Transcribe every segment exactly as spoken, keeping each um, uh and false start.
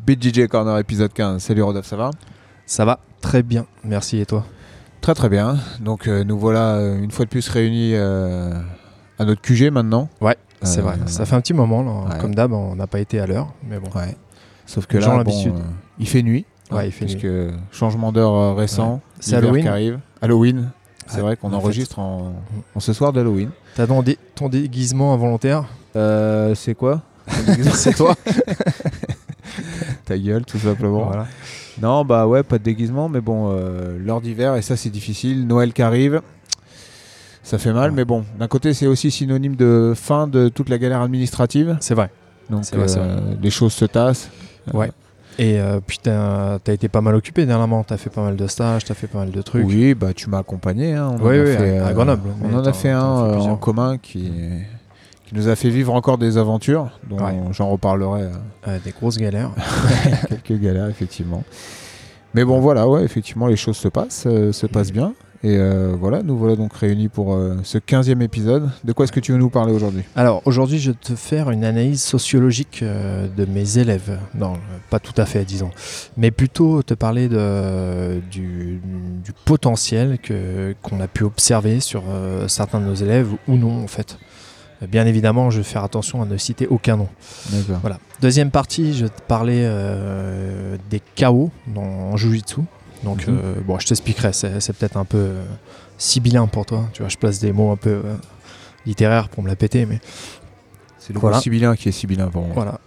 Beat D J Corner épisode quinze. Salut Rodolphe, ça va ? Ça va très bien, merci, et toi ? Très très bien. Donc euh, nous voilà euh, une fois de plus réunis euh, à notre Q G maintenant. Ouais, c'est euh, vrai. Ça fait un petit moment, là. Ouais. Comme d'hab, on n'a pas été à l'heure, mais bon. Ouais. Sauf que là, bon, euh, il fait nuit. Ouais, hein, il fait parce nuit. que changement d'heure euh, récent, ouais. C'est l'hiver Halloween qui arrive. Halloween. C'est ouais, vrai qu'on en enregistre en, en ce soir d'Halloween. T'as ton, dé- ton déguisement involontaire ? euh, C'est quoi ? C'est toi. Ta gueule, tout simplement. Voilà. Non, bah ouais, pas de déguisement, mais bon, euh, l'heure d'hiver, et ça c'est difficile. Noël qui arrive, ça fait mal, ouais. Mais bon, d'un côté c'est aussi synonyme de fin de toute la galère administrative. C'est vrai. Donc c'est vrai, euh, c'est vrai. Les choses se tassent. Ouais. Et euh, puis t'as, as été pas mal occupé dernièrement, t'as fait pas mal de stages, t'as fait pas mal de trucs. Oui, bah tu m'as accompagné. Hein. On oui, en a oui, fait, à, à Grenoble. On en a fait un fait en commun qui, qui nous a fait vivre encore des aventures, dont ouais. j'en reparlerai. Euh... Euh, des grosses galères. Quelques galères, effectivement. Mais bon, voilà, ouais, effectivement, les choses se passent, euh, se passent bien. Et euh, voilà, nous voilà donc réunis pour euh, ce quinzième épisode. De quoi est-ce que tu veux nous parler aujourd'hui ? Alors, aujourd'hui, je vais te faire une analyse sociologique euh, de mes élèves. Non, pas tout à fait, disons. Mais plutôt te parler de, du, du potentiel que, qu'on a pu observer sur euh, certains de nos élèves ou non, en fait. Bien évidemment, je vais faire attention à ne citer aucun nom. D'accord. Voilà. Deuxième partie, je vais te parler euh, des K O dans, en Jiu-Jitsu. Donc, mm-hmm. euh, bon, je t'expliquerai, c'est, c'est peut-être un peu euh, sibyllin pour toi. Tu vois, je place des mots un peu euh, littéraires pour me la péter, mais... C'est le voilà. mot sibyllin qui est sibyllin pour moi. Voilà.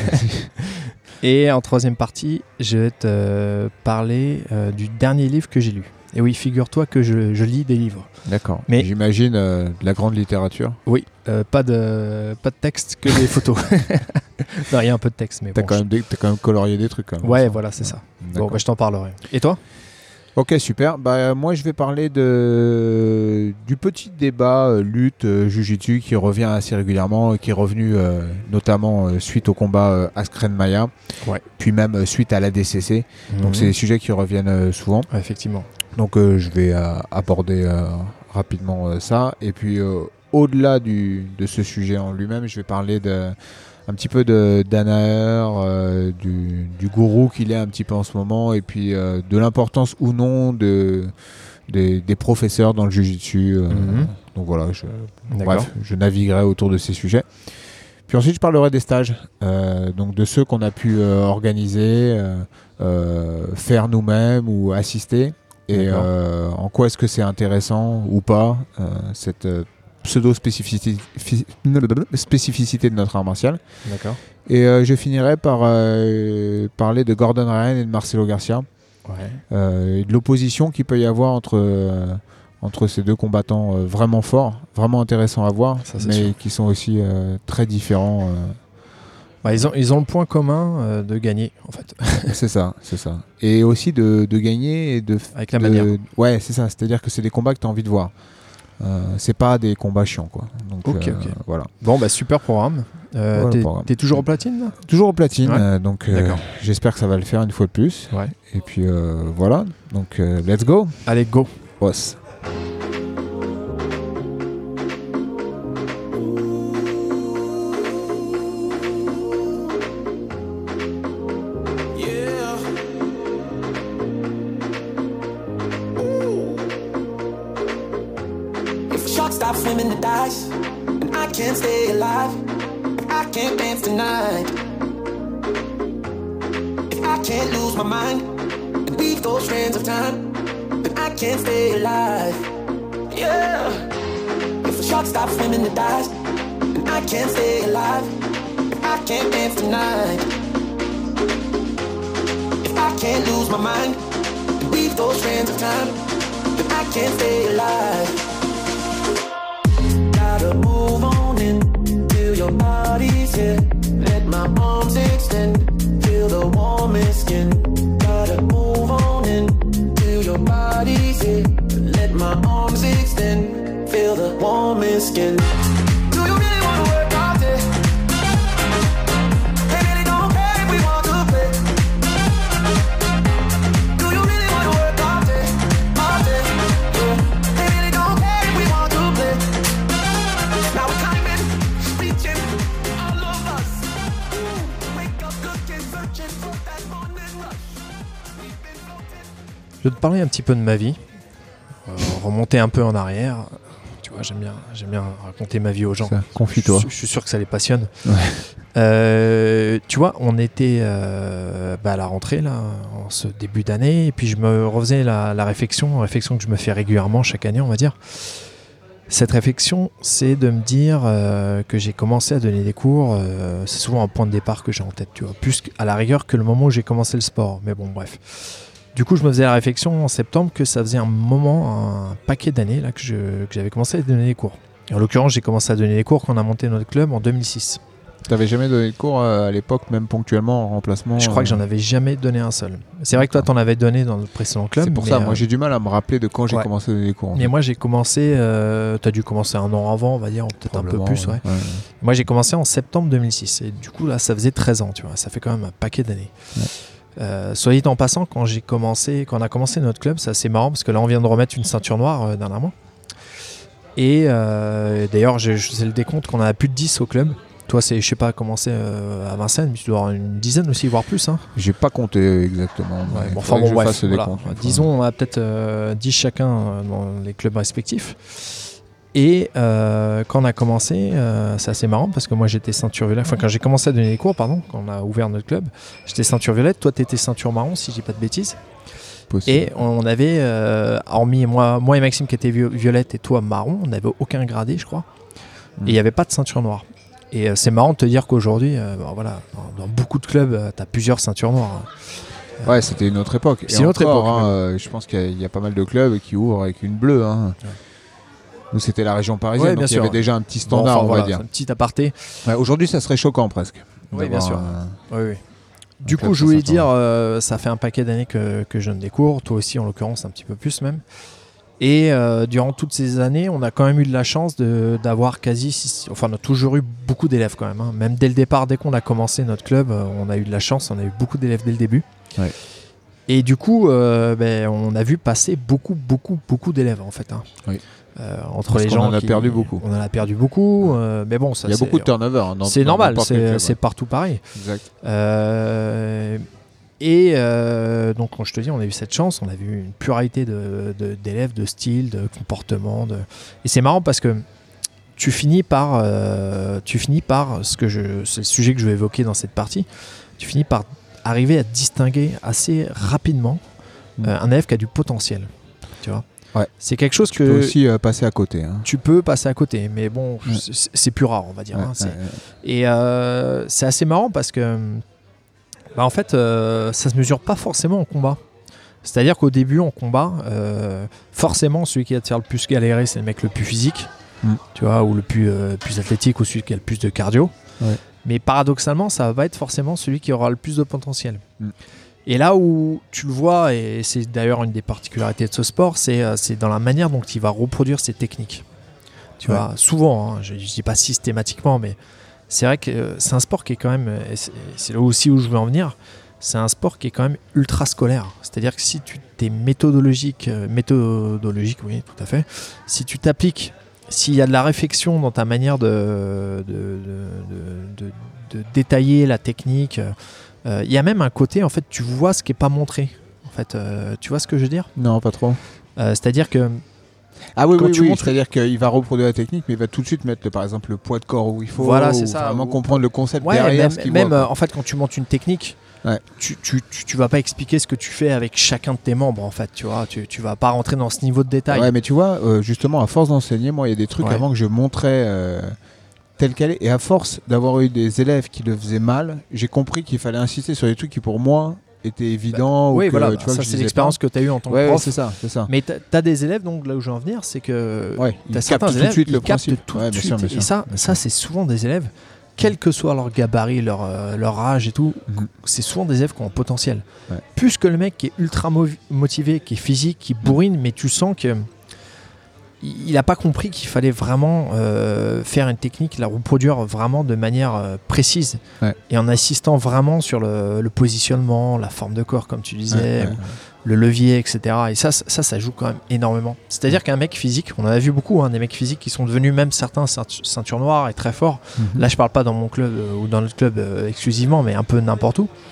Et en troisième partie, je vais te euh, parler euh, du dernier livre que j'ai lu. Et oui, figure-toi que je, je lis des livres. D'accord. Mais j'imagine euh, de la grande littérature. Oui, euh, pas, de, pas de texte, que des photos. Non, il y a un peu de texte, mais t'as bon. Quand même des, t'as quand même colorié des trucs. Quand même, ouais, ça. Voilà, c'est ouais. ça. D'accord. Bon, bah, je t'en parlerai. Et toi ? Ok, super. Bah, moi, je vais parler de, du petit débat euh, lutte euh, Jiu-Jitsu qui revient assez régulièrement, qui est revenu euh, notamment euh, suite au combat euh, Askren Maya, ouais. puis même euh, suite à l'A D C C. Mmh. Donc, c'est des sujets qui reviennent euh, souvent. Ouais, effectivement. Donc, euh, je vais euh, aborder euh, rapidement euh, ça. Et puis, euh, au-delà du, de ce sujet en lui-même, je vais parler de... un petit peu de Danaher, euh, du, du gourou qu'il est un petit peu en ce moment, et puis euh, de l'importance ou non de, de, des professeurs dans le Jiu-Jitsu. Euh, mm-hmm. Donc voilà, je, bref, je naviguerai autour de ces sujets. Puis ensuite, je parlerai des stages, euh, donc de ceux qu'on a pu euh, organiser, euh, euh, faire nous-mêmes ou assister, et euh, en quoi est-ce que c'est intéressant ou pas, euh, cette pseudo-spécificité spécificité de notre art martial. D'accord. Et euh, je finirai par euh, parler de Gordon Ryan et de Marcelo Garcia. Ouais. Euh, et de l'opposition qu'il peut y avoir entre, euh, entre ces deux combattants euh, vraiment forts, vraiment intéressants à voir, ça, mais sûr. Qui sont aussi euh, très différents. Euh. Bah, ils, ont, ils ont le point commun euh, de gagner, en fait. c'est ça, c'est ça. Et aussi de, de gagner et de... Avec la de, manière. Ouais, c'est ça. C'est-à-dire que c'est des combats que tu as envie de voir. Euh, c'est pas des combats chiants, quoi. Donc, ok, euh, ok. Voilà. Bon, bah super programme. Euh, voilà t'es, programme. t'es toujours au platine là ? Toujours au platine, ouais. euh, donc euh, j'espère que ça va le faire une fois de plus. Ouais. Et puis euh, voilà, donc euh, let's go. Allez, go. Boss. Can't stay alive, I can't dance tonight. If I can't lose my mind and weave those strands of time, then I can't stay alive. Yeah. If a shark stops swimming and dies, then I can't stay alive. If I can't dance tonight. If I can't lose my mind and weave those strands of time, then I can't stay alive. Gotta move on in till your body's here. Let my arms extend, feel the warmest skin. Gotta move on in till your body's here. Let my arms extend, feel the warmest skin. Do you really wanna work all day? They really don't care if we want to play. Do you really wanna work all day, all day? Yeah. They really don't care if we want to play. Now we're climbing, reaching, all of us. Wake up looking Je vais te parler un petit peu de ma vie, euh, remonter un peu en arrière. Tu vois, j'aime bien, j'aime bien raconter ma vie aux gens. Ça, confie-toi. Je, je suis sûr que ça les passionne. Ouais. Euh, tu vois, on était euh, bah, à la rentrée, là, en ce début d'année, et puis je me refaisais la, la réflexion, réflexion que je me fais régulièrement chaque année, on va dire. Cette réflexion, c'est de me dire euh, que j'ai commencé à donner des cours. Euh, c'est souvent un point de départ que j'ai en tête, tu vois, plus à la rigueur que le moment où j'ai commencé le sport. Mais bon, bref. Du coup, je me faisais la réflexion en septembre que ça faisait un moment, un paquet d'années là que, je, que j'avais commencé à donner des cours. Et en l'occurrence, j'ai commencé à donner des cours quand on a monté notre club en deux mille six. T'avais jamais donné de cours euh, à l'époque, même ponctuellement en remplacement? Je crois euh... que j'en avais jamais donné un seul. C'est vrai que toi, t'en avais donné dans notre précédent club. C'est pour mais ça, euh... moi j'ai du mal à me rappeler de quand j'ai ouais. commencé à donner des cours. Et fait. Moi, j'ai commencé, euh, t'as dû commencer un an avant, on va dire, peut-être un peu plus. Ouais. Ouais. Moi, j'ai commencé en septembre deux mille six. Et du coup, là, ça faisait treize ans, tu vois. Ça fait quand même un paquet d'années. Ouais. Euh, soit dit en passant, quand j'ai commencé, quand on a commencé notre club, c'est assez marrant parce que là, on vient de remettre une ceinture noire euh, dernièrement. Et euh, d'ailleurs, je faisais le décompte qu'on en a plus de dix au club. Toi, c'est, je sais pas, commencé euh, à Vincennes, mais tu dois avoir une dizaine aussi, voire plus. Hein. J'ai pas compté exactement. Ouais, bon, enfin bon, bref, voilà. Disons, on a peut-être euh, dix chacun euh, dans les clubs respectifs. Et euh, quand on a commencé, euh, c'est assez marrant parce que moi j'étais ceinture violette. Enfin, quand j'ai commencé à donner des cours, pardon, quand on a ouvert notre club, j'étais ceinture violette. Toi, t'étais ceinture marron, si je dis pas de bêtises. Possible. Et on avait, euh, hormis moi, moi et Maxime qui étaient violette et toi marron, on n'avait aucun gradé, je crois. Mmh. Et il n'y avait pas de ceinture noire. Et euh, c'est marrant de te dire qu'aujourd'hui, euh, bon, voilà, dans, dans beaucoup de clubs, euh, tu as plusieurs ceintures noires. Euh, ouais, c'était une autre époque. C'est une autre encore, époque. Hein, euh, je pense qu'il y a, y a pas mal de clubs qui ouvrent avec une bleue. Hein. Ouais. Nous, c'était la région parisienne, ouais, donc il y avait déjà un petit standard, bon, enfin, on voilà, va dire. Un petit aparté. Ouais, aujourd'hui, ça serait choquant presque. Oui, bien sûr. Un... Oui, oui. Du coup, je voulais dire, euh, ça fait un paquet d'années que, que je donne des cours, toi aussi en l'occurrence, un petit peu plus même. Et euh, durant toutes ces années, on a quand même eu de la chance de, d'avoir quasi, six, enfin on a toujours eu beaucoup d'élèves quand même. Hein. Même dès le départ, dès qu'on a commencé notre club, on a eu de la chance, on a eu beaucoup d'élèves dès le début. Ouais. Et du coup, euh, ben, on a vu passer beaucoup, beaucoup, beaucoup d'élèves en fait. Hein. Oui. Euh, entre Parce les gens, gens, on en a qui, perdu beaucoup. On en a perdu beaucoup, euh, mais bon, ça. Il y a c'est, beaucoup de turnover. Hein, dans, c'est dans normal, c'est, club, c'est ouais. partout pareil. Exact. Euh, et euh, donc, quand je te dis, on a eu cette chance, on a vu une pluralité de, de, d'élèves, de styles, de comportements. De... Et c'est marrant parce que tu finis par, euh, tu finis par ce que je, c'est le sujet que je vais évoquer dans cette partie. Tu finis par arriver à distinguer assez rapidement mmh. euh, un élève qui a du potentiel. Tu vois. Ouais. C'est quelque chose tu que tu peux aussi euh, passer à côté. Hein. Tu peux passer à côté, mais bon, ouais. c'est, c'est plus rare, on va dire. Ouais, hein, c'est... Ouais, ouais. Et euh, c'est assez marrant parce que, bah, en fait, euh, ça se mesure pas forcément en combat. C'est-à-dire qu'au début, en combat, euh, forcément, celui qui va te faire le plus galérer, c'est le mec le plus physique, mm. tu vois, ou le plus, euh, plus athlétique, ou celui qui a le plus de cardio. Ouais. Mais paradoxalement, ça va pas être forcément celui qui aura le plus de potentiel. Mm. Et là où tu le vois, et c'est d'ailleurs une des particularités de ce sport, c'est, euh, c'est dans la manière dont il va reproduire ses techniques. Tu ouais. vois, souvent, hein, je ne dis pas systématiquement, mais c'est vrai que euh, c'est un sport qui est quand même, et c'est, c'est là aussi où je veux en venir, c'est un sport qui est quand même ultra scolaire. C'est-à-dire que si tu es méthodologique, euh, méthodologique, oui, tout à fait, si tu t'appliques, s'il y a de la réflexion dans ta manière de, de, de, de, de, de détailler la technique, il euh, y a même un côté, en fait, tu vois ce qui n'est pas montré. En fait, euh, tu vois ce que je veux dire ? Non, pas trop. Euh, c'est-à-dire que... Ah oui, quand oui, tu oui. montres... c'est-à-dire qu'il va reproduire la technique, mais il va tout de suite mettre, par exemple, le poids de corps où il faut. Voilà, c'est ça. Vraiment ou... comprendre le concept ouais, derrière même, ce qu'il même voit. Euh, en fait, quand tu montes une technique, ouais. tu, tu, tu, tu vas pas expliquer ce que tu fais avec chacun de tes membres, en fait. Tu vois, tu, tu vas pas rentrer dans ce niveau de détail. Ouais, mais tu vois, euh, justement, à force d'enseigner, moi, il y a des trucs ouais. avant que je montrais euh, tel quel est. Et à force d'avoir eu des élèves qui le faisaient mal, j'ai compris qu'il fallait insister sur des trucs qui, pour moi, étaient évidents. Bah, ou oui, que, voilà, tu bah, vois, ça que c'est l'expérience pas. que tu as eue en tant ouais, que prof. Ouais, c'est ça, c'est ça. Mais tu as des élèves, donc là où je veux en venir, c'est que ouais, tu as certains élèves tout de suite ils le captent principe. tout ouais, de bien suite. sûr, bien sûr, et ça, bien ça sûr. c'est souvent des élèves, quel que soit leur gabarit, leur, euh, leur âge et tout, mm-hmm. c'est souvent des élèves qui ont un potentiel. Ouais. Plus que le mec qui est ultra mo- motivé, qui est physique, qui bourrine, mm-hmm. mais tu sens que il n'a pas compris qu'il fallait vraiment euh, faire une technique, la reproduire vraiment de manière euh, précise. Ouais. Et en insistant vraiment sur le, le positionnement, la forme de corps, comme tu disais, ouais, ouais. le levier, et cetera. Et ça, ça, ça joue quand même énormément. C'est-à-dire ouais. qu'un mec physique, on en a vu beaucoup, hein, des mecs physiques qui sont devenus même certains ceintures noires et très forts. Mm-hmm. Là, je ne parle pas dans mon club euh, ou dans notre club euh, exclusivement, mais un peu n'importe où.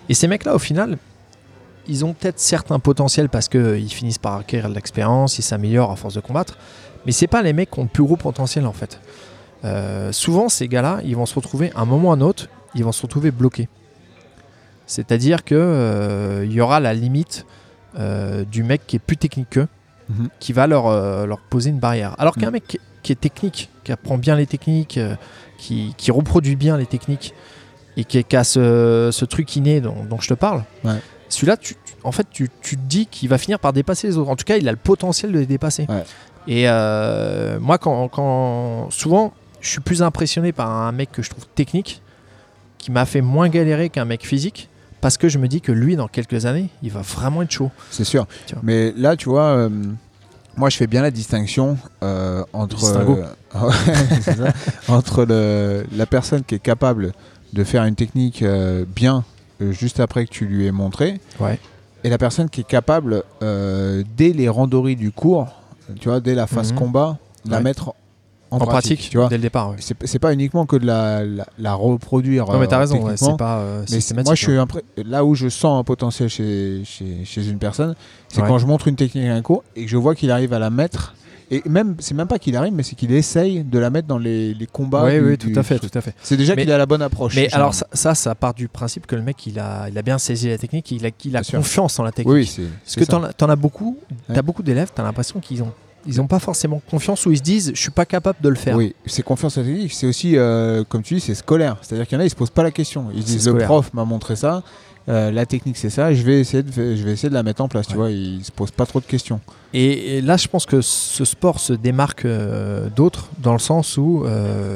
Et ces mecs-là, au final, ils ont peut-être certains potentiels parce qu'ils finissent par acquérir de l'expérience, ils s'améliorent à force de combattre, mais c'est pas les mecs qui ont le plus gros potentiel en fait. Euh, souvent, ces gars-là, ils vont se retrouver à un moment ou à un autre, ils vont se retrouver bloqués. C'est-à-dire qu'il euh, y aura la limite euh, du mec qui est plus technique qu'eux, mm-hmm. qui va leur, euh, leur poser une barrière. Alors qu'un mm. mec qui, qui est technique, qui apprend bien les techniques, euh, qui, qui reproduit bien les techniques, et qui, qui a ce, ce truc inné dont, dont je te parle, ouais. celui-là, tu, tu, en fait, tu, tu te dis qu'il va finir par dépasser les autres. En tout cas, il a le potentiel de les dépasser. Ouais. Et euh, moi, quand, quand souvent, je suis plus impressionné par un mec que je trouve technique, qui m'a fait moins galérer qu'un mec physique, parce que je me dis que lui, dans quelques années, il va vraiment être chaud. C'est sûr. Mais là, tu vois, euh, moi, je fais bien la distinction euh, entre, euh, c'est ça, entre le, la personne qui est capable de faire une technique euh, bien euh, juste après que tu lui aies montré, ouais. et la personne qui est capable, euh, dès les randories du cours, tu vois, dès la phase mmh. combat, la ouais. mettre en, en pratique, pratique, tu vois. Dès le départ. Ouais. C'est, c'est pas uniquement que de la, la, la reproduire. Non, mais t'as euh, raison, ouais, c'est pas euh, mais systématique. Moi, je suis hein. impré- là où je sens un potentiel chez, chez, chez une personne, c'est ouais. quand je montre une technique à un cours et que je vois qu'il arrive à la mettre. Et même, c'est même pas qu'il arrive, mais c'est qu'il essaye de la mettre dans les, les combats. Oui, du, oui, tout du, à fait, tout à fait. C'est déjà mais, qu'il a la bonne approche. Mais alors ça, ça, ça part du principe que le mec, il a, il a bien saisi la technique, il a, il a confiance en la technique. Oui, c'est, Parce c'est que ça. t'en, t'en as beaucoup, ouais. t'as beaucoup d'élèves, t'as l'impression qu'ils ont, ils ont pas forcément confiance ou ils se disent, je suis pas capable de le faire. Oui, c'est confiance en la technique. C'est aussi, euh, comme tu dis, c'est scolaire. C'est-à-dire qu'il y en a, ils se posent pas la question. Ils se disent, le prof m'a montré ça. Euh, la technique c'est ça, je vais essayer de, je vais essayer de la mettre en place, ouais. tu vois, ils se posent pas trop de questions. Et, et là je pense que ce sport se démarque euh, d'autres dans le sens où il euh,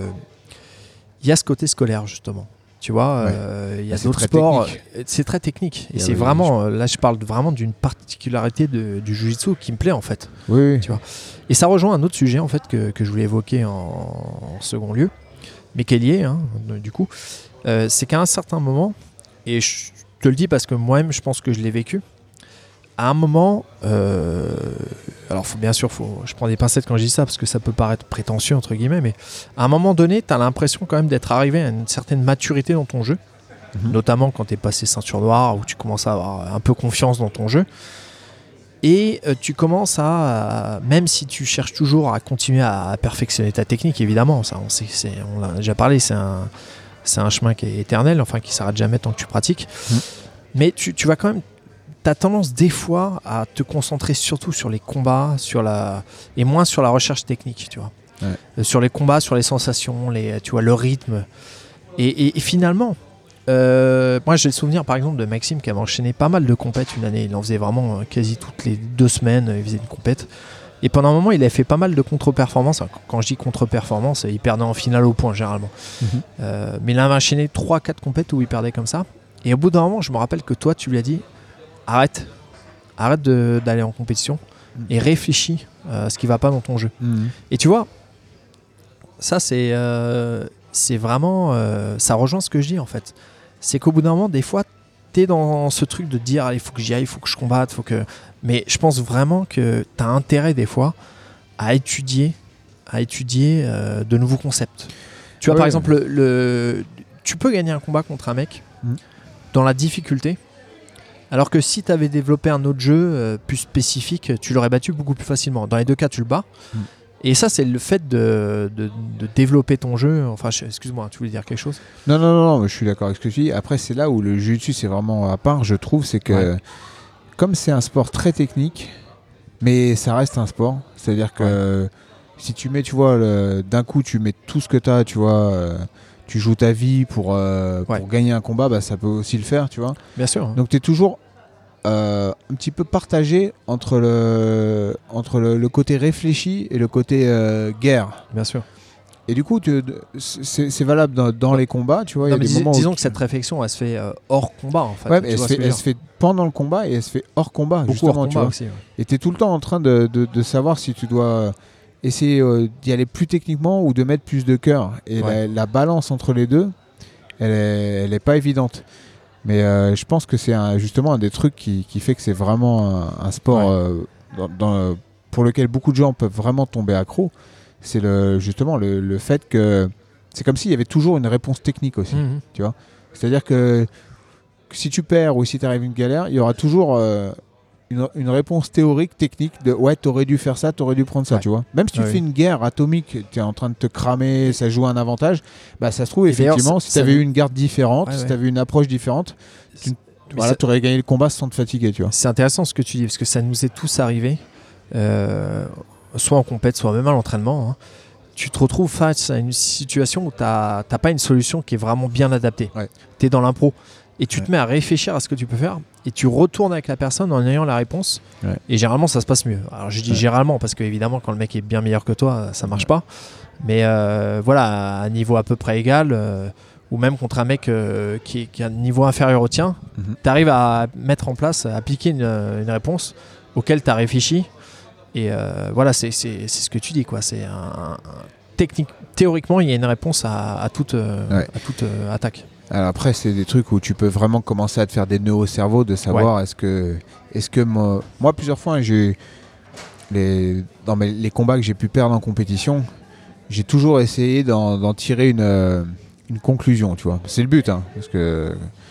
y a ce côté scolaire justement, tu vois, il ouais. euh, y a d'autres sports, technique. c'est très technique et, et c'est oui, vraiment, je... là je parle vraiment d'une particularité de, du jiu-jitsu qui me plaît en fait, oui, oui. tu vois. Et ça rejoint un autre sujet en fait que, que je voulais évoquer en, en second lieu, mais qui est lié hein, du coup, euh, c'est qu'à un certain moment, et je Je te le dis parce que moi-même, je pense que je l'ai vécu. À un moment, euh, alors faut, bien sûr, faut, je prends des pincettes quand je dis ça parce que ça peut paraître prétentieux, entre guillemets, mais à un moment donné, tu as l'impression quand même d'être arrivé à une certaine maturité dans ton jeu, mmh. notamment quand tu es passé ceinture noire, où tu commences à avoir un peu confiance dans ton jeu. Et euh, tu commences à, même si tu cherches toujours à continuer à, à perfectionner ta technique, évidemment, ça, on, sait, c'est, on l'a déjà parlé, c'est un... c'est un chemin qui est éternel, enfin qui s'arrête jamais tant que tu pratiques. Mmh. Mais tu, tu vas quand même, tu as tendance des fois à te concentrer surtout sur les combats, sur la, et moins sur la recherche technique, tu vois. Ouais. Euh, sur les combats, sur les sensations, les, tu vois, le rythme. Et, et, et finalement, euh, moi j'ai le souvenir par exemple de Maxime qui avait enchaîné pas mal de compètes une année. Il en faisait vraiment euh, quasi toutes les deux semaines, il faisait une compète. Et pendant un moment, il avait fait pas mal de contre-performances. Quand je dis contre-performance, il perdait en finale au point, généralement. Mmh. Euh, mais il avait enchaîné trois quatre compètes où il perdait comme ça. Et au bout d'un moment, je me rappelle que toi, tu lui as dit « Arrête, arrête de, d'aller en compétition mmh. et réfléchis à ce qui ne va pas dans ton jeu. Mmh. » Et tu vois, ça, c'est, euh, c'est vraiment... Euh, ça rejoint ce que je dis, en fait. C'est qu'au bout d'un moment, des fois, tu es dans ce truc de te dire « Il faut que j'y aille, il faut que je combatte, faut que... » Mais je pense vraiment que tu as intérêt des fois à étudier, à étudier euh, de nouveaux concepts. Tu vois, ouais, par exemple, le, le, tu peux gagner un combat contre un mec mmh. dans la difficulté, alors que si tu avais développé un autre jeu euh, plus spécifique, tu l'aurais battu beaucoup plus facilement. Dans les deux cas, tu le bats. Mmh. Et ça, c'est le fait de, de, de développer ton jeu. Enfin, je, excuse-moi, tu voulais dire quelque chose ? Non, non, non, non, je suis d'accord avec ce que tu dis. Après, c'est là où le jiu-jitsu, c'est vraiment à part, je trouve, c'est que... Ouais. Comme c'est un sport très technique, mais ça reste un sport, c'est-à-dire que ouais. si tu mets, tu vois, le, d'un coup, tu mets tout ce que tu as, tu vois, euh, tu joues ta vie pour, euh, ouais. pour gagner un combat, bah, ça peut aussi le faire, tu vois. Bien sûr. Donc tu es toujours euh, un petit peu partagé entre le, entre le, le côté réfléchi et le côté euh, guerre. Bien sûr. Et du coup, tu, c'est, c'est valable dans, dans les combats, tu vois. Non, y a des dis, moments disons où que tu... cette réflexion, elle se fait euh, hors combat, en fait. Ouais, mais elle, se fait, elle se fait pendant le combat et elle se fait hors combat, Beaucoup justement, hors combat tu vois. Aussi, ouais. Et tu es tout le temps en train de, de, de savoir si tu dois essayer euh, d'y aller plus techniquement ou de mettre plus de cœur. Et ouais. la, la balance entre les deux, elle est, elle est pas évidente. Mais euh, je pense que c'est un, justement un des trucs qui, qui fait que c'est vraiment un, un sport ouais. euh, dans, dans, pour lequel beaucoup de gens peuvent vraiment tomber accro. C'est le, justement le, le fait que c'est comme s'il y avait toujours une réponse technique aussi, mmh. tu vois. C'est-à-dire que si tu perds ou si tu arrives une galère, il y aura toujours euh, une, une réponse théorique, technique de ouais, t'aurais dû faire ça, t'aurais dû prendre ça, ouais. tu vois. Même si tu ouais, fais oui. une guerre atomique, tu es en train de te cramer, ça joue un avantage, bah ça se trouve, et effectivement, si tu avais eu une garde différente, ouais, si ouais. tu avais une approche différente, tu voilà, aurais gagné le combat sans te fatiguer, tu vois. C'est intéressant ce que tu dis, parce que ça nous est tous arrivé, euh, soit en compète, soit même à l'entraînement. Hein. Tu te retrouves face à une situation où tu n'as pas une solution qui est vraiment bien adaptée. Ouais. Tu es dans l'impro et tu ouais. te mets à réfléchir à ce que tu peux faire et tu retournes avec la personne en ayant la réponse. Ouais. Et généralement, ça se passe mieux. Alors, je dis ouais. généralement parce qu'évidemment, quand le mec est bien meilleur que toi, ça ne marche ouais. pas. Mais euh, voilà, à un niveau à peu près égal, euh, ou même contre un mec euh, qui, qui a un niveau inférieur au tien, mm-hmm. tu arrives à mettre en place, à appliquer une, une réponse auquel tu as réfléchi. Et euh, voilà, c'est ce que tu dis, quoi. C'est un, un, technique, théoriquement, il y a une réponse à, à toute, euh, ouais. à toute euh, attaque. Alors après, c'est des trucs où tu peux vraiment commencer à te faire des nœuds au cerveau, de savoir ouais. est-ce que, est-ce que moi, moi plusieurs fois, j'ai les dans mes, les combats que j'ai pu perdre en compétition, j'ai toujours essayé d'en tirer une, euh, une conclusion, tu vois. C'est le but, hein, parce que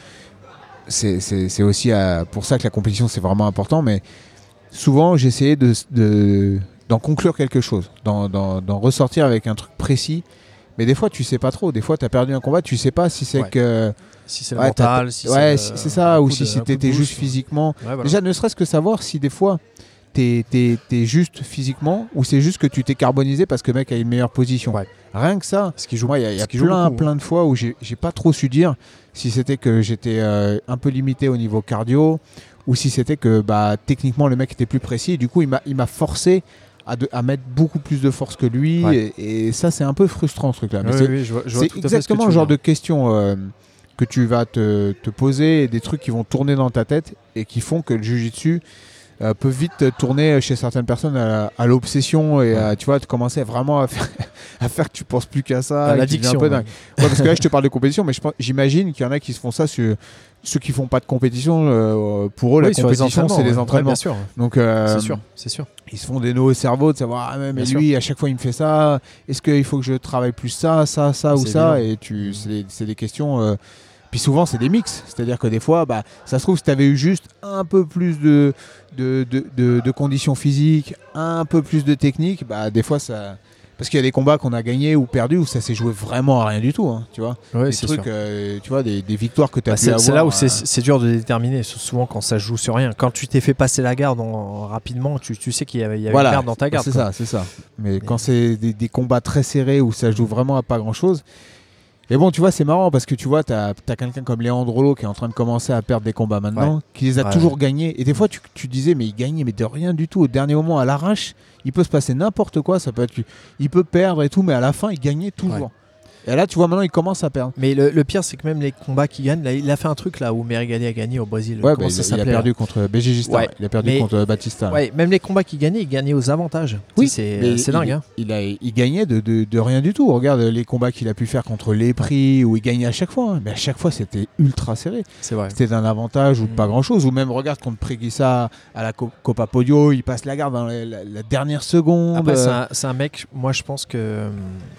c'est aussi à, pour ça que la compétition c'est vraiment important, mais souvent, j'essayais de, de, d'en conclure quelque chose, d'en ressortir avec un truc précis. Mais des fois, tu sais pas trop. Des fois, tu as perdu un combat, tu sais pas si c'est ouais. que... Si c'est le ouais, mental, si ouais, c'est le... ça, ou si, de, si tu étais juste physiquement. Ouais, voilà. Déjà, ne serait-ce que savoir si des fois, tu es, es juste physiquement ou c'est juste que tu t'es carbonisé parce que le mec a une meilleure position. Ouais. Rien que ça, il y a, y a plein, beaucoup, plein ouais. de fois où j'ai pas trop su dire si c'était que j'étais euh, un peu limité au niveau cardio ou si c'était que bah, techniquement le mec était plus précis et du coup il m'a forcé à, de, à mettre beaucoup plus de force que lui ouais. et, et ça c'est un peu frustrant ce truc là. Oui, c'est oui, oui, exactement le genre de questions euh, que tu vas te, te poser et des trucs qui vont tourner dans ta tête et qui font que le jiu-jitsu euh, peut vite tourner chez certaines personnes à, à l'obsession et ouais. à, tu vois, de commencer vraiment à faire, à faire que tu penses plus qu'à ça. À l'addiction. Ouais. Ouais, parce que là je te parle de compétition mais j'imagine qu'il y en a qui se font ça sur ceux qui font pas de compétition, euh, pour eux, oui, la compétition, c'est les, les entraînements. Ouais, bien sûr. Donc, euh, c'est sûr, c'est sûr. Ils se font des nœuds au cerveau de savoir, ah, mais bien lui, sûr. à chaque fois, il me fait ça. Est-ce qu'il faut que je travaille plus ça, ça, ça ou ça? Et tu, c'est des questions. Euh, puis souvent, c'est des mix. C'est-à-dire que des fois, bah, ça se trouve, si tu avais eu juste un peu plus de, de, de, de, de conditions physiques, un peu plus de technique, bah, des fois, ça. Parce qu'il y a des combats qu'on a gagnés ou perdus où ça s'est joué vraiment à rien du tout, hein, tu vois. Ouais, des trucs, euh, tu vois, des, des victoires que tu as bah, pu avoir. C'est là où euh... c'est dur de déterminer, souvent quand ça joue sur rien. Quand tu t'es fait passer la garde en, rapidement, tu, tu sais qu'il y avait, il y avait voilà, une garde dans ta garde. C'est ça, c'est ça. Mais, Mais quand c'est des, des combats très serrés où ça joue vraiment à pas grand-chose. Et bon, tu vois, c'est marrant parce que tu vois, tu as, as quelqu'un comme Léandre Rollo qui est en train de commencer à perdre des combats maintenant, ouais. qui les a ouais. toujours gagnés. Et des fois, tu, tu disais, mais il gagnait, mais de rien du tout. Au dernier moment, à l'arrache, il peut se passer n'importe quoi. Ça peut être, il peut perdre et tout, mais à la fin, il gagnait toujours. Ouais. Et là, tu vois, maintenant, il commence à perdre. Mais le, le pire, c'est que même les combats qu'il gagne, là, il a fait un truc là où Merigadi a gagné au Brésil. Ouais, bah, il, il a perdu contre B G Gistar, ouais. il a perdu mais, contre Batista. Ouais, même les combats qu'il gagnait, il gagnait aux avantages. Oui, c'est dingue. Il, hein. il, a, il gagnait de, de, de rien du tout. Regarde les combats qu'il a pu faire contre les prix où il gagnait à chaque fois. Hein. Mais à chaque fois, c'était ultra serré. C'était d'un avantage ou de mmh. pas grand-chose. Ou même, regarde, contre Preguiça à la Copa Podio, il passe la garde dans la, la, la dernière seconde. Après, c'est un, un mec, moi, je pense que.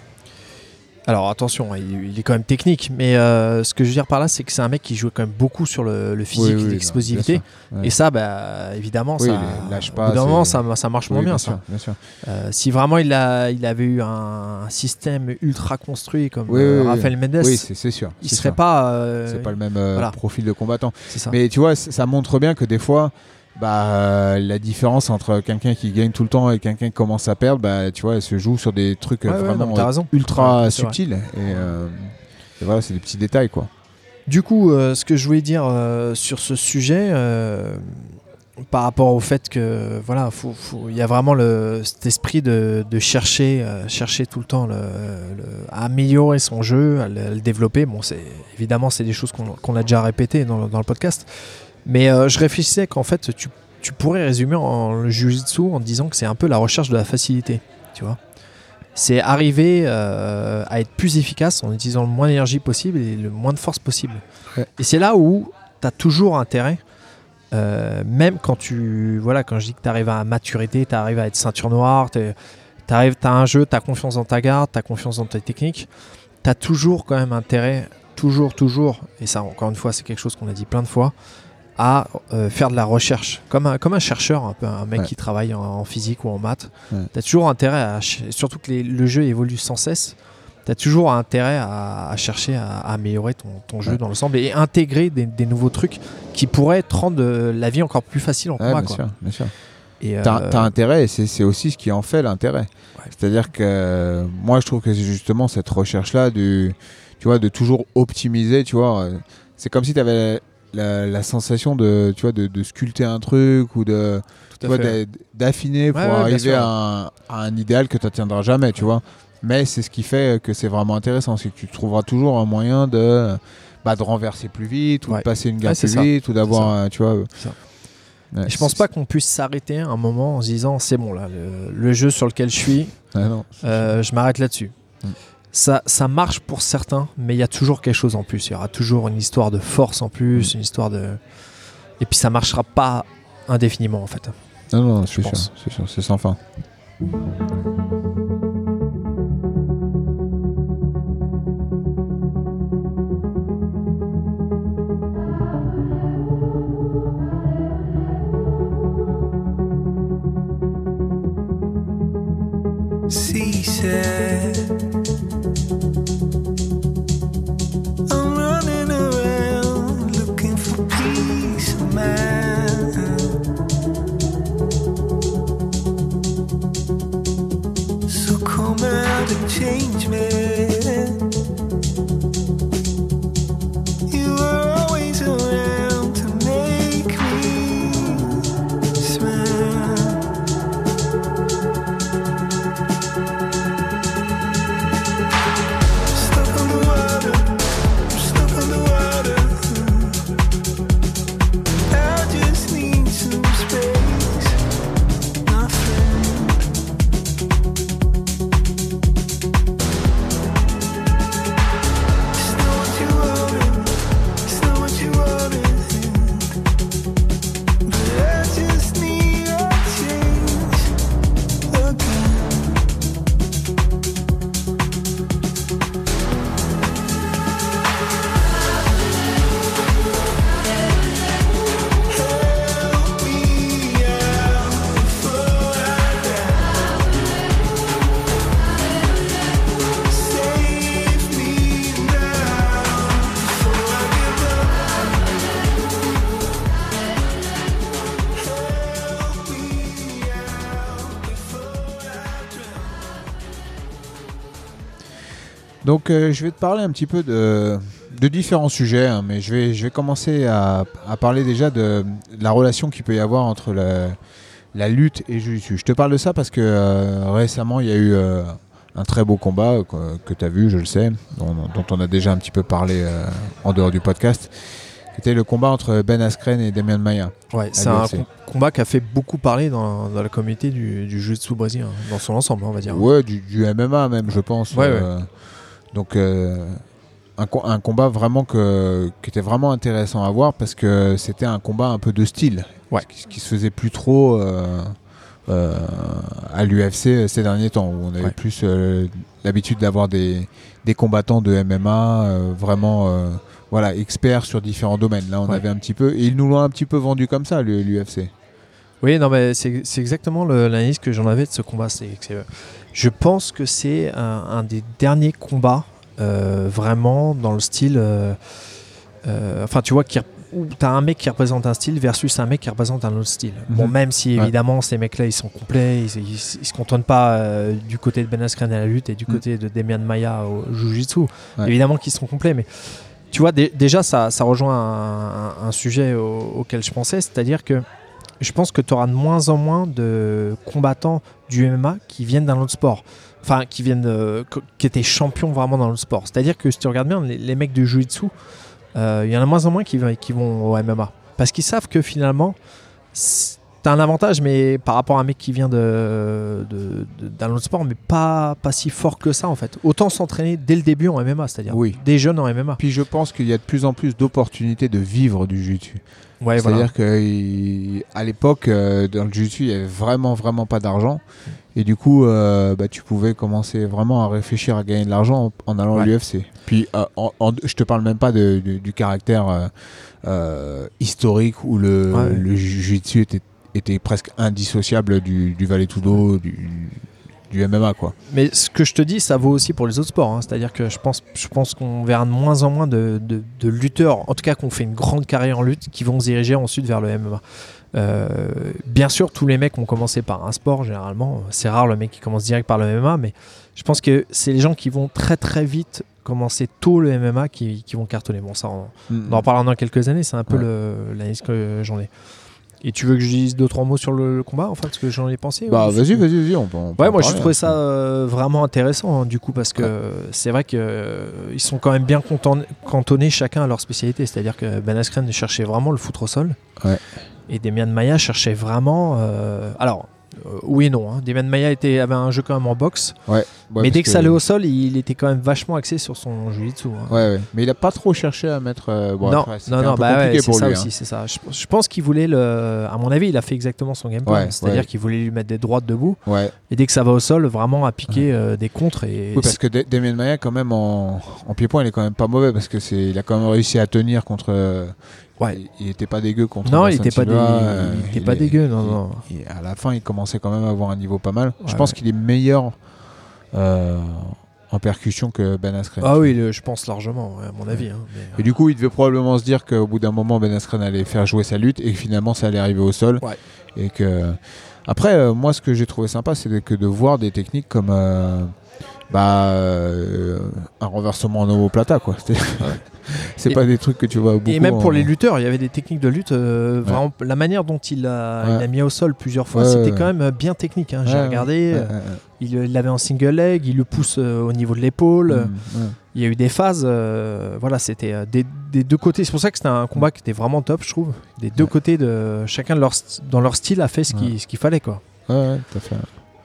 Alors attention, il, il est quand même technique, mais euh, ce que je veux dire par là, c'est que c'est un mec qui joue quand même beaucoup sur le, le physique, oui, oui, l'explosivité. Ouais. Et ça, bah, évidemment, oui, ça, lâche pas, au bout d'un moment, ça, ça marche oui, moins bien. bien, ça. Sûr, bien sûr. Euh, si vraiment il, a, il avait eu un, un système ultra construit comme oui, euh, oui, Rafael Mendes, oui, c'est sûr. Il serait sûr. pas. Euh, c'est pas le même euh, voilà. profil de combattant. Ça. Mais tu vois, ça montre bien que des fois. Bah, euh, la différence entre quelqu'un qui gagne tout le temps et quelqu'un qui commence à perdre, bah, tu vois, elle se joue sur des trucs ouais, vraiment ouais, non, ultra ouais, subtils. Et, euh, et voilà, c'est des petits détails, quoi. Du coup, euh, ce que je voulais dire euh, sur ce sujet, euh, par rapport au fait que voilà, faut, faut, y a vraiment le, cet esprit de, de chercher, euh, chercher tout le temps le, le, à améliorer son jeu, à le, à le développer. Bon, c'est évidemment, c'est des choses qu'on qu'on a déjà répétées dans, dans le podcast. Mais euh, je réfléchissais qu'en fait, tu, tu pourrais résumer en, le jiu-jitsu en disant que c'est un peu la recherche de la facilité, tu vois. C'est arriver euh, à être plus efficace en utilisant le moins d'énergie possible et le moins de force possible. Ouais. Et c'est là où tu as toujours intérêt, euh, même quand tu... Voilà, quand je dis que tu arrives à maturité, tu arrives à être ceinture noire, tu as un jeu, tu as confiance dans ta garde, tu as confiance dans ta technique, tu as toujours quand même intérêt toujours, toujours, et ça encore une fois c'est quelque chose qu'on a dit plein de fois, à euh, faire de la recherche, comme un, comme un chercheur, un peu un mec Ouais. qui travaille en, en physique ou en maths. Ouais. Tu as toujours intérêt, à, ch- surtout que les- le jeu évolue sans cesse, tu as toujours intérêt à, à chercher à, à améliorer ton, ton jeu Ouais. dans l'ensemble et intégrer des, des nouveaux trucs qui pourraient te rendre euh, la vie encore plus facile en Ouais, combat. bien Quoi. sûr, bien sûr. Et, T'as, euh, t'as intérêt, et c'est, c'est aussi ce qui en fait l'intérêt. Ouais. C'est-à-dire que euh, moi, je trouve que c'est justement cette recherche-là du, tu vois, de toujours optimiser. Tu vois, euh, c'est comme si tu avais la, la sensation de, tu vois, de, de sculpter un truc ou de, tout tu à vois, fait. d'a- d'affiner pour Ouais, ouais, bien arriver sûr. à un, à un idéal que tu n'atteindras jamais. Tu vois. Mais c'est ce qui fait que c'est vraiment intéressant, c'est que tu trouveras toujours un moyen de, bah, de renverser plus vite ou Ouais. de passer une gamme Ouais, c'est plus ça. vite ou d'avoir, euh, tu vois. euh, C'est ça. ouais, Et je pense c'est- pas qu'on puisse s'arrêter un moment en se disant c'est bon là, le, le jeu sur lequel je suis, Ah non, c'est- euh, je m'arrête là-dessus. Mm. Ça, ça marche pour certains, mais il y a toujours quelque chose en plus. Il y aura toujours une histoire de force en plus, une histoire de. Et puis ça marchera pas indéfiniment en fait. non, non, c'est je sûr, pense. c'est sûr, c'est sans fin. Seasick. I'm running around looking for peace of mind. So come out and change me. You were always around to make me smile. Stuck on the water, I'm stuck on the water. I just need some space, my friend. It's not what you wanted, it's not what you wanted. But I just need a change again. Help me out before I die. Save me now before I give up. Help me out before I drown. Donc euh, je vais te parler un petit peu de, de différents sujets, hein, mais je vais, je vais commencer à, à parler déjà de, de la relation qu'il peut y avoir entre la, la lutte et Jiu-Jitsu. Je te parle de ça parce que euh, récemment il y a eu euh, un très beau combat euh, que, que tu as vu, je le sais, dont, dont on a déjà un petit peu parlé euh, en dehors du podcast, qui était le combat entre Ben Askren et Demian Maia. Ouais, c'est l'U un F C. com- combat qui a fait beaucoup parler dans, dans la communauté du, du jiu-jitsu brésilien, dans son ensemble, on va dire. Ouais, du, du M M A même, je pense. Ouais, euh, Donc, euh, un, co- un combat vraiment que, qui était vraiment intéressant à voir parce que c'était un combat un peu de style. Ouais. Ce qui, ce qui se faisait plus trop euh, euh, à l'U F C ces derniers temps, où on avait Ouais. plus euh, l'habitude d'avoir des, des combattants de M M A euh, vraiment euh, voilà, experts sur différents domaines. Là, on Ouais. avait un petit peu. Et ils nous l'ont un petit peu vendu comme ça, l'U F C. Oui, non, mais c'est c'est exactement le- l'analyse que j'en avais de ce combat. C'est, c'est- je pense que c'est un, un des derniers combats euh, vraiment dans le style. euh, euh, enfin, tu vois, qui, où t'as un mec qui représente un style versus un mec qui représente un autre style. Mhm. Bon, même si Ouais. évidemment ces mecs-là ils sont complets, ils, ils, ils se contents pas euh, du côté de Ben Askren à la lutte et du Mhm. côté de Demian Maia au Jiu-Jitsu. Ouais. Évidemment qu'ils sont complets, mais tu vois, dé- déjà ça, ça rejoint un, un- un sujet au- auquel je pensais, c'est-à-dire que je pense que tu auras de moins en moins de combattants du M M A qui viennent d'un autre sport. Enfin, qui viennent, euh, co- qui étaient champions vraiment dans l'autre sport. C'est-à-dire que si tu regardes bien, les, les mecs du Jiu-Jitsu, euh, il y en a de moins en moins qui, vont- qui vont au M M A. Parce qu'ils savent que finalement, c'est- t'as un avantage, mais par rapport à un mec qui vient de, de- de- d'un autre sport, mais pas, pas si fort que ça en fait. Autant s'entraîner dès le début en M M A, c'est-à-dire Oui. des jeunes en M M A. Puis je pense qu'il y a de plus en plus d'opportunités de vivre du jiu-jitsu. Ouais, C'est-à-dire qu'à l'époque, euh, dans le jiu-jitsu, il n'y avait vraiment, vraiment pas d'argent. Et du coup, euh, bah, tu pouvais commencer vraiment à réfléchir à gagner de l'argent en, en allant Ouais. à l'U F C. Puis, euh, en, en- je te parle même pas de, de- du caractère euh, euh, historique où le, Ouais. le jiu-jitsu était, était presque indissociable du, du Vale Tudo, du, du M M A, quoi. Mais ce que je te dis, ça vaut aussi pour les autres sports. hein. C'est-à-dire que je pense, je pense qu'on verra de moins en moins de, de- de lutteurs, en tout cas qu'on fait une grande carrière en lutte, qui vont se diriger ensuite vers le M M A. Euh, bien sûr, tous les mecs ont commencé par un sport, généralement. C'est rare le mec qui commence direct par le M M A, mais je pense que c'est les gens qui vont très très vite commencer tôt le M M A qui, qui vont cartonner. Bon, ça, on, on en reparlera dans quelques années, c'est un peu Ouais. le- l'analyse que j'en ai. Et tu veux que je dise deux, trois mots sur le, le combat, enfin, parce que j'en ai pensé Bah, ou- vas-y, vas-y, vas-y. On peut, on peut Ouais, en moi j'ai parler, trouvé hein. ça euh, vraiment intéressant hein, du coup parce que Ouais. euh, c'est vrai qu'ils sont quand même bien content- cantonnés chacun à leur spécialité. C'est-à-dire que Ben Askren cherchait vraiment le foutre au sol Ouais. et Demian Maia cherchait vraiment. euh, alors euh, oui et non. Hein. Demian Maia était, avait un jeu quand même en boxe, Ouais. Ouais, mais parce dès que ça allait au sol, il était quand même vachement axé sur son jiu-jitsu. hein. Ouais, ouais. Mais il a pas trop cherché à mettre. euh, bon, non, après, c'était non, un non, peu bah compliqué ouais, c'est pour ça lui. aussi, hein. c'est ça. Je, je pense qu'il voulait le. À mon avis, il a fait exactement son game plan, Ouais, c'est-à-dire ouais. qu'il voulait lui mettre des droites debout Ouais. et dès que ça va au sol, vraiment à piquer euh, des contres et. Oui, parce que De- Demian Maia, quand même, en, en pied-point, il est quand même pas mauvais parce que c'est, il a quand même réussi à tenir contre. euh, Ouais. Il, il était pas dégueu contre. Non, il Anderson était pas, Silva, dé- euh, il était il pas est- dégueu, non, il- non. il- à la fin, il commençait quand même à avoir un niveau pas mal. je Ouais, pense ouais. qu'il est meilleur euh, en percussion que Ben Askren. Ah oui, le- je pense largement, ouais, à mon avis. hein, mais, Et du coup, il devait probablement se dire qu'au bout d'un moment, Ben Askren allait faire jouer sa lutte et que finalement, ça allait arriver au sol. Ouais. Et que après, euh, moi, ce que j'ai trouvé sympa, c'est que de voir des techniques comme euh, bah, euh, un renversement en omoplata, quoi. C'est, c'est Et- pas des trucs que tu vois beaucoup. Et même pour en- les lutteurs, il y avait des techniques de lutte. euh, Ouais. vraiment, la manière dont il a, Ouais. il a mis au sol plusieurs fois, Ouais, c'était ouais. quand même bien technique. hein. J'ai Ouais, regardé, ouais, euh, ouais, ouais. il il l'avait en single leg, il le pousse euh, au niveau de l'épaule. Mm, ouais. Il y a eu des phases, euh, voilà, c'était euh, des, des deux côtés. C'est pour ça que c'était un combat qui était vraiment top, je trouve. Des deux Ouais. côtés, de chacun de leur, st- dans leur style a fait ce qu'il Ouais. ce qu'il fallait, quoi. Ouais, ouais, tout à fait.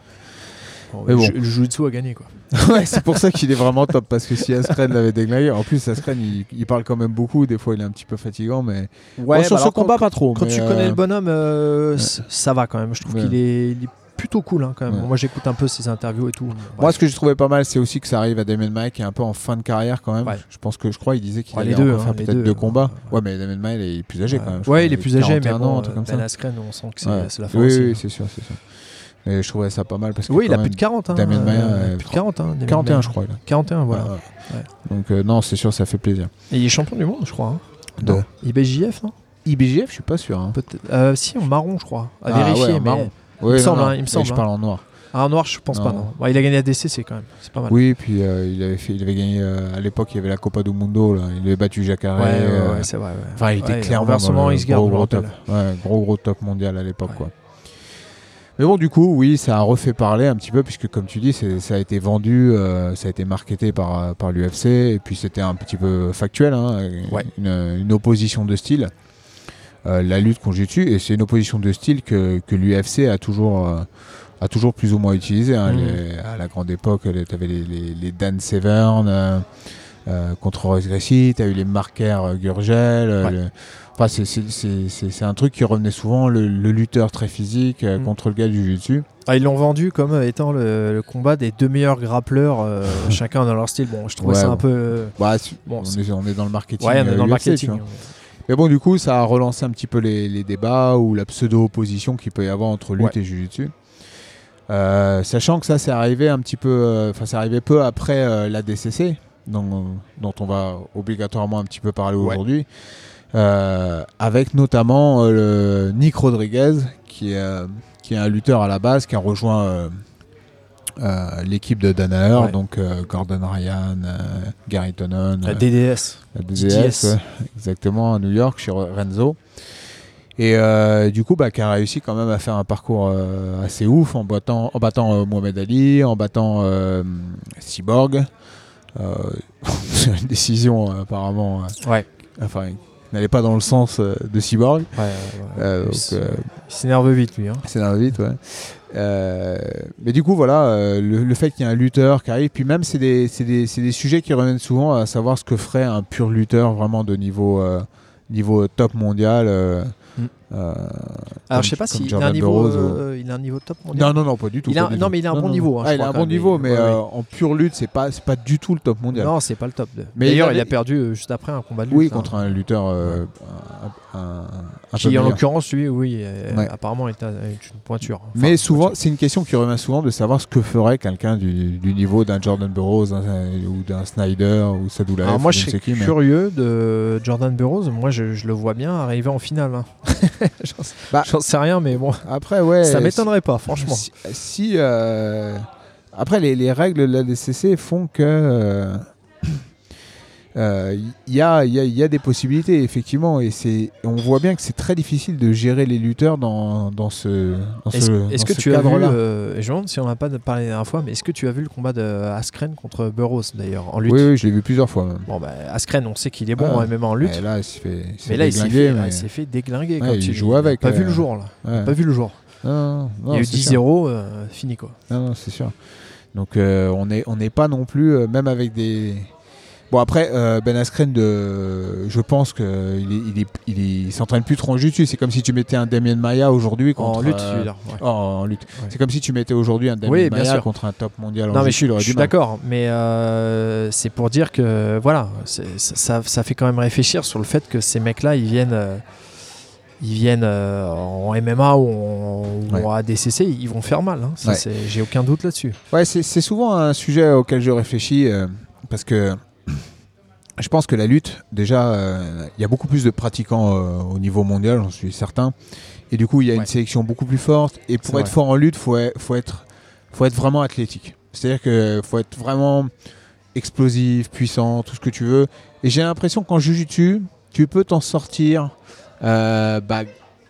Bon, Mais le bon. ju- le jiu-jitsu a gagné, quoi. Ouais, c'est pour ça qu'il est vraiment top parce que si Askren l'avait déglingué, en plus Askren il, il parle quand même beaucoup, des fois il est un petit peu fatigant, mais Ouais, Bon, sur bah ce alors, combat quand, pas trop. quand mais, tu euh, connais le bonhomme, euh, ouais. c- ça va quand même. Je trouve Ouais. qu'il est, il est plutôt cool, hein, quand même. Ouais. Moi, j'écoute un peu ses interviews et tout. Moi, Bref. ce que j'ai trouvé pas mal, c'est aussi que ça arrive à Demian Maia qui est un peu en fin de carrière quand même. Ouais. Je pense que je crois il disait qu'il Ouais, allait les deux, encore hein, faire les peut-être deux, deux, euh, combats. ouais. Ouais, mais Demian Maia il est plus âgé quand même. je Ouais, crois. il est plus âgé, mais quarante et un ans, bon, un truc comme Ben ça. Askren, on sent que c'est Ouais. c'est la fin Oui, aussi. oui, c'est sûr, c'est sûr. Mais je trouvais ça pas mal parce que Oui, il quand a plus même, de quarante. Hein, Demian Maia, euh, euh, plus de quarante. Hein, Demian quarante et un Maia. je crois. Là. quarante et un, voilà. Ouais, ouais. Ouais. Donc euh, non, c'est sûr, ça fait plaisir. Et il est champion du monde, je crois. Hein. De Non. I B J F, non I B J F, je suis pas sûr. Hein. Peut-être. Euh, si, en marron, je crois. À Ah, vérifier, ouais, en mais. marron. me Oui, semble, non, hein, non, il me mais semble, Je hein. parle en noir. Ah, en noir, je pense Non. pas, non. Ouais, il a gagné la D C C quand même. C'est pas mal. Oui, puis euh, il avait fait, il avait gagné euh, à l'époque, il y avait la Copa do Mundo, là. Il avait battu Jacare. Ouais, ouais, euh, ouais, c'est vrai. Ouais. Enfin, il était Ouais, clairement renversement, dans le il se garde, gros, je me gros top. rappelle. Ouais, gros gros top mondial à l'époque, Ouais. quoi. Mais bon, du coup, oui, ça a refait parler un petit peu puisque, comme tu dis, c'est- ça a été vendu, euh, ça a été marketé par par l'U F C et puis c'était un petit peu factuel, hein, Ouais. une, une opposition de style, euh, la lutte contre jiu-jitsu, et c'est une opposition de style que que l'U F C a toujours euh, a toujours plus ou moins utilisé. Hein. Mhm. Les- à la grande époque, tu avais les, les, les Dan Severn euh, euh, contre Royce Gracie, tu as eu les Marker euh, Gurgel. euh, Ouais. le- Enfin, c'est, c'est, c'est, c'est, c'est un truc qui revenait souvent, le, le lutteur très physique euh, Mhm. contre le gars du jiu-jitsu. Ah, ils l'ont vendu comme étant le, le combat des deux meilleurs grappleurs, euh, chacun dans leur style. Bon, je trouvais Ouais, ça bon. un peu. euh, Bah, c'est- Bon, on, c'est- est, on est dans le marketing. Ouais, on est euh, dans le U F C, tu marketing. vois. Mais bon, du coup, ça a relancé un petit peu les, les débats ou la pseudo-opposition qu'il peut y avoir entre lutte Ouais. et jiu-jitsu. Euh, sachant que ça, c'est arrivé un petit peu, enfin, c'est arrivé peu après euh, la D C C, dont, dont on va obligatoirement un petit peu parler Ouais. aujourd'hui, euh, avec notamment euh, le Nick Rodriguez, qui est, euh, qui est un lutteur à la base, qui a rejoint euh, euh, l'équipe de Danaher, Ouais. donc euh, Gordon Ryan, euh, Gary Tonon, La euh, D D S. la D D D D S, S. ouais, exactement, à New York, chez Renzo. Et euh, du coup, bah, qui a réussi quand même à faire un parcours euh, assez ouf en battant, en battant euh, Mohamed Ali, en battant euh, Cyborg. Euh, c'est une décision euh, apparemment, euh, Ouais. enfin, qui n'allait pas dans le sens euh, de Cyborg. Ouais, ouais, ouais. Euh, Il donc, s- euh, il s'énerve vite, lui. Hein. c'est dans vite, ouais. Euh, mais du coup, voilà, euh, le, le fait qu'il y ait un lutteur qui arrive, puis même, c'est des, c'est des, c'est des sujets qui reviennent souvent, à savoir ce que ferait un pur lutteur vraiment de niveau, euh, niveau top mondial. Euh, Mm. Euh, Alors comme- je sais pas comme s'il a un Jordan niveau, Burroughs ou- euh, il a un niveau top mondial. Non, non, non, pas du tout. Il a- pas du non, tout. mais il a un bon niveau, hein, Ah, je il a crois, un quand bon même. niveau, mais Ouais, euh, ouais. en pure lutte, c'est pas, c'est pas du tout le top mondial. Non, c'est pas le top. de- Mais D'ailleurs, il il, avait- a perdu euh, juste après un combat de lutte. Oui, hein. contre un lutteur euh, un, un, un Qui peu en meilleur. l'occurrence, lui, oui, euh, Ouais. apparemment est, un- est une pointure. Enfin, Mais une souvent, pointure. c'est une question qui revient souvent de savoir ce que ferait quelqu'un du, du niveau d'un Jordan Burroughs d'un- ou d'un Snyder ou Sadoulaev. Alors moi, ou je ne sais serais qui, mais- curieux de Jordan Burroughs. Moi, je, je le vois bien arriver en finale. hein. J'en sais- Bah, J'en sais rien, mais bon, Après, ouais. ça m'étonnerait pas, franchement. Si, si, euh, après, les, les règles de la D C C font que euh, euh, y, a, y, a, y a des possibilités, effectivement, et c'est, on voit bien que c'est très difficile de gérer les lutteurs dans, dans ce, dans Est-ce ce, est-ce dans que ce tu as vu, cadre-là. euh, je me demande si on n'a pas parlé la dernière fois, mais est-ce que tu as vu le combat de Askren contre Burroughs d'ailleurs en lutte? Oui, oui, je l'ai vu plusieurs fois même. Bon, bah, Askren, on sait qu'il est bon Ah. en M M A en lutte. Et là, il s'est fait, il s'est Mais là, il s'est déglinguer, fait, mais- ah, il s'est fait déglinguer. Ouais, comme il tu joue dis. avec, Pas vu euh, le jour, là. Ouais. Pas vu le jour. Non, non, Il non, y a eu c'est dix sûr. zéro, euh, fini quoi. Non, non, c'est sûr. Donc euh, on n'est on n'est pas non plus, euh, même avec des... Bon après, euh, Ben Askren, de... je pense qu'il est, il est, il est, il s'entraîne plus trop en jiu-jitsu. C'est comme si tu mettais un Damien Maia aujourd'hui contre... En lutte, euh, tu veux dire. ouais. oh, en lutte. Ouais. C'est comme si tu mettais aujourd'hui un Damien Oui, bien Maia sûr. contre un top mondial en Non mais jiu-jitsu. je, il aurait je du suis mal. d'accord, mais euh, c'est pour dire que voilà, c'est- ça, ça, ça fait quand même réfléchir sur le fait que ces mecs-là, ils viennent, euh, ils viennent euh, en M M A ou en, ou Ouais. en A D C C, ils vont faire mal. Hein. Ça, Ouais. c'est- j'ai aucun doute là-dessus. Ouais, c'est c'est souvent un sujet auquel je réfléchis euh, parce que je pense que la lutte, déjà, euh, il y a beaucoup plus de pratiquants euh, au niveau mondial, j'en suis certain. Et du coup, il y a Ouais. une sélection beaucoup plus forte. Et pour C'est être vrai. fort en lutte, il faut, e- faut, être, faut être vraiment athlétique. C'est-à-dire qu'il faut être vraiment explosif, puissant, tout ce que tu veux. Et j'ai l'impression qu'en jiu-jitsu, tu peux t'en sortir euh, bah,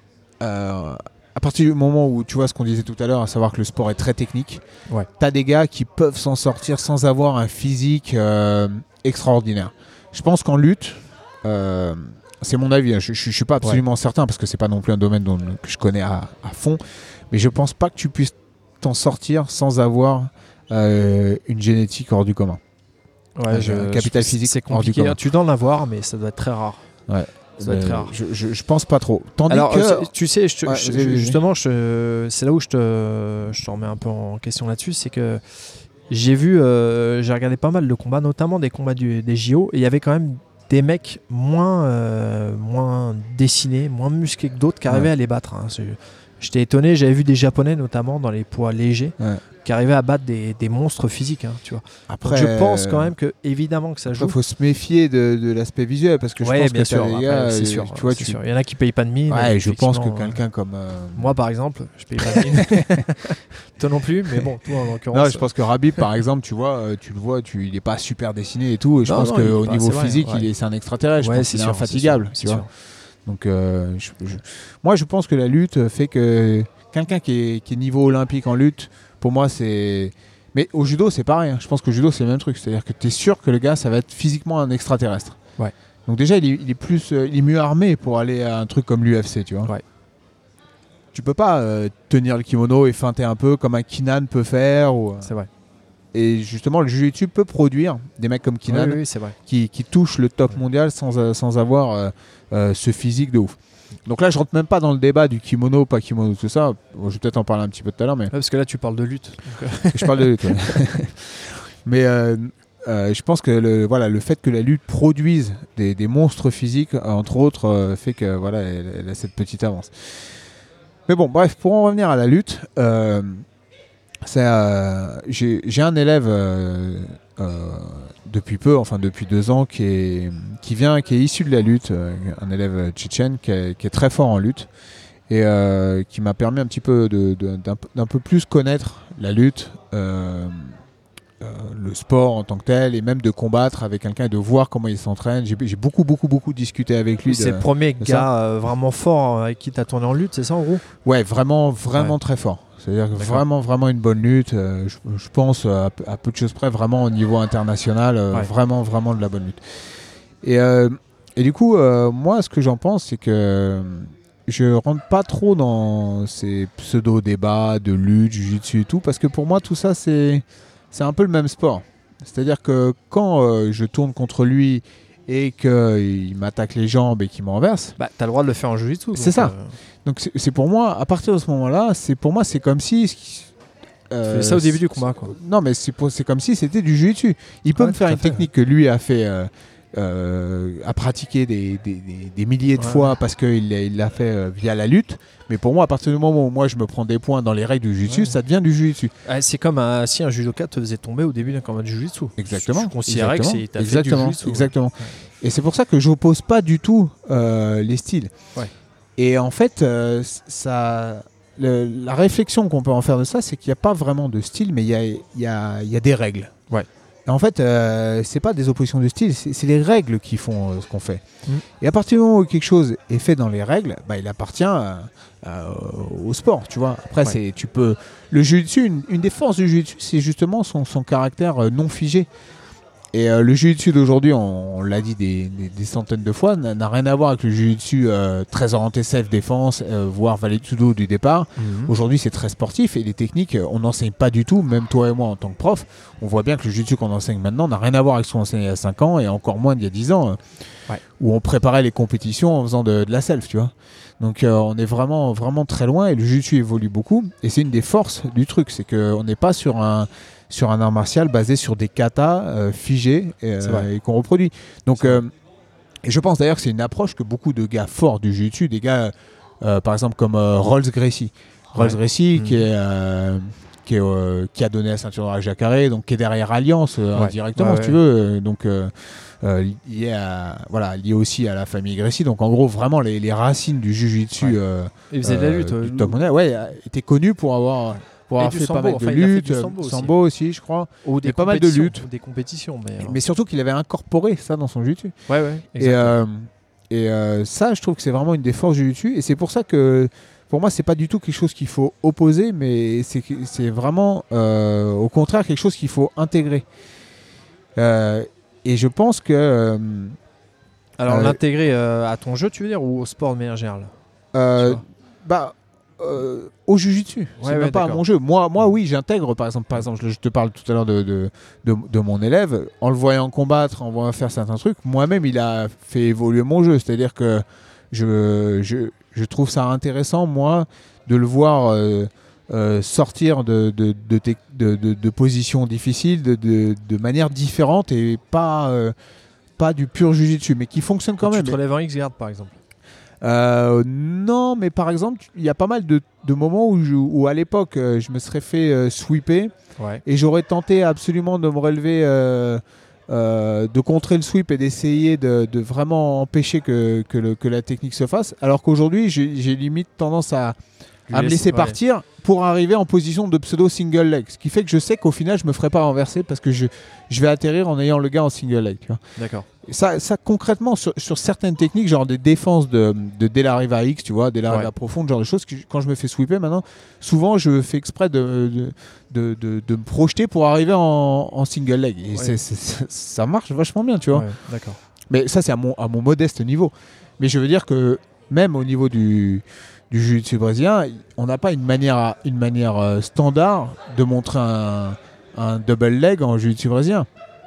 euh, à partir du moment où tu vois ce qu'on disait tout à l'heure, à savoir que le sport est très technique. Ouais. Tu as des gars qui peuvent s'en sortir sans avoir un physique euh, extraordinaire. Je pense qu'en lutte, euh, c'est mon avis, hein, je ne suis pas absolument certain parce que c'est pas non plus un domaine dont, que je connais à, à fond, mais je pense pas que tu puisses t'en sortir sans avoir euh, une génétique hors du commun. Ouais, Euh, capital je- physique c'est hors du compliqué. commun. Tu dois en avoir, mais ça doit être très rare. Ouais. Ça doit être Euh, très rare. je, je, je pense pas trop. Tandis Alors, que... euh, c'est- tu sais, je te- Ouais, je- vas-y, vas-y. justement, je- c'est là où je te, je te remets un peu en question là-dessus, c'est que j'ai vu, euh, j'ai regardé pas mal de combats, notamment des combats du- des J O, et il y avait quand même des mecs moins, euh, moins dessinés, moins musclés que d'autres qui arrivaient Ouais. à les battre. hein. C'est- J'étais étonné, j'avais vu des Japonais, notamment dans les poids légers, Ouais. qui arrivaient à battre des, des monstres physiques. hein, tu vois. Après, Donc je pense quand euh, même que, évidemment, que ça joue. Il faut se méfier de, de l'aspect visuel parce que je Ouais, pense bien que t'as sûr, des après, gars, c'est euh, sûr, tu vois, c'est tu- sûr. Il y en a qui payent pas de mine. Ouais, et je pense que effectivement, quelqu'un comme. euh, Moi, par exemple, je paye pas de mine. Toi non plus, mais bon, toi en l'occurrence. Non, je pense que Rabib, par exemple, tu vois, euh, tu le vois, tu, il est pas super dessiné et tout. Et je Non, pense non, il est qu'au pas- niveau c'est vrai, physique, ouais. il est, c'est un extraterrestre. Ouais, je pense c'est qu'il est sûr, infatigable, c'est tu sûr, vois. c'est sûr. Donc, euh, je- je- moi, je pense que la lutte fait que quelqu'un qui est, qui est niveau olympique en lutte, pour moi, c'est. Mais au judo, c'est pareil. hein. Je pense qu'au judo, c'est le même truc. C'est-à-dire que tu es sûr que le gars, ça va être physiquement un extraterrestre. Ouais. Donc déjà, il est, il est plus, euh, il est mieux armé pour aller à un truc comme l'U F C, tu vois. Ouais. Tu peux pas euh, tenir le kimono et feinter un peu comme un Kinan peut faire. Ou... C'est vrai. Et justement, le jiu-jitsu peut produire des mecs comme Kinan Oui, oui, c'est vrai. qui, qui touchent le top mondial sans, euh, sans avoir euh, euh, ce physique de ouf. Donc là, je rentre même pas dans le débat du kimono, pas kimono, tout ça. Bon, je vais peut-être en parler un petit peu tout à l'heure, mais Ouais, parce que là, tu parles de lutte. donc, euh, je parle de lutte. ouais. Mais euh, euh, je pense que le, voilà, le fait que la lutte produise des, des monstres physiques, entre autres, euh, fait que voilà, elle, elle a cette petite avance. Mais bon, bref, pour en revenir à la lutte, euh, c'est, euh, j'ai, j'ai un élève euh, euh, depuis peu, enfin depuis deux ans, qui est, qui vient, qui est issu de la lutte, euh, un élève tchétchène qui est, qui est très fort en lutte et euh, qui m'a permis un petit peu de, de- d'un, d'un peu plus connaître la lutte, euh, euh, le sport en tant que tel, et même de combattre avec quelqu'un et de voir comment il s'entraîne. J'ai, j'ai beaucoup, beaucoup, beaucoup discuté avec lui. c'est de- le premier de gars euh, vraiment fort avec qui tu as tourné en lutte, c'est ça en gros? Ouais, vraiment, vraiment Ouais. très fort. C'est-à-dire que D'accord. vraiment, vraiment une bonne lutte. Euh, je, je pense à, peu- à peu de choses près, vraiment au niveau international, euh, Ouais. vraiment, vraiment de la bonne lutte. Et, euh, et du coup, euh, moi, ce que j'en pense, c'est que je rentre pas trop dans ces pseudo-débats de lutte, jiu-jitsu et tout, parce que pour moi, tout ça, c'est, c'est un peu le même sport. C'est-à-dire que quand euh, je tourne contre lui et qu'il m'attaque les jambes et qu'il me renverse. Bah, t'as le droit de le faire en jiu-jitsu. C'est donc, ça. euh, Donc c'est, c'est pour moi, à partir de ce moment-là, c'est pour moi c'est comme si. Euh, tu fais ça au début du combat, quoi. Non, mais c'est, pour, c'est comme si c'était du jiu-jitsu. Il peut Ouais, me faire tout à une fait, technique que lui a fait, euh, euh, a pratiqué des, des, des, des milliers de Ouais. fois parce qu'il l'a, il l'a fait euh, via la lutte. Mais pour moi, à partir du moment où moi je me prends des points dans les règles du jiu-jitsu, Ouais. ça devient du jiu-jitsu. Ah, c'est comme un- si un judoka te faisait tomber au début d'un combat de jiu-jitsu. Exactement. Je considérais que Exactement. c'est t'as fait Exactement. du jiu-jitsu. Exactement. Ouais. Et c'est pour ça que j'oppose pas du tout euh, les styles. Ouais. Et en fait, euh, ça, le- la réflexion qu'on peut en faire de ça, c'est qu'il n'y a pas vraiment de style, mais il y a, il y a- il y a des règles. Ouais. Et en fait, euh, c'est pas des oppositions de style, c'est, c'est les règles qui font euh, ce qu'on fait. Mm. Et à partir du moment où quelque chose est fait dans les règles, bah, il appartient euh, euh, au sport, tu vois. Après, Ouais. c'est, tu peux. Le jiu-jitsu, une, une des forces du jiu-jitsu, c'est justement son, son caractère euh, non figé. Et euh, le jiu-jitsu d'aujourd'hui, on, on l'a dit des, des- des centaines de fois, n'a, n'a rien à voir avec le jiu-jitsu euh, très orienté self-défense, euh, voire vale-tudo du départ. Mhm. Aujourd'hui, c'est très sportif et les techniques, euh, on n'enseigne pas du tout, même toi et moi en tant que prof. On voit bien que le jiu-jitsu qu'on enseigne maintenant n'a rien à voir avec ce qu'on enseignait il y a cinq ans et encore moins d'il y a dix ans, euh, Ouais. où on préparait les compétitions en faisant de, de la self, tu vois. Donc euh, on est vraiment, vraiment très loin et le jiu-jitsu évolue beaucoup. Et c'est une des forces du truc, c'est qu'on n'est pas sur un, sur un art martial basé sur des katas euh, figés et, C'est euh, vrai. et qu'on reproduit. Donc C'est euh, et je pense d'ailleurs que c'est une approche que beaucoup de gars forts du jiu-jitsu, des gars euh, par exemple comme euh, Rolls Gracie, Rolls Ouais. Gracie Mhm. qui est euh, qui, est, euh, qui a donné la ceinture à Jacare, donc qui est derrière Alliance euh, Ouais. indirectement, Ouais, si tu ouais. veux. euh, donc euh, euh, lié à, voilà, lié aussi à la famille Gracie. Donc en gros vraiment les, les racines du jiu-jitsu. Ouais. euh, Il faisait de la euh, lutte. du euh, top mondial, ouais, euh, était connu pour avoir pour Et avoir du fait sambo, pas mal enfin, de il a fait luttes, du euh, sambo aussi. sambo aussi, je crois. ou des et pas mal de compétitions, luttes. Des compétitions, mais. euh, Mais surtout qu'il avait incorporé ça dans son jiu-jitsu. Ouais, ouais. Et, exactement. euh, et euh, ça, je trouve que c'est vraiment une des forces du jiu-jitsu. Et c'est pour ça que, pour moi, c'est pas du tout quelque chose qu'il faut opposer, mais c'est, que- c'est vraiment, euh, au contraire, quelque chose qu'il faut intégrer. Euh, et je pense que... euh, Alors, euh, l'intégrer euh, à ton jeu, tu veux dire, ou au sport de manière générale euh, Tu vois. bah, euh, au jiu-jitsu, Ouais, c'est ouais, même pas à d'accord. mon jeu. Moi, moi oui, j'intègre, par exemple, par exemple, je je te parle tout à l'heure de, de, de, de mon élève, en le voyant combattre, en le voyant faire certains trucs, moi-même, il a fait évoluer mon jeu. C'est-à-dire que je, je, je trouve ça intéressant, moi, de le voir euh, euh, sortir de, de, de, tec- de, de- de positions difficiles, de, de, de manière différente et pas, euh, pas du pur jiu-jitsu, mais qui fonctionne quand tu même. te relèves en X-Guard, par exemple. Euh, non, mais par exemple, il y a pas mal de, de moments où, je- où à l'époque, euh, je me serais fait euh, sweeper Ouais. et j'aurais tenté absolument de me relever, euh, euh, de contrer le sweep et d'essayer de, de vraiment empêcher que, que, le- que la technique se fasse. Alors qu'aujourd'hui, j'ai j'ai limite tendance à, Lui à me laisser- laisser ouais. partir pour arriver en position de pseudo single leg. Ce qui fait que je sais qu'au final, je me ferai pas renverser parce que je, je vais atterrir en ayant le gars en single leg. Tu vois. D'accord. Et Ça, ça concrètement, sur, sur certaines techniques, genre des défenses de, de dès l'arrivée à X, tu vois, dès l'arrivée Ouais. à profonde, genre de choses, que, quand je me fais sweeper maintenant, souvent je fais exprès de, de, de, de- de me projeter pour arriver en, en single leg. Et Ouais. c'est- c'est- c'est- ça marche vachement bien, tu vois. Ouais, d'accord. Mais ça, c'est à mon, à mon modeste niveau. Mais je veux dire que même au niveau du, du jiu-jitsu brésilien, on n'a pas une manière, à- une manière euh, standard de montrer un, un double leg en jiu-jitsu brésilien.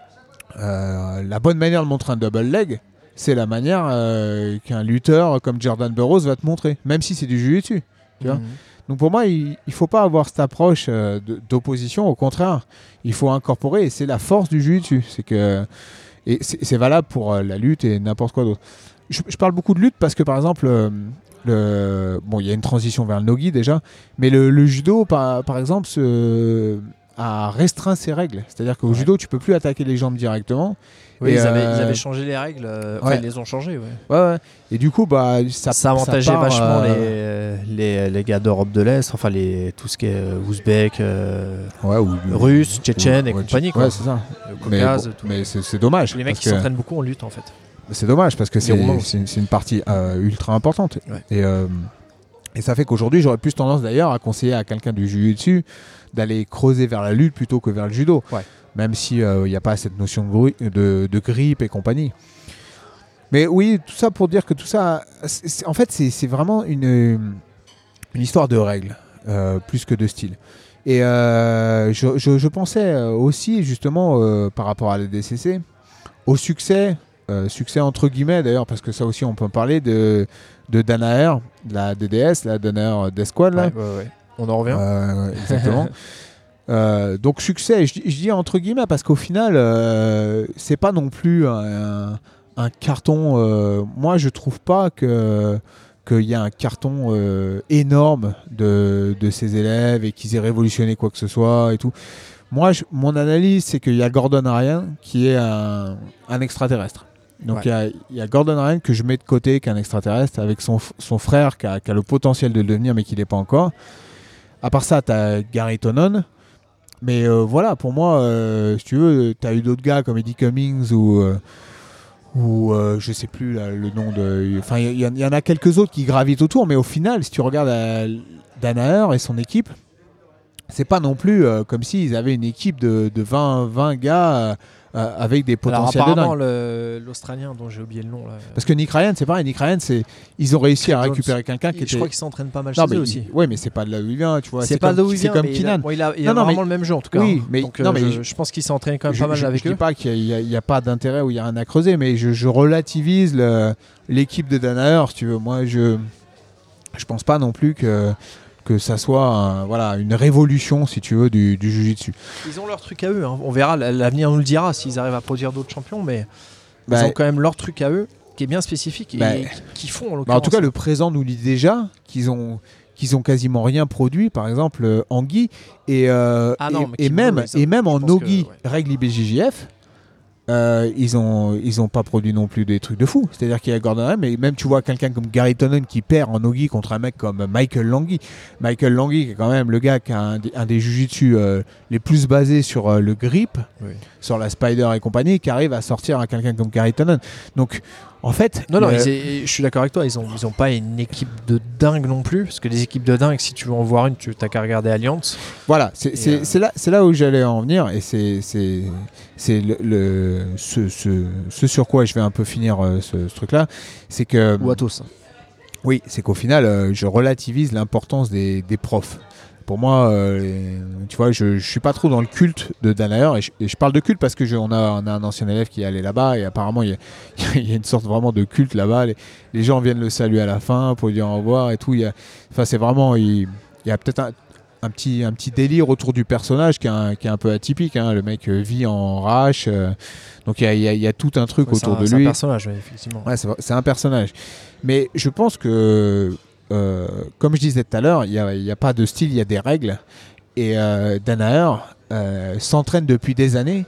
Euh, la bonne manière de montrer un double leg, c'est la manière euh, qu'un lutteur comme Jordan Burroughs va te montrer, même si c'est du jiu-jitsu. Tu vois. Mhm. Donc pour moi, il ne faut pas avoir cette approche euh, de- d'opposition. Au contraire, il faut incorporer, et c'est la force du jiu-jitsu. C'est que, et c'est c'est valable pour euh, la lutte et n'importe quoi d'autre. Je, je parle beaucoup de lutte parce que par exemple, euh, le, bon, il y a une transition vers le no-gi déjà, mais le, le judo, par, par exemple, se, a restreint ses règles. C'est-à-dire qu'au Ouais. judo, tu peux plus attaquer les jambes directement. Oui, Et, ils, avaient, euh, ils avaient changé les règles. euh, Enfin, ouais. ils les ont changées, ouais. Ouais, ouais. Et du coup, bah, ça, Ça, avantageait part, vachement euh, les, les, les gars d'Europe de l'Est, enfin les, tout ce qui est euh, ouzbek, euh, ouais, ou, russe, tchétchène et ouais, compagnie, ouais, quoi. c'est ça. le Mais, Caucase, bon, tout. mais c'est c'est dommage. les mecs parce qui que- s'entraînent beaucoup en lutte, en fait. C'est dommage parce que c'est Roumains c'est une, c'est une partie euh, ultra importante. Ouais. Et, euh, et ça fait qu'aujourd'hui, j'aurais plus tendance d'ailleurs à conseiller à quelqu'un du jiu-jitsu d'aller creuser vers la lutte plutôt que vers le judo. Ouais. Même s'il n'y a pas cette notion de, gri- de, de grippe et compagnie. Mais oui, tout ça pour dire que tout ça, c'est- c'est- en fait, c'est c'est vraiment une, une histoire de règles, euh, plus que de style. Et euh, je, je- je pensais euh, aussi, justement, euh, par rapport à la D C C, au succès euh, succès entre guillemets d'ailleurs, parce que ça aussi on peut en parler de, de Danaher, de la D D S, la Danaher Death Squad. Là. Ouais, ouais, ouais. On en revient. Euh, exactement. euh, donc succès, je, je dis entre guillemets, parce qu'au final, euh, c'est pas non plus un, un, un carton. Euh, moi, je trouve pas que qu'il y a un carton euh, énorme de, de ces élèves et qu'ils aient révolutionné quoi que ce soit et tout. Moi, je, mon analyse, c'est qu'il y a Gordon Ryan qui est un, un extraterrestre. Donc, il Ouais. y, y a Gordon Ryan que je mets de côté, qui est un extraterrestre, avec son, son frère qui a, qui a le potentiel de le devenir, mais qui ne l'est pas encore. À part ça, tu as Gary Tonon. Mais euh, voilà, pour moi, euh, si tu veux, tu as eu d'autres gars comme Eddie Cummings ou... Euh, ou euh, je sais plus là, le nom de... Enfin, il y, y en a quelques autres qui gravitent autour, mais au final, si tu regardes euh, Danaher et son équipe, c'est pas non plus euh, comme s'ils avaient une équipe de, de vingt, vingt gars euh, euh, avec des Alors potentiels de apparemment dingue. le- l'Australien dont j'ai oublié le nom là. Parce que Nick Ryan, c'est pareil, Nick Ryan, c'est... ils ont réussi à Craig récupérer Jones. quelqu'un qui je était... crois qu'il s'entraîne pas mal Non, chez mais eux il- aussi. ouais, mais c'est pas de là où il vient, tu vois. C'est pas comme, là où il c'est vient, comme mais il a, Keenan. bon, il a, il a Non, non, vraiment mais- le même jeu en tout cas. Oui, hein. mais- Donc non, euh, mais je, je- je pense qu'il s'entraîne quand même Je, pas mal je- avec je eux. dis pas qu'il n'y a, il y a pas d'intérêt ou il y a rien à creuser, mais je, je relativise le- l'équipe de Danaher, si tu veux. Moi, je je pense pas non plus que que ça soit un- voilà, une révolution, si tu veux, du, du jiu-jitsu. Ils ont leur truc à eux. hein. On verra, l'avenir nous le dira s'ils arrivent à produire d'autres champions, mais Bah, ils ont quand même leur truc à eux qui est bien spécifique et Bah, qui, qui font en bah, l'occurrence. en tout cas, le présent nous dit déjà qu'ils ont qu'ils ont quasiment rien produit, par exemple euh, en gi et, euh, Ah non, et, mais et Kimbo, même ils ont- et même je en pense nogi que, ouais. règle I B J J F. Euh, ils ont ils ont pas produit non plus des trucs de fou. C'est-à-dire qu'il y a Gordon Ryan, mais même tu vois quelqu'un comme Gary Tonon qui perd en nogi contre un mec comme Michael Langui. Michael Langui qui est quand même le gars qui a un, des- un des jujitsu euh, les plus basés sur euh, le grip, Oui. sur la spider et compagnie, qui arrive à sortir à quelqu'un comme Gary Tonon. Donc en fait, Non, non, le- ils est- je suis d'accord avec toi. Ils ont, ils ont pas une équipe de dingue non plus. Parce que les équipes de dingue, si tu veux en voir une, tu n'as qu'à regarder Alliance. voilà, c'est Et, c'est- euh, c'est là, c'est là où j'allais en venir et c'est c'est c'est le, le- ce, ce, ce sur quoi je vais un peu finir euh, ce, ce truc-là, c'est que Ou Atos. oui, c'est qu'au final, euh, je relativise l'importance des, des profs. Pour moi, euh, les- tu vois, je, je suis pas trop dans le culte de Danaher et je, et je parle de culte parce que je- on a, on a un ancien élève qui est allé là-bas et apparemment il y, a, il y a une sorte vraiment de culte là-bas. Les, les gens viennent le saluer à la fin pour lui dire au revoir et tout. Il y a, enfin, c'est vraiment, il, il y a peut-être un, un petit, un petit délire autour du personnage qui est un, qui est un peu atypique. Hein. Le mec euh, vit en rage, euh, donc il y a, il y a- il y a tout un truc Ouais, c'est autour un- de c'est un lui. personnage, ouais, effectivement. Ouais, c'est, c'est un personnage. Mais je pense que, euh, comme je disais tout à l'heure, il n'y a, il y a pas de style, il y a des règles. Et euh, Danaher euh, s'entraîne depuis des années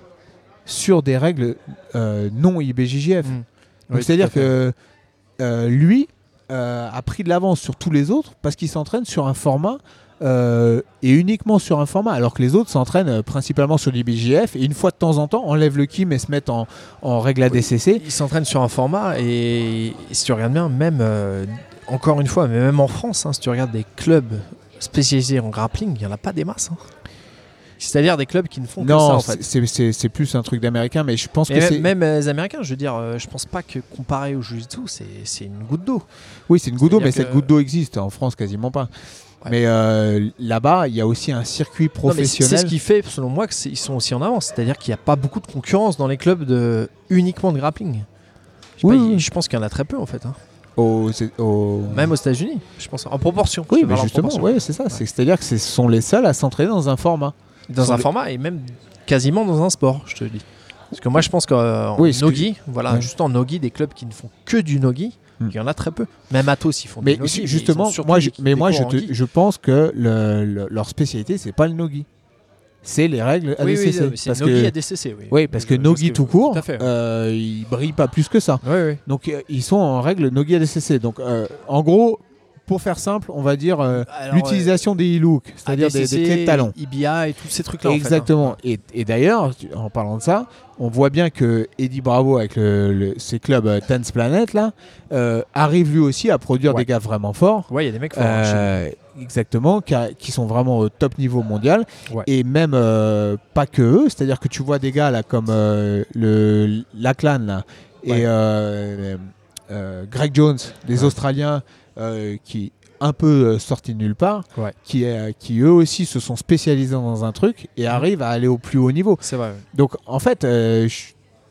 sur des règles euh, non I B J J F. Mm. Donc, Oui, c'est-à-dire tout à fait. que euh, lui euh, a pris de l'avance sur tous les autres parce qu'il s'entraîne sur un format euh, et uniquement sur un format, alors que les autres s'entraînent euh, principalement sur l'I B J F et une fois de temps en temps enlèvent le Kim et se mettent en, en règle A D C C. Ils s'entraînent sur un format et, et si tu regardes bien, même euh, encore une fois, mais même en France, hein, si tu regardes des clubs spécialisés en grappling, il n'y en a pas des masses. hein. C'est-à-dire des clubs qui ne font que ça Non, en fait. c'est, c'est, c'est plus un truc d'américain, mais je pense Et que même, c'est... même euh, les Américains, je veux dire, euh, je pense pas que comparé au Jiu-Jitsu, c'est, c'est une goutte d'eau. Oui, c'est une goutte d'eau, mais C'est-à-dire cette que- goutte d'eau existe en France quasiment pas. Ouais. Mais euh, là-bas, il y a aussi un circuit Non, mais c'est, professionnel. c'est ce qui fait, selon moi, qu'ils sont aussi en avance. C'est-à-dire qu'il n'y a pas beaucoup de concurrence dans les clubs de, uniquement de grappling. Je, sais Oui, pas, oui. il- je pense qu'il y en a très peu en fait. hein. au, c'est- au- Même aux États-Unis, je pense. En proportion. Oui, je mais parle en justement, proportion. ouais, c'est ça. C'est, c'est-à-dire que ce sont les seuls à s'entraîner dans un format. Dans Sont un les- format et même quasiment dans un sport, je te le dis. Parce que moi, je pense qu'en Oui, ce que Nogi, voilà, Ouais. juste en Nogi, des clubs qui ne font que du Nogi, Hmm. il y en a très peu. Même Atos, ils font Mais du Nogi. ju- mais ils justement, ont surtout moi, des- je, mais des moi, cours je, en te- gi. je pense que le- le- leur spécialité, c'est pas le nogi, c'est les règles Oui, A D C C. oui, c'est parce Nogi que, A D C C. Oui, oui, parce que Je- je vois nogi ce que- tout court, Tout à fait. euh, ils brillent pas plus que ça. Oui, oui. Donc euh, ils sont en règle nogi A D C C. Donc euh, en gros, pour faire simple, on va dire euh, Alors, l'utilisation des e-looks, c'est-à-dire des, des clés de talon. I B A et tous ces trucs-là. en fait, hein. Exactement. Et, et d'ailleurs, tu- en parlant de ça, on voit bien que Eddie Bravo avec le, le- ses clubs euh, Tense Planet là, euh, arrive lui aussi à produire Ouais. des gars vraiment forts. Ouais, il y a des mecs forts. hein, chez nous. Euh, exactement, qui, a- qui sont vraiment au top niveau mondial. Ouais. Et même euh, pas que eux, c'est-à-dire que tu vois des gars là comme euh, le Lachlan là et Ouais. euh, euh, Greg Jones, des Ouais. Australiens euh, qui un peu euh, sortis de nulle part, Ouais. qui, euh, qui eux aussi se sont spécialisés dans un truc et arrivent à aller au plus haut niveau. C'est vrai. ouais. Donc en fait, euh, je-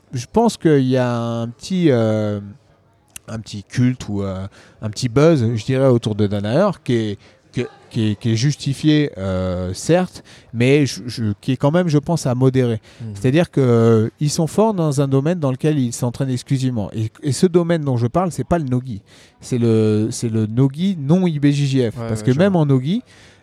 je pense qu'il y a un petit, euh, un petit culte ou euh, un petit buzz, je dirais, autour de Danaher qui est, qui, qui est, qui est justifié, euh, certes, mais je, je, qui est quand même, je pense, à modérer. Mmh. C'est-à-dire qu'ils euh, sont forts dans un domaine dans lequel ils s'entraînent exclusivement. Et, et ce domaine dont je parle, c'est pas le no-gi. C'est le, c'est le no-gi non I B J J F. Ouais, parce ouais, que je même vois. en no-gi,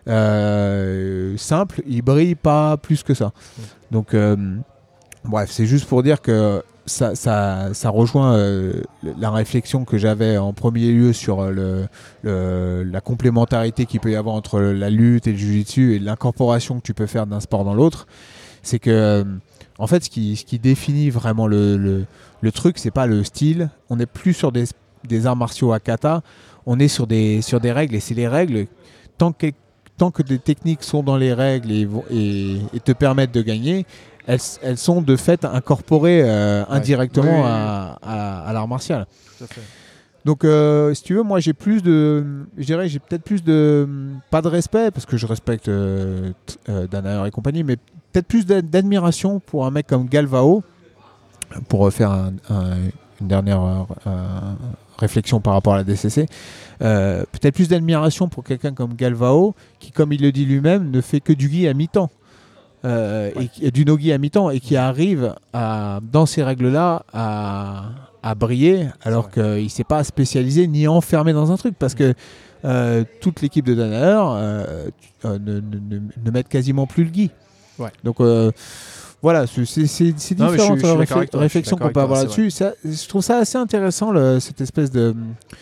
euh, simple, il brille pas plus que ça. Mmh. Donc, euh, bref, c'est juste pour dire que ça, ça, ça rejoint euh, la réflexion que j'avais en premier lieu sur le, le, la complémentarité qu'il peut y avoir entre la lutte et le jiu-jitsu et l'incorporation que tu peux faire d'un sport dans l'autre. C'est que, euh, en fait, ce qui, ce qui définit vraiment le, le, le truc, c'est pas le style. On n'est plus sur des, des arts martiaux à kata, on est sur des, sur des règles, et c'est les règles, tant que, tant que des techniques sont dans les règles et, et, et te permettent de gagner, elles, elles sont de fait incorporées euh, Ouais. indirectement Oui, oui, oui. À, à, à l'art martial. Tout à fait. Donc, euh, si tu veux, moi j'ai plus de, je dirais, j'ai peut-être plus de, pas de respect parce que je respecte euh, t- euh, Danaher et compagnie, mais peut-être plus d'a- d'admiration pour un mec comme Galvao, pour faire un, un, une dernière euh, réflexion par rapport à la D C C. Euh, peut-être plus d'admiration pour quelqu'un comme Galvao, qui, comme il le dit lui-même, ne fait que du gi à mi-temps. Euh, Ouais. et qui- du no-gi à mi-temps et qui arrive à, dans ces règles-là à, à briller alors qu'il ne s'est pas spécialisé ni enfermé dans un truc parce que euh, toute l'équipe de Danaher euh, tu- euh, ne, ne, ne, ne mettent quasiment plus le gi. Ouais. Donc euh, voilà, c'est, c'est, c'est, c'est Non, mais je suis- différentes je suis d'accord réfle- avec toi, je suis réflexions d'accord qu'on peut avec toi, avoir c'est là-dessus. Ça, je trouve ça assez intéressant, le, cette espèce de...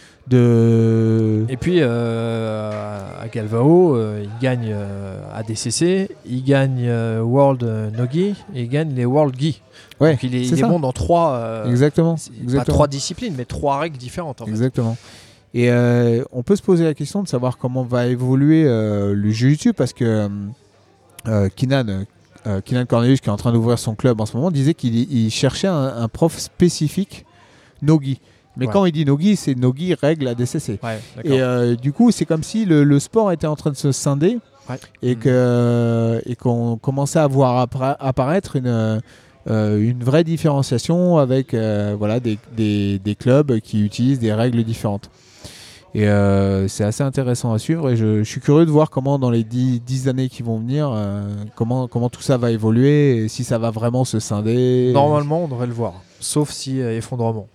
de... Et puis euh, à Galvao, euh, il gagne euh, A D C C, il gagne euh, World euh, Nogi et il gagne les World Gi. Ouais, Donc il est, c'est il est ça. bon dans trois, euh, Exactement. c'est pas exactement. trois disciplines, mais trois règles différentes. En fait. Exactement. Et euh, on peut se poser la question de savoir comment va évoluer euh, le jiu-jitsu parce que euh, Kinan, euh, Kinan Cornelius, qui est en train d'ouvrir son club en ce moment, disait qu'il il cherchait un, un prof spécifique no-gi. Mais Ouais. quand il dit no-gi, c'est no-gi règle A D C C. Ouais, d'accord. Et euh, du coup, c'est comme si le, le sport était en train de se scinder Ouais. et, Mhm. que, et qu'on commençait à voir appara- apparaître une, euh, une vraie différenciation avec euh, voilà, des, des, des clubs qui utilisent des règles différentes. Et euh, c'est assez intéressant à suivre et je, je suis curieux de voir comment dans les dix, dix années qui vont venir, euh, comment, comment tout ça va évoluer et si ça va vraiment se scinder. Normalement, on devrait le voir, sauf si euh, effondrement.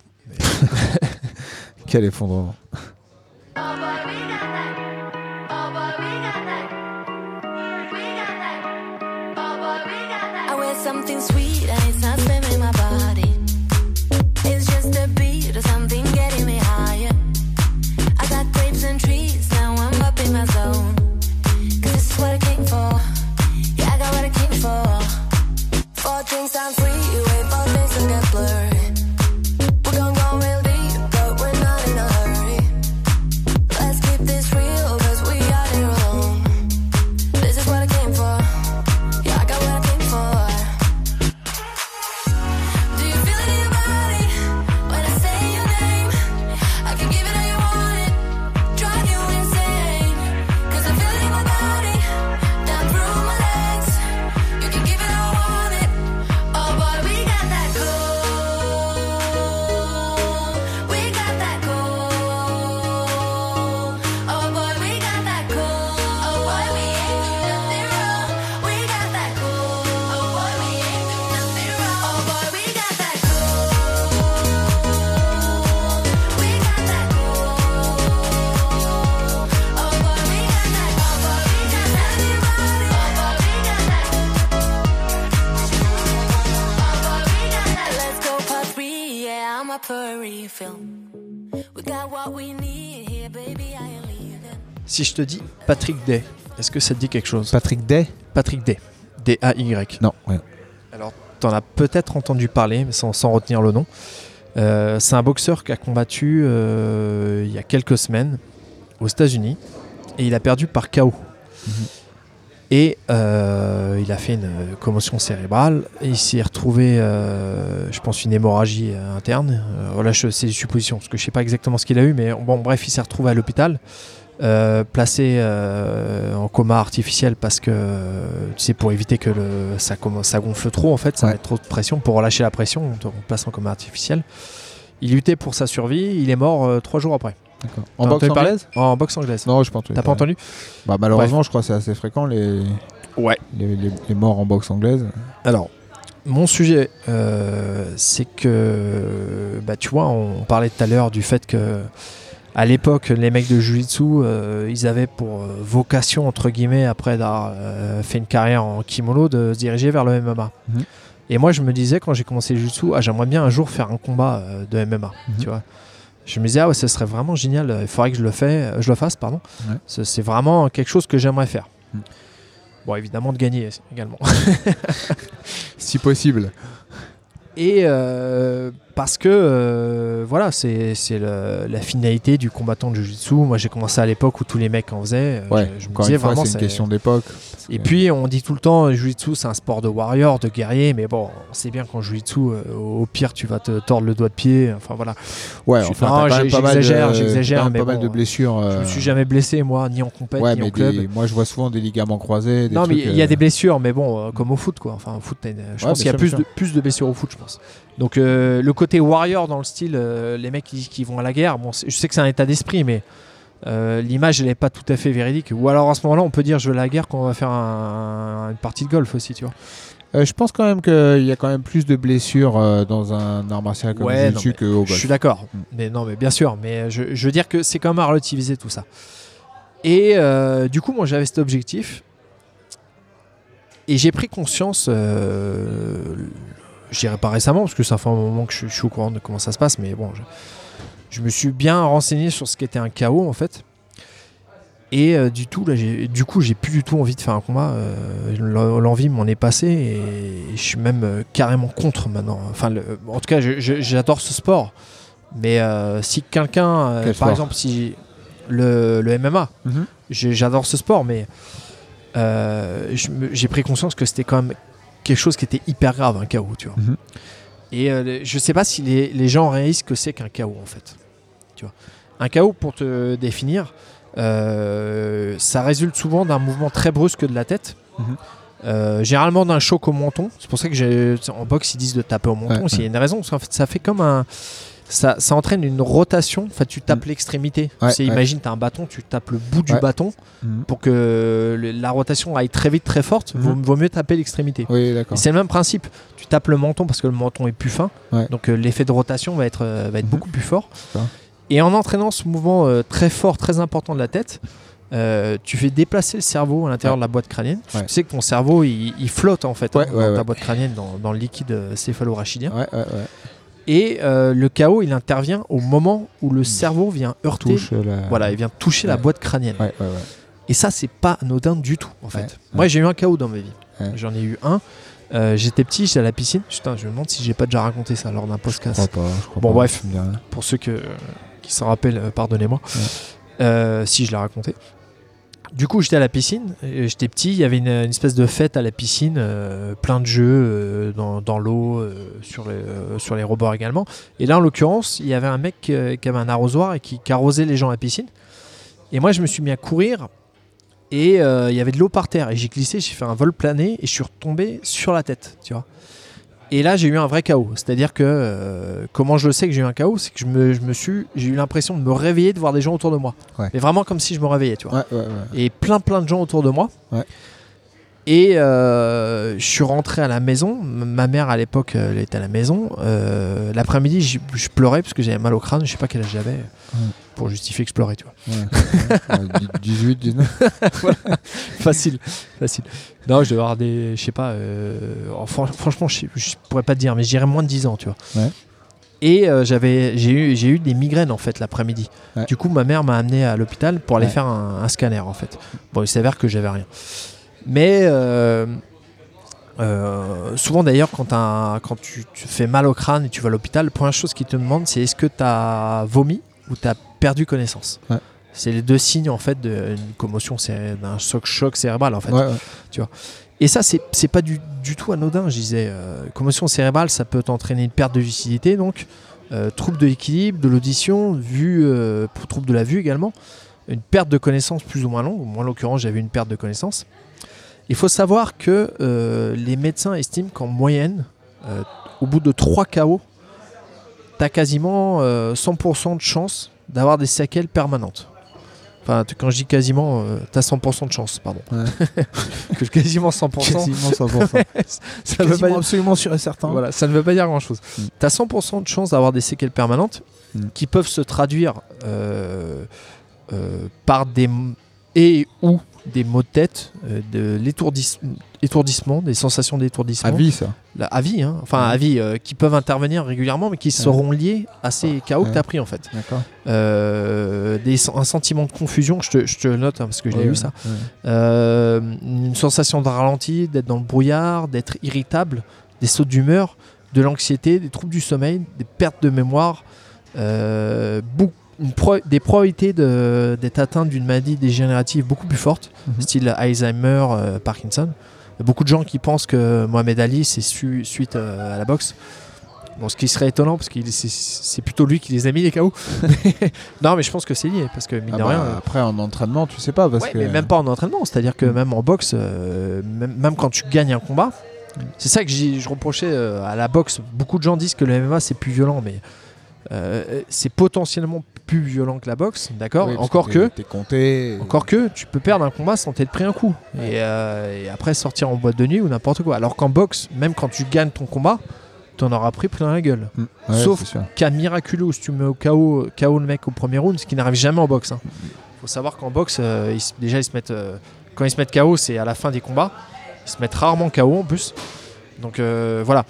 Quel effondrement. Oh boy, we got that. Oh boy, we got that. We got that. Oh boy, we got that. I wear something sweet and it's not spamming my body. It's just a beat or something getting me higher. I got grapes and trees, now I'm up in my zone. Cause this is what I came for. Yeah, I got what I came for. Four drinks I'm free, wait for this and get blurry. We're gon' go real deep, but we're not in a hurry. Let's keep this real, cause we are here alone. This is what I came for. Yeah, I got what I came for. Do you feel it in your body when I say your name? I can give it all you want it, drive you insane. Cause I feel it in my body, down through my legs. You can give it all I want it. Oh boy, we got that gold. We got that gold. Oh boy, we got that gold. Oh boy, we ain't do nothing wrong. We got that gold. Oh boy, we ain't do nothing wrong. Oh boy, we got that gold. We got that gold. Oh boy, we got that. Oh boy, we got that. Everybody. Oh boy, we got that. Oh boy, we got that. Let's go part three. Yeah, I'm up for a refill. We got what we need here, baby. I ain't leaving. Si je te dis Patrick Day, est-ce que ça te dit quelque chose? Patrick Day? Patrick Day, D A Y. Non, rien. Alors, t'en as peut-être entendu parler, mais sans, sans retenir le nom. Euh, c'est un boxeur qui a combattu euh, il y a quelques semaines aux États-Unis et il a perdu par K O. Mhm. Et euh, il a fait une euh, commotion cérébrale et il s'est retrouvé, euh, je pense, une hémorragie euh, interne. Euh, voilà, je, c'est des suppositions parce que je sais pas exactement ce qu'il a eu, mais bon, bref, il s'est retrouvé à l'hôpital euh, placé euh, en coma artificiel parce que euh, tu sais, pour éviter que le, ça, commence, ça gonfle trop en fait, ça Ouais. met trop de pression. Pour relâcher la pression, on te on te place en coma artificiel. Il luttait pour sa survie, il est mort euh, trois jours après. D'accord. En T'as boxe entendu parler anglaise En boxe anglaise. Non, je pense T'as pas entendu Bah, malheureusement, je crois que c'est assez fréquent les, Ouais. les, les, les morts en boxe anglaise. Alors, mon sujet, euh, c'est que, bah, tu vois, on parlait tout à l'heure du fait que, à l'époque, les mecs de Jiu-Jitsu, euh, ils avaient pour euh, vocation, entre guillemets, après d'avoir euh, fait une carrière en kimono, de se diriger vers le M M A. Mhm. Et moi, je me disais, quand j'ai commencé le Jiu-Jitsu, ah, j'aimerais bien un jour faire un combat euh, de M M A, Mhm. tu vois. Je me disais, ah ouais, ce serait vraiment génial, il faudrait que je le, fais, euh, je le fasse, pardon. Ouais. C'est c'est vraiment quelque chose que j'aimerais faire. Mhm. Bon, évidemment, de gagner également. Si possible. Et euh, parce que euh, voilà, c'est c'est le- la finalité du combattant de Jiu-Jitsu. Moi, j'ai commencé à l'époque où tous les mecs en faisaient. Euh, Ouais, je, je me encore disais une fois, vraiment, c'est une c'est- question d'époque. parce Et que- puis, on dit tout le temps, Jiu-Jitsu, c'est un sport de warrior, de guerrier. Mais bon, on sait bien qu'en Jiu-Jitsu, euh, au pire, tu vas te tordre le doigt de pied. Enfin voilà. ouais, je- enfin, non, t'as quand même j'ai- pas mal de- j'exagère, t'as j'exagère, quand même mais pas mal bon, de blessures. Je euh, me suis jamais blessé, moi, ni en compète, Ouais, ni mais en club. des- moi, je vois souvent des ligaments croisés. Des Non, mais trucs, il y a euh, des blessures, mais bon, euh, comme au foot, quoi. Enfin, au foot, t'as une- je Ouais, pense qu'il y a bien plus sûr, de, bien plus de blessures au foot, je pense. Donc, euh, le côté warrior dans le style, euh, les mecs qui, qui vont à la guerre, bon, c'est- je sais que c'est un état d'esprit, mais euh, l'image, elle n'est pas tout à fait véridique. Ou alors, à ce moment-là, on peut dire, je vais à la guerre quand on va faire un- une partie de golf aussi, tu vois. Euh, je pense quand même qu'il y a quand même plus de blessures euh, dans un art martial comme Ouais, le non, jiu-jitsu mais qu'au Je golf. suis d'accord. Mm. Mais non, mais bien sûr. Mais je, je veux dire que c'est quand même à relativiser tout ça. Et euh, du coup, moi, j'avais cet objectif. Et j'ai pris conscience, euh, je dirais pas récemment, parce que ça fait un moment que je, je suis au courant de comment ça se passe, mais bon, je, je me suis bien renseigné sur ce qu'était un K O, en fait. Et euh, du, tout, là, j'ai- du coup, j'ai plus du tout envie de faire un combat. euh, l'en- L'envie m'en est passée et je suis même euh, carrément contre maintenant. Enfin, le- en tout cas, je- je- j'adore ce sport. Mais euh, si quelqu'un, euh, Quel par sport exemple, si le, le M M A, Mhm. j'ai- j'adore ce sport, mais euh, je me- j'ai pris conscience que c'était quand même quelque chose qui était hyper grave, un K O, tu vois. Mhm. Et euh, le- je sais pas si les, les gens réalisent que c'est qu'un K O, en fait. Tu vois. Un K O, pour te définir, euh, ça résulte souvent d'un mouvement très brusque de la tête. Mhm. Euh, généralement d'un choc au menton. C'est pour ça que j'ai, en boxe ils disent de taper au menton. Ouais, S'il y a ouais. une raison, parce qu'en fait ça fait comme un, ça, ça entraîne une rotation. Enfin, tu tapes l'extrémité. Ouais, Tu sais, ouais. imagine, tu as un bâton, tu tapes le bout du Ouais. bâton Mhm. pour que le- la rotation aille très vite, très forte. Mhm. Vaut, vaut mieux taper l'extrémité. Oui, Et d'accord. c'est le même principe. Tu tapes le menton parce que le menton est plus fin. Ouais. Donc euh, l'effet de rotation va être, euh, va être Mhm. beaucoup plus fort. D'accord. Et en entraînant ce mouvement euh, très fort, très important de la tête, euh, tu fais déplacer le cerveau à l'intérieur Ouais. de la boîte crânienne. Ouais. Tu sais que ton cerveau, il, il flotte en fait Ouais, hein, ouais, dans ta ouais. boîte crânienne, dans, dans le liquide euh, céphalo-rachidien. Ouais, ouais, ouais. Et euh, le K O, il intervient au moment où le cerveau vient heurter. Touche la... Voilà, il vient toucher la Ouais. boîte crânienne. Ouais, ouais, ouais. Et ça, c'est pas anodin du tout, en fait. Ouais. Moi, j'ai eu un K O dans ma vie. Ouais. J'en ai eu un. Euh, J'étais petit, j'étais à la piscine. Putain, je me demande si j'ai pas déjà raconté ça lors d'un Je podcast. crois pas. je crois Bon, pas, bref. ça me dit rien. Pour ceux que, qui s'en rappellent, euh, pardonnez-moi. Ouais. Euh, si je l'ai raconté. Du coup, j'étais à la piscine. et J'étais petit. Il y avait une, une espèce de fête à la piscine, euh, plein de jeux euh, dans, dans l'eau, euh, sur, les, euh, sur les rebords également. Et là, en l'occurrence, il y avait un mec euh, qui avait un arrosoir et qui, qui arrosait les gens à la piscine. Et moi, je me suis mis à courir. Et euh, il y avait de l'eau par terre. Et j'ai glissé, j'ai fait un vol plané et je suis retombé sur la tête, tu vois. Et là, j'ai eu un vrai K O. C'est-à-dire que, euh, comment je le sais que j'ai eu un K O, c'est que je me, je me suis, j'ai eu l'impression de me réveiller, de voir des gens autour de moi. Ouais. Mais vraiment comme si je me réveillais, tu vois. Ouais, ouais, ouais. Et plein, plein de gens autour de moi. Ouais. Et euh, je suis rentré à la maison. M- Ma mère, à l'époque, elle était à la maison. Euh, L'après-midi, je, je pleurais parce que j'avais mal au crâne. Je sais pas quel âge j'avais. Pour justifier que je pleurais, tu vois. Ouais. Ouais, dix-huit, dix-neuf. Facile, facile. Non, je devais avoir des, je sais pas, euh, oh, fran- franchement, je, sais- je pourrais pas te dire, mais je dirais moins de dix ans, tu vois. Ouais. Et euh, j'avais, j'ai eu, j'ai eu des migraines en fait l'après-midi. Ouais. Du coup, ma mère m'a amené à l'hôpital pour aller Ouais. faire un, un scanner en fait. Bon, il s'avère que j'avais rien. Mais euh, euh, souvent d'ailleurs, quand, t'as- quand tu, tu fais mal au crâne et tu vas à l'hôpital, la première chose qu'ils te demandent, c'est est-ce que tu as vomi ou tu as perdu connaissance. Ouais. C'est les deux signes en fait d'une commotion, céré- d'un choc, choc cérébral en fait. Ouais, ouais. Et ça, c'est c'est pas du, du tout anodin, je disais. Euh, commotion cérébrale, ça peut entraîner une perte de lucidité, donc euh, trouble de l'équilibre, de l'audition, vue, euh, pour- trouble de la vue également, une perte de connaissance plus ou moins longue. Moi, en l'occurrence, j'avais une perte de connaissance. Il faut savoir que euh, les médecins estiment qu'en moyenne, euh, au bout de trois K O, tu as quasiment euh, cent pour cent de chance d'avoir des séquelles permanentes. Enfin, t- quand je dis quasiment, euh, tu as cent pour cent de chance, pardon. Ouais. Que quasiment cent pour cent. Quasiment cent pour cent. Ça veut pas dire- absolument sûr et certain. Voilà, ça ne veut pas dire grand-chose. Mm. Tu as cent pour cent de chance d'avoir des séquelles permanentes Mm. qui peuvent se traduire euh, euh, par des m- et ou des maux de tête, euh, de l'étourdis- étourdissement, des sensations d'étourdissement. À vie, ça. La- à vie, hein. enfin Ouais. à vie, euh, qui peuvent intervenir régulièrement, mais qui seront liés à ces K O que Ouais. tu as pris en fait. D'accord. Euh, des, sen- un sentiment de confusion, je te, je te le note hein, parce que je l'ai Ouais, vu ça. ouais. Euh, une sensation de ralenti, d'être dans le brouillard, d'être irritable, des sauts d'humeur, de l'anxiété, des troubles du sommeil, des pertes de mémoire, euh, beaucoup- une pro- des probabilités de- d'être atteint d'une maladie dégénérative beaucoup plus forte, Mhm. style Alzheimer, euh, Parkinson. Il y a beaucoup de gens qui pensent que Mohamed Ali, c'est su- suite euh, à la boxe. Bon, ce qui serait étonnant parce que c'est c'est plutôt lui qui les a mis les K O. Non, mais je pense que c'est lié parce que mine Ah de bah, rien. euh, après, en entraînement, tu sais pas. Parce Ouais, que... mais même pas en entraînement, c'est-à-dire que Mm. même en boxe, euh, même, même quand tu gagnes un combat, c'est ça que j'ai- je reprochais euh, à la boxe. Beaucoup de gens disent que le M M A c'est plus violent, mais euh, c'est potentiellement plus violent que la boxe, d'accord. Oui, parce Encore t'es- que, T'es compté. encore que, tu peux perdre un combat sans t'être pris un coup et, euh, et après sortir en boîte de nuit ou n'importe quoi. Alors qu'en boxe, même quand tu gagnes ton combat, t'en auras pris plein la gueule. Mm. Ouais, Sauf c'est sûr. Cas miraculeux où si tu mets au K O, K O le mec au premier round, ce qui n'arrive jamais en boxe. Il faut savoir qu'en boxe, euh, ils se- déjà ils se mettent, euh, quand ils se mettent K O, c'est à la fin des combats. Ils se mettent rarement K O en plus. Donc euh, voilà.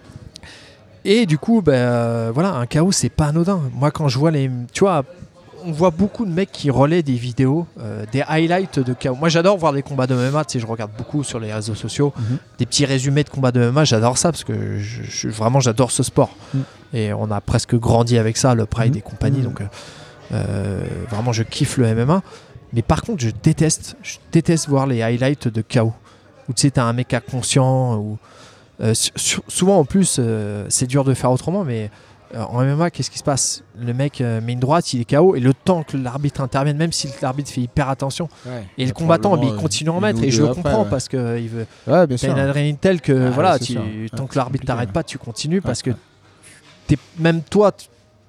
Et du coup, ben, euh, voilà, un K O c'est pas anodin. Moi quand je vois les, tu vois, on voit beaucoup de mecs qui relaient des vidéos, euh, des highlights de K O. Moi j'adore voir des combats de M M A. Tu sais, je regarde beaucoup sur les réseaux sociaux Mhm. des petits résumés de combats de M M A. J'adore ça parce que je, je- vraiment j'adore ce sport. Mm. Et on a presque grandi avec ça, le Pride Mhm. et compagnie. Mhm. Donc euh, euh, vraiment je kiffe le M M A. Mais par contre je déteste, je déteste voir les highlights de K O. Où tu sais t'as un mec inconscient ou euh, su- su- souvent en plus euh, c'est dur de faire autrement, mais euh, en M M A qu'est-ce qui se passe? Le mec euh, met une droite, il est K O et le temps que l'arbitre intervienne, même si l'arbitre fait hyper attention, Ouais. et le Il y a combattant mais il probablement continue à en une mettre ou et je deux le après, comprends ouais. parce que il veut. Ouais, bien T'as sûr. une adrénaline telle que Ah, voilà, c'est tu, sûr. tant Ouais, que l'arbitre c'est t'arrête compliqué, pas, tu continues parce Ouais, que t'es, même toi, tu,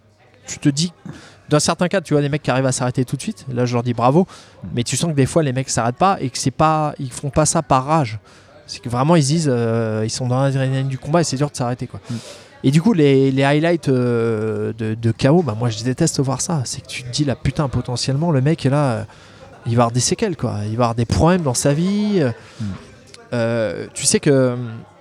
tu te dis, dans certains cas, tu vois des mecs qui arrivent à s'arrêter tout de suite. Là, je leur dis bravo, mais tu sens que des fois les mecs s'arrêtent pas et que c'est pas, ils font pas ça par rage. C'est que vraiment ils se disent, euh, ils sont dans l'adrénaline du combat et c'est dur de s'arrêter quoi. Mm. Et du coup, les, les highlights euh, de, de K O, bah moi je déteste voir ça. C'est que tu te dis là, putain, potentiellement le mec est là. euh, il va avoir des séquelles, quoi. Il va avoir des problèmes dans sa vie. euh, Mm. euh, tu sais que euh,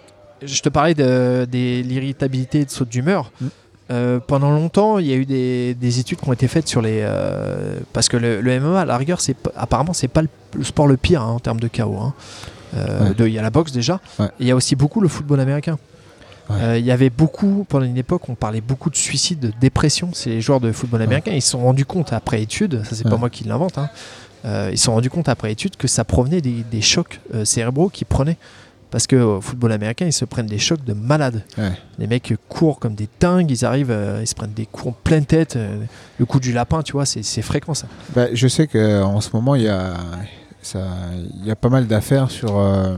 je te parlais de, de l'irritabilité et de saut d'humeur. Mm. Euh, pendant longtemps, il y a eu des, des études qui ont été faites sur les. euh, parce que le, le M M A, à la rigueur, c'est, p- apparemment, c'est pas le, le sport le pire hein, en termes de K O. hein. Euh, Ouais. de- Il y a la boxe déjà. Ouais. Et il y a aussi beaucoup le football américain. Ouais. Euh, Il y avait beaucoup, pendant une époque, on parlait beaucoup de suicide, de dépression. C'est les joueurs de football Ouais. américain. Ils se sont rendus compte après étude, ça c'est pas Ouais. moi qui l'invente, hein, euh, ils se sont rendus compte après étude que ça provenait des, des chocs euh, cérébraux qu'ils prenaient. Parce qu'au football américain, ils se prennent des chocs de malades. Ouais. Les mecs courent comme des dingues, ils arrivent, euh, ils se prennent des coups en pleine tête. euh, le coup du lapin, tu vois, c'est, c'est fréquent ça. Bah, je sais qu'en ce moment, il y a, ça, il y a pas mal d'affaires sur, euh,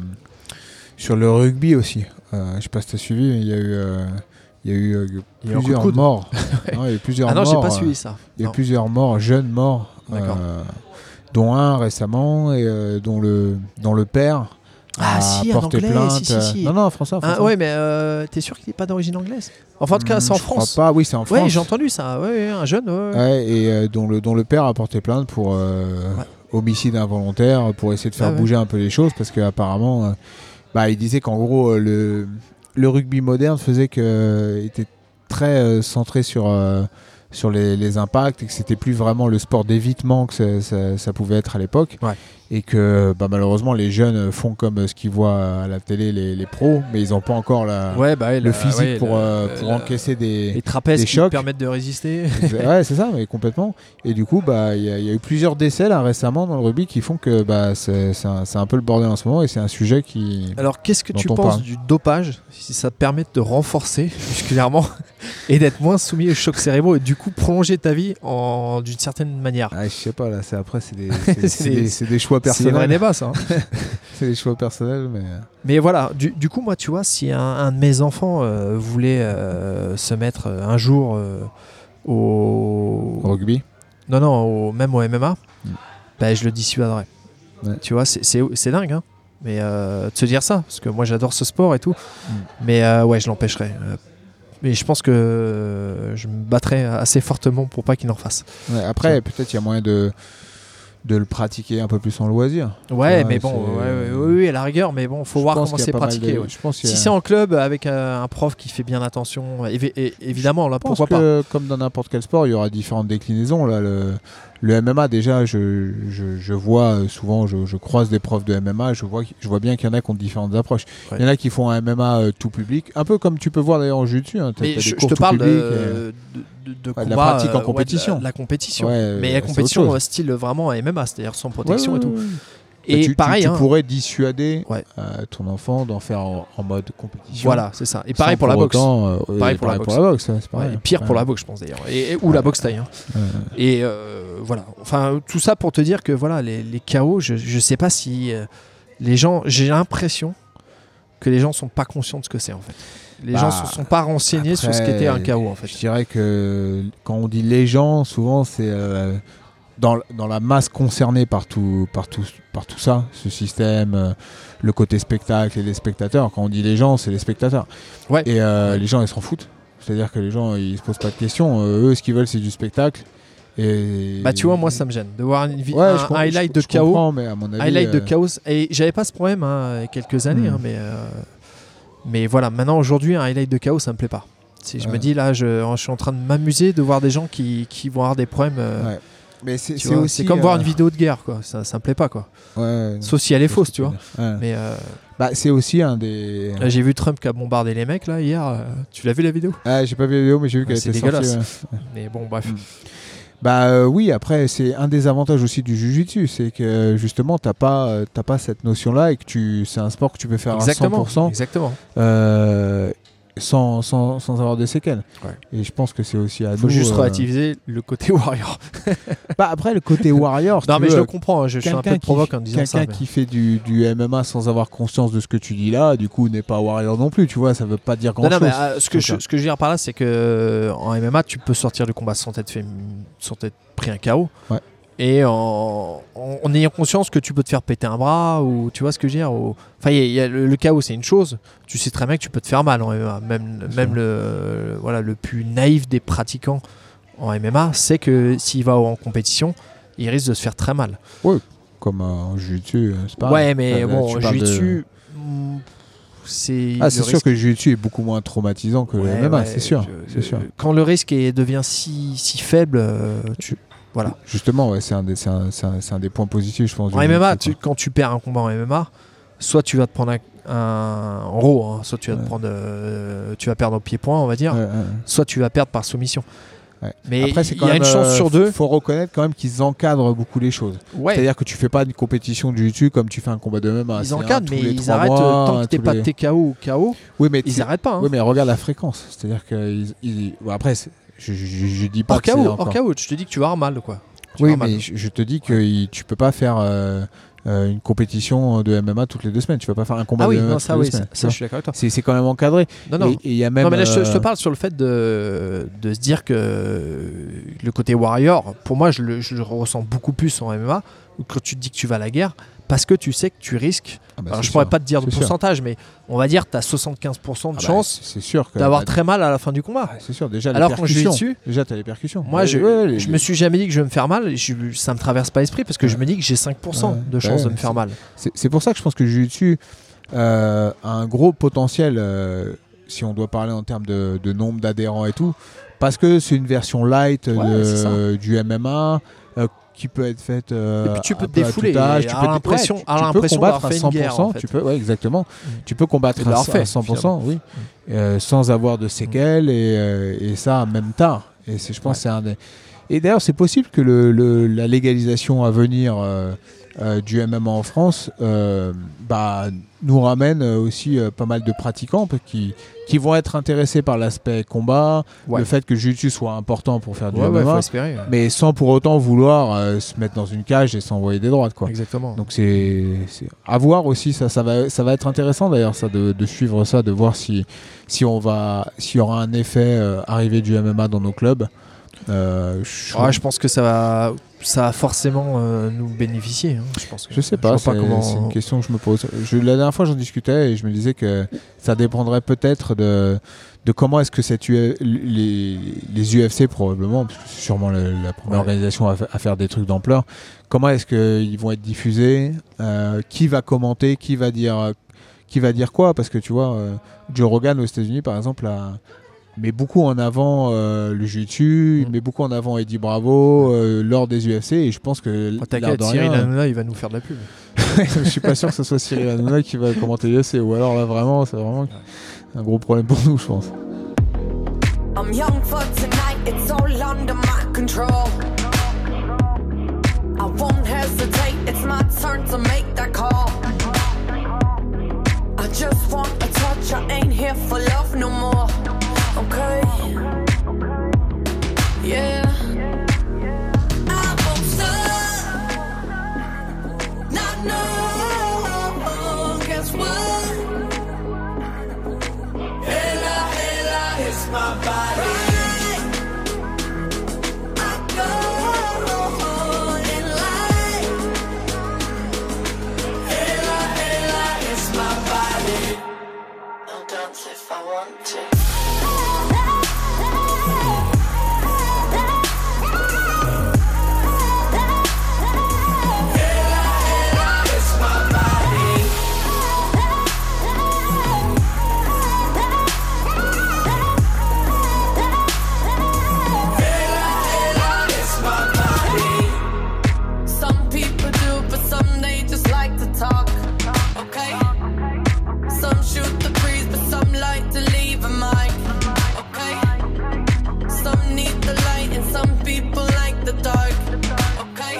sur le rugby aussi. Euh, je sais pas si tu as suivi, mais il y a eu, euh, il y a eu euh, Il y a eu un coup de plusieurs coude. morts. Non, il y a eu plusieurs Ah non, j'ai morts, pas euh, suivi ça. Il y a Non. eu plusieurs morts, jeunes morts, D'accord. euh, dont un récemment, et euh, dont, le, dont le père Ah a si, un porté anglais, plainte. si, si, si. Non, non, français. Ah, français. ouais, mais euh, t'es sûr qu'il n'est pas d'origine anglaise? Enfin, en tout cas, c'est en Hmm, je crois France. pas, oui, c'est en France. Ouais, j'ai entendu ça. Ouais, ouais, un jeune. Ouais, ouais. Ouais, et euh, dont, le, dont le père a porté plainte pour euh, Ouais. homicide involontaire, pour essayer de faire Ah ouais. bouger un peu les choses, parce qu'apparemment, euh, bah, il disait qu'en gros, euh, le, le rugby moderne faisait que euh, était très euh, centré sur, euh, sur les, les impacts, et que c'était plus vraiment le sport d'évitement que ça, ça- ça pouvait être à l'époque. Ouais. et que bah, malheureusement les jeunes font comme ce qu'ils voient à la télé les, les pros, mais ils n'ont pas encore la, Ouais, bah, ouais, le la- physique ouais, pour, la- euh, pour la- encaisser des, les trapèzes des qui chocs. permettent de résister. Ouais, c'est ça, mais complètement. Et du coup, bah, il y, a- il y a eu plusieurs décès là récemment dans le rugby qui font que bah, c'est, c'est, un, c'est un peu le bordel en ce moment et c'est un sujet qui. Alors, qu'est-ce que dont tu on penses parle. du dopage, si ça te permet de te renforcer musculairement et d'être moins soumis aux chocs cérébraux et du coup prolonger ta vie en, d'une certaine manière? Ah, je sais pas là, c'est après c'est des, c'est, C'est c'est des- des, c'est des choix C'est des vrais personnels. débats, ça. hein. C'est des choix personnels, mais. Mais voilà, du, du coup, moi, tu vois, si un, un de mes enfants euh, voulait euh, se mettre euh, un jour euh, au... Rugby. Non, non, au- même au M M A, Mm. bah, je le dissuaderais. Ouais. Tu vois, c'est, c'est, c'est dingue, hein. Mais euh, de se dire ça, parce que moi, j'adore ce sport et tout. Mm. Mais euh, ouais, je l'empêcherais. Euh, mais je pense que euh, je me battrais assez fortement pour pas qu'il en fasse. Ouais, après, peut-être il y a moyen de, de le pratiquer un peu plus en loisir. Ouais, Ouais, mais bon, c'est- ouais, ouais, oui, oui, à la rigueur, mais bon, faut Je voir pense comment qu'il y a c'est pas mal pratiqué. de- ouais. Je pense qu'il y Si a- c'est en club avec euh, un prof qui fait bien attention, évi- é- évidemment, là, Je pense pourquoi pas. que, comme dans n'importe quel sport, il y aura différentes déclinaisons. Là, le, le M M A, déjà, je, je, je vois euh, souvent, je, je croise des profs de M M A, je vois, je vois bien qu'il y en a qui ont différentes approches. Ouais. Il y en a qui font un M M A euh, tout public, un peu comme tu peux voir d'ailleurs en jiu-jitsu. Hein, t'as- Mais t'as je, des je cours te tout parle de, public, de, de, de Ouais, de la combat, pratique en euh, ouais, de compétition. la, de la compétition. Ouais, mais la c'est compétition autre chose. euh, style vraiment M M A, c'est-à-dire sans et- protection Ouais, et tout. ouais, ouais, ouais. Et tu, tu- pareil, tu, hein, pourrais dissuader Ouais. euh, ton enfant d'en faire en, en mode compétition. voilà, c'est ça. Et pareil sans pour la boxe. autant, euh, ouais, Pareil pour la boxe. ouais, c'est Ouais, pareil. et pire pour Ouais. la boxe, je pense d'ailleurs. Et, et- ou la boxe taille. hein. Ouais. Et euh, voilà. Enfin, tout ça pour te dire que voilà, les, les K O, je, je sais pas si euh, les gens. J'ai l'impression que les gens sont pas conscients de ce que c'est en fait. Les Bah, gens se sont pas renseignés sur ce après, qu'était un K O en fait. Je dirais que quand on dit les gens, souvent c'est euh, dans, dans la masse concernée par tout, par tout, par tout ça, ce système, euh, le côté spectacle et les spectateurs. Quand on dit les gens, c'est les spectateurs. Ouais. Et euh, Ouais. les gens, ils s'en foutent. C'est-à-dire que les gens, ils se posent pas de questions. Euh, eux, ce qu'ils veulent, c'est du spectacle. Et... Bah tu vois, moi ça me gêne de voir une vi- Ouais, un, je com- un highlight je- de je K O. comprends, mais à mon avis, Highlight de euh, chaos. Et j'avais pas ce problème hein, il y a quelques années, Hmm. hein, mais, euh, mais voilà, maintenant aujourd'hui, un highlight de chaos, ça me plaît pas. Si je Ouais. me dis là, je, je suis en train de m'amuser de voir des gens qui, qui vont avoir des problèmes. euh, Ouais. Mais c'est, tu c'est vois, aussi c'est comme voir euh, une vidéo de guerre, quoi. Ça, ça me plaît pas, quoi. ouais, Sauf si elle est je fausse, sais tu ce vois. que tu veux dire. Ouais. Mais euh, Bah, c'est aussi un des. là, j'ai vu Trump qui a bombardé les mecs là hier. euh, tu l'as vu la vidéo? Ah, j'ai pas vu la vidéo, mais j'ai vu Ouais, qu'elle c'est était dégueulasse. sortie. ouais. Mais bon, bref. Mm. Bah euh, oui, après c'est un des avantages aussi du jiu-jitsu, c'est que justement t'as pas euh, t'as pas cette notion-là et que tu c'est un sport que tu peux faire Exactement. à cent pour cent Exactement. euh, sans, sans, sans avoir des séquelles. Ouais. Et je pense que c'est aussi à Faut nous. juste euh, relativiser le côté warrior. Bah après le côté warrior. si non, tu mais veux, je le comprends. hein, Je, je suis un peu quelqu'un qui, provoque en disant quelqu'un ça. mais- qui fait du, du M M A sans avoir conscience de ce que tu dis là, du coup n'est pas warrior non plus, tu vois, ça veut pas dire grand Non, non, chose. mais euh, ce, que je, Donc, ce que je veux dire par là, c'est que euh, en M M A, tu peux sortir du combat sans t'être fait, sans t'être pris un K O. Ouais. Et en, en, en ayant conscience que tu peux te faire péter un bras, ou tu vois ce que je veux dire. ou- Enfin, il y a- il y a le, le K O, c'est une chose. Tu sais très bien que tu peux te faire mal en M M A. Même, Bien même sûr. le, voilà, le plus naïf des pratiquants en M M A, c'est que s'il va en compétition, il risque de se faire très mal. comme euh, en jiu-jitsu, euh, c'est pareil. Ouais, mais Là, là, bon, tu parles de- jiu-jitsu, mm, c'est. Ah, c'est le sûr risque- que le jiu-jitsu est beaucoup moins traumatisant que le Ouais, M M A, ouais, c'est sûr, je- c'est je- sûr. Quand le risque est, devient si, si faible, euh, tu, voilà. Justement, ouais, c'est un, des- c'est un- c'est un- c'est un des points positifs, je pense. En du M M A, jiu-jitsu, tu- quand tu perds un combat en M M A, soit tu vas te prendre un, un- en gros, hein, soit tu vas te Ouais. prendre, euh, tu vas perdre au pied-point, on va dire, quoi. Ouais, ouais, ouais. soit tu vas perdre par soumission. Ouais. Mais Après, c'est il quand y a même, une chance euh, sur deux. faut reconnaître quand même qu'ils encadrent beaucoup les choses. Ouais, C'est-à-dire que tu fais pas une compétition de jiu-jitsu comme tu fais un combat de M M A. ils C'est un encadrent, tous mais les ils trois arrêtent mois, euh, tant un que t'es tous pas les- T K O ou K O, Oui, mais ils tu- arrêtent pas. hein. oui, mais regarde la fréquence. C'est-à-dire que ils- ils- bon, après, c'est- je, je, je- je dis pas Hors que K c'est O, encore- hors K O, je te dis que tu vas avoir mal, quoi. Tu Oui, vas avoir mais mal. je, je te dis que il- tu peux pas faire euh, euh, une compétition de M M A toutes les deux semaines. Tu peux pas faire un combat Ah oui, de M M A non, toutes ça, les oui, deux ça, semaines. ça, tu je suis d'accord avec toi. vois. C'est c'est quand même encadré. Non, non. Et il y a même. Non mais là je, te- je te euh, parle sur le fait de, de se dire que le côté warrior, pour moi je le, je le ressens beaucoup plus en M M A, ou quand tu te dis que tu vas à la guerre, parce que tu sais que tu risques, ah bah, alors c'est je pourrais sûr. pas te dire de C'est sûr. pourcentage, mais on va dire que tu as soixante-quinze pour cent de Ah bah, chance c'est sûr que d'avoir bah, très mal à la fin du combat. ah, c'est sûr déjà les Alors quand je percussions. suis dessus, Déjà t'as les percussions. moi Ouais, je, ouais, les- je me suis jamais dit que je vais me faire mal, et je, ça me traverse pas l'esprit parce que je Ouais. me dis que j'ai cinq pour cent Ouais. de Bah chance de ouais, me faire mal. C'est c'est pour ça que je pense que le jiu-jitsu euh, a un gros potentiel, euh, si on doit parler en termes de, de nombre d'adhérents et tout, parce que c'est une version light Ouais, de- c'est ça. du M M A, euh, qui peut être faite euh, Et puis tu peux un te peu à défouler tout âge, et tu avoir peux, l'impression- ouais, tu- avoir tu peux l'impression combattre d'avoir à fait une cent pour cent, guerre, en fait. tu peux, ouais, exactement. Tu peux combattre Et de à, l'avoir fait, à cent pour cent, oui, Mm. euh, sans avoir de séquelles et, euh, et ça même tard. Et c'est, je pense, Ouais. que c'est un des... Et d'ailleurs, c'est possible que le, le- la légalisation à venir euh, euh, du M M A en France euh, bah, nous ramène euh, aussi euh, pas mal de pratiquants qui, qui vont être intéressés par l'aspect combat, Ouais. le fait que le jiu-jitsu soit important pour faire du Ouais, ouais, M M A, faut espérer. ouais. mais sans pour autant vouloir euh, se mettre dans une cage et s'envoyer des droites, quoi. Exactement. Donc c'est, c'est à voir aussi, ça, ça va, ça va être intéressant d'ailleurs ça de, de suivre ça, de voir si, si on va, s'il y aura un effet euh, arrivé du M M A dans nos clubs. Euh, je, Ouais, je pense que ça va, ça va forcément euh, nous bénéficier. hein. Je pense. que- je sais pas, vois c'est, comment. c'est une question que je me pose. Je, la dernière fois j'en discutais et je me disais que ça dépendrait peut-être de, de comment est-ce que cette U F, les, les U F C probablement, parce que c'est sûrement le- la première Ouais. organisation à, fa- à faire des trucs d'ampleur, comment est-ce qu'ils vont être diffusés, euh, qui va commenter, qui va dire, qui va dire quoi, parce que tu vois, euh, Joe Rogan aux États-Unis par exemple a met beaucoup en avant euh, le jiu-jitsu, il Mm. met beaucoup en avant Eddie Bravo euh, lors des U F C et je pense que Oh, l'air T'inquiète, de Cyril rien, Hanouna, il va nous faire de la pub. je suis pas sûr que ce soit Cyril Hanouna qui va commenter l'U F C ou alors là vraiment c'est vraiment un gros problème pour nous, je pense. I'm young for tonight, it's all under my control. I won't hesitate, it's my turn to make that call. I just want a touch, I ain't here for love no more. Okay? Yeah. I won't stop. Not no, guess what? Hella, hella, it's my body. I go in line. Hella, hella, it's my body. I'll dance if I want to. Some people do, but some they just like to talk. Okay? Some shoot the breeze, but some like to leave a mark. Okay? Some need the light, and some people like the dark. Okay?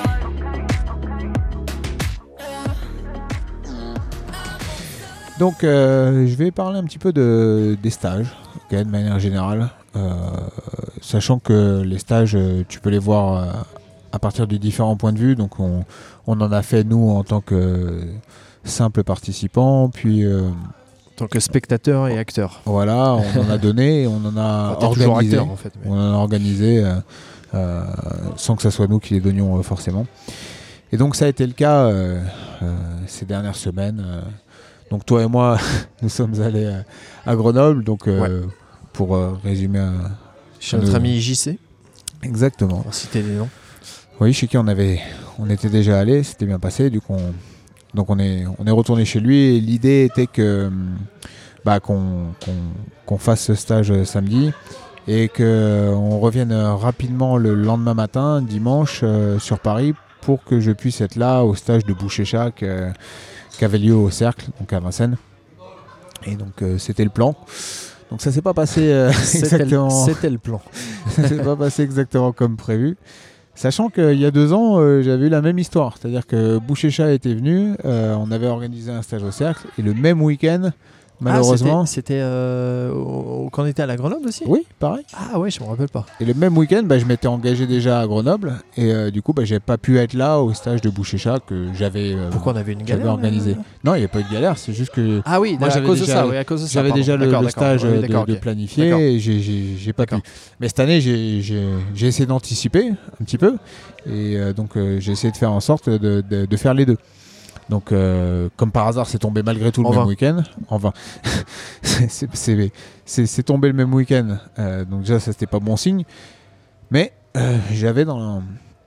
Donc euh, je vais parler un petit peu de, des stages, okay, de manière générale, euh, sachant que les stages, euh, tu peux les voir euh, à partir de différents points de vue. Donc on, on en a fait nous en tant que simple participant, puis euh, En tant que spectateur et acteur. voilà, on en a donné, et on en a Enfin, t'es toujours organisé, acteur en fait. mais- on en a organisé euh, euh, sans que ça soit nous qui les donnions euh, forcément. Et donc ça a été le cas euh, euh, ces dernières semaines. euh. Donc toi et moi, nous sommes allés euh, à Grenoble, donc euh, pour euh, résumer. euh, Chez notre nous- ami J C, Exactement. on va citer les noms. Oui, chez qui on avait, on était déjà allé, c'était bien passé. Du coup, on, donc on est, on est retourné chez lui et l'idée était que, bah, qu'on, qu'on, qu'on fasse ce stage euh, samedi et que on revienne euh, rapidement le lendemain matin, dimanche, euh, sur Paris, pour que je puisse être là au stage de Boucher-Chac euh, qui avait lieu au Cercle, donc à Vincennes. Et donc euh, c'était le plan. Donc ça s'est pas passé euh, C'était le, exactement. c'était le plan. Ça s'est pas passé exactement comme prévu. Sachant qu'il y a deux ans, euh, j'avais eu la même histoire. C'est-à-dire que Boucher-Chat était venu, euh, on avait organisé un stage au Cercle, et le même week-end, malheureusement... Ah, c'était, c'était, euh, au- quand on était à la Grenoble aussi. Oui, pareil. Ah ouais, je me rappelle pas. Et le même week-end, bah, je m'étais engagé déjà à Grenoble, et euh, du coup, bah, j'ai pas pu être là au stage de Boucher-Chat que j'avais euh, Pourquoi on avait une galère j'avais organisé. là Non, il n'y a pas eu de galère, c'est juste que Ah oui, Moi, à j'avais cause de déjà- ça, oui, à cause de ça. j'avais pardon. déjà le, D'accord, le d'accord. stage Oui, euh, de, d'accord, de ok. planifié, D'accord. et j'ai, j'ai, j'ai pas pu. D'accord. Mais cette année, j'ai, j'ai, j'ai essayé d'anticiper un petit peu, et euh, donc euh, j'ai essayé de faire en sorte de, de, de faire les deux. Donc, euh, comme par hasard, c'est tombé malgré tout le En même vain. week-end. En vain. c'est, c'est, c'est, c'est- c'est tombé le même week-end. Euh, donc déjà, ça c'était pas bon signe. Mais euh, j'avais dans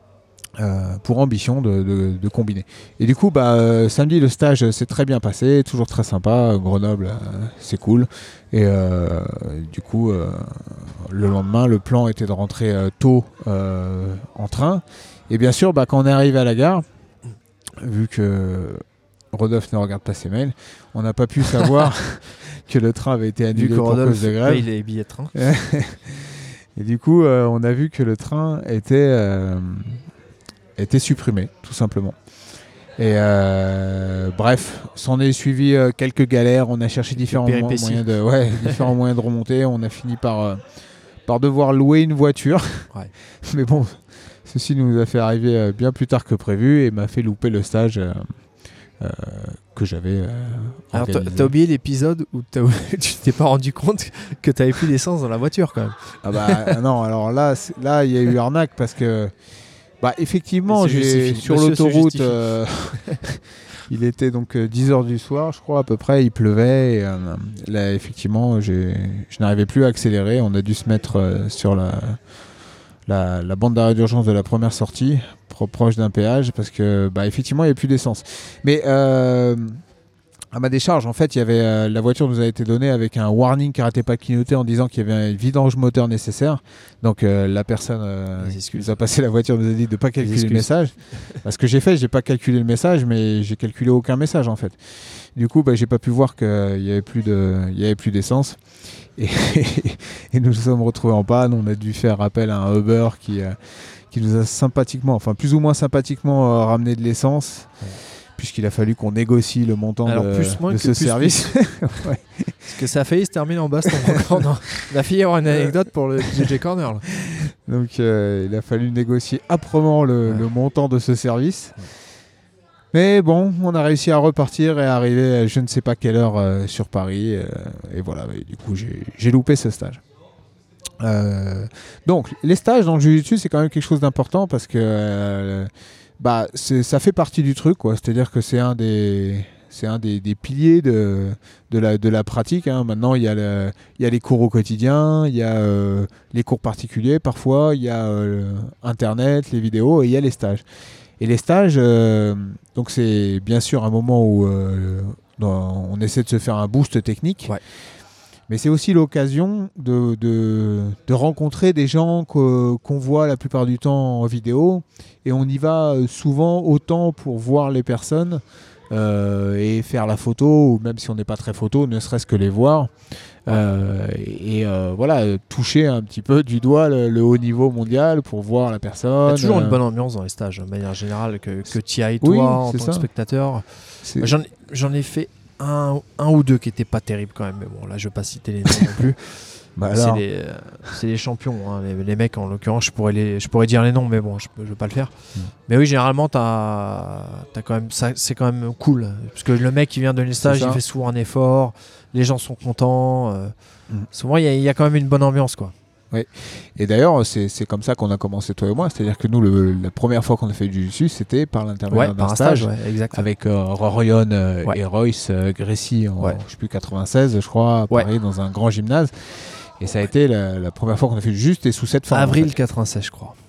euh, pour ambition de, de, de combiner. Et du coup, bah, euh, samedi, le stage s'est très bien passé, toujours très sympa. Grenoble, euh, c'est cool. Et euh, du coup, euh, le lendemain, le plan était de rentrer euh, tôt euh, en train. Et bien sûr, bah, quand on est arrivé à la gare, vu que Rodolphe ne regarde pas ses mails, on n'a pas pu savoir que le train avait été annulé Vu que pour Rodolphe cause de grève. paye les billets de train. Et du coup, euh, on a vu que le train était, euh, était supprimé, tout simplement. Et euh, bref, s'en est suivi euh, quelques galères. On a cherché différents, mo- péripéties. moyens de, ouais, différents moyens de remonter. On a fini par, euh, par devoir louer une voiture. Ouais. Mais bon, ceci nous a fait arriver euh, bien plus tard que prévu et m'a fait louper le stage euh, euh, que j'avais euh, Alors, t'as, organisé. t'as oublié l'épisode où t'as- tu t'es pas rendu compte que t'avais plus d'essence dans la voiture quand même. Ah bah ah non, alors là, c'est- là il y a eu arnaque parce que bah effectivement, Mais se j'ai justifie. sur Monsieur se l'autoroute, justifie. euh, il était donc euh, dix heures du soir, je crois à peu près, il pleuvait et euh, là effectivement, j'ai, je n'arrivais plus à accélérer. On a dû se mettre euh, sur la, la la bande d'arrêt d'urgence de la première sortie, pro- proche d'un péage, parce que bah effectivement, il n'y avait plus d'essence. Mais euh, à ma décharge, en fait, il y avait euh, la voiture nous a été donnée avec un warning qui n'arrêtait pas de clignoter en disant qu'il y avait un vidange moteur nécessaire. Donc euh, la personne euh, Les qui excuses. nous a passé la voiture nous a dit de ne pas calculer le excuses. message. Parce que j'ai fait, j'ai pas calculé le message, mais j'ai calculé aucun message en fait. Du coup, bah, j'ai pas pu voir qu'il y avait plus de, il y avait plus d'essence. Et, et nous nous sommes retrouvés en panne. On a dû faire appel à un Uber qui, euh, qui nous a sympathiquement, enfin plus ou moins sympathiquement euh, ramené de l'essence. Puisqu'il a fallu qu'on négocie le montant Alors, de, plus, moins de que ce plus, service. Ouais. Parce que ça a failli se terminer en baston encore. non. Il a failli y avoir une anecdote pour le D J Corner. Là. Donc euh, il a fallu négocier âprement le, Ouais. le montant de ce service. Mais bon, on a réussi à repartir et à arriver à je ne sais pas quelle heure euh, sur Paris. euh, et voilà, et du coup j'ai, j'ai loupé ce stage. Euh, donc les stages dans le Jiu-Jitsu, c'est quand même quelque chose d'important parce que euh, bah, c'est, ça fait partie du truc, quoi. C'est-à-dire que c'est un des... C'est un des, des piliers de, de, la, de la pratique. Hein. Maintenant, il y, a le, il y a les cours au quotidien, il y a euh, les cours particuliers parfois, il y a euh, Internet, les vidéos et il y a les stages. Et les stages, euh, donc c'est bien sûr un moment où euh, dans- on essaie de se faire un boost technique. Ouais. Mais c'est aussi l'occasion de, de, de rencontrer des gens que- qu'on voit la plupart du temps en vidéo. Et on y va euh, souvent autant pour voir les personnes euh, et faire la photo, ou même si on n'est pas très photo, ne serait-ce que les voir. Euh, et et, euh, voilà, euh, toucher un petit peu du doigt le, le haut niveau mondial pour voir la Il y personne. a toujours euh, une bonne ambiance dans les stages, de manière générale, que, que tu y ailles Oui, toi en c'est tant ça. que spectateur. c'est- J'en, ai- j'en ai fait un, un ou deux qui étaient pas terribles quand même, mais bon, là je vais pas citer les noms non plus. bah c'est, alors, les, euh, c'est les champions, hein, les, les mecs en l'occurrence, je pourrais, les, je pourrais dire les noms, mais bon, je, peux- je vais pas le faire. Mm. Mais oui, généralement, t'as, t'as quand même, ça, c'est quand même cool, parce que le mec qui vient donner le stage, C'est ça. il fait souvent un effort, les gens sont contents. euh, Mm. Souvent, il y, a- il y a quand même une bonne ambiance, quoi. Et d'ailleurs, c'est, c'est comme ça qu'on a commencé toi et moi. C'est-à-dire que nous, le- la première fois qu'on a fait du jiu-jitsu, c'était par l'intermédiaire Ouais, d'un par un stage. stage, ouais, exact. Avec euh, Rorion euh, Ouais. et Royce euh, Gracie en Ouais. je sais plus quatre-vingt-seize, je crois, à Ouais. Paris, dans un grand gymnase. Et ça a été la, la première fois qu'on a fait juste et sous cette forme. en Avril fait. quatre-vingt-seize, je crois.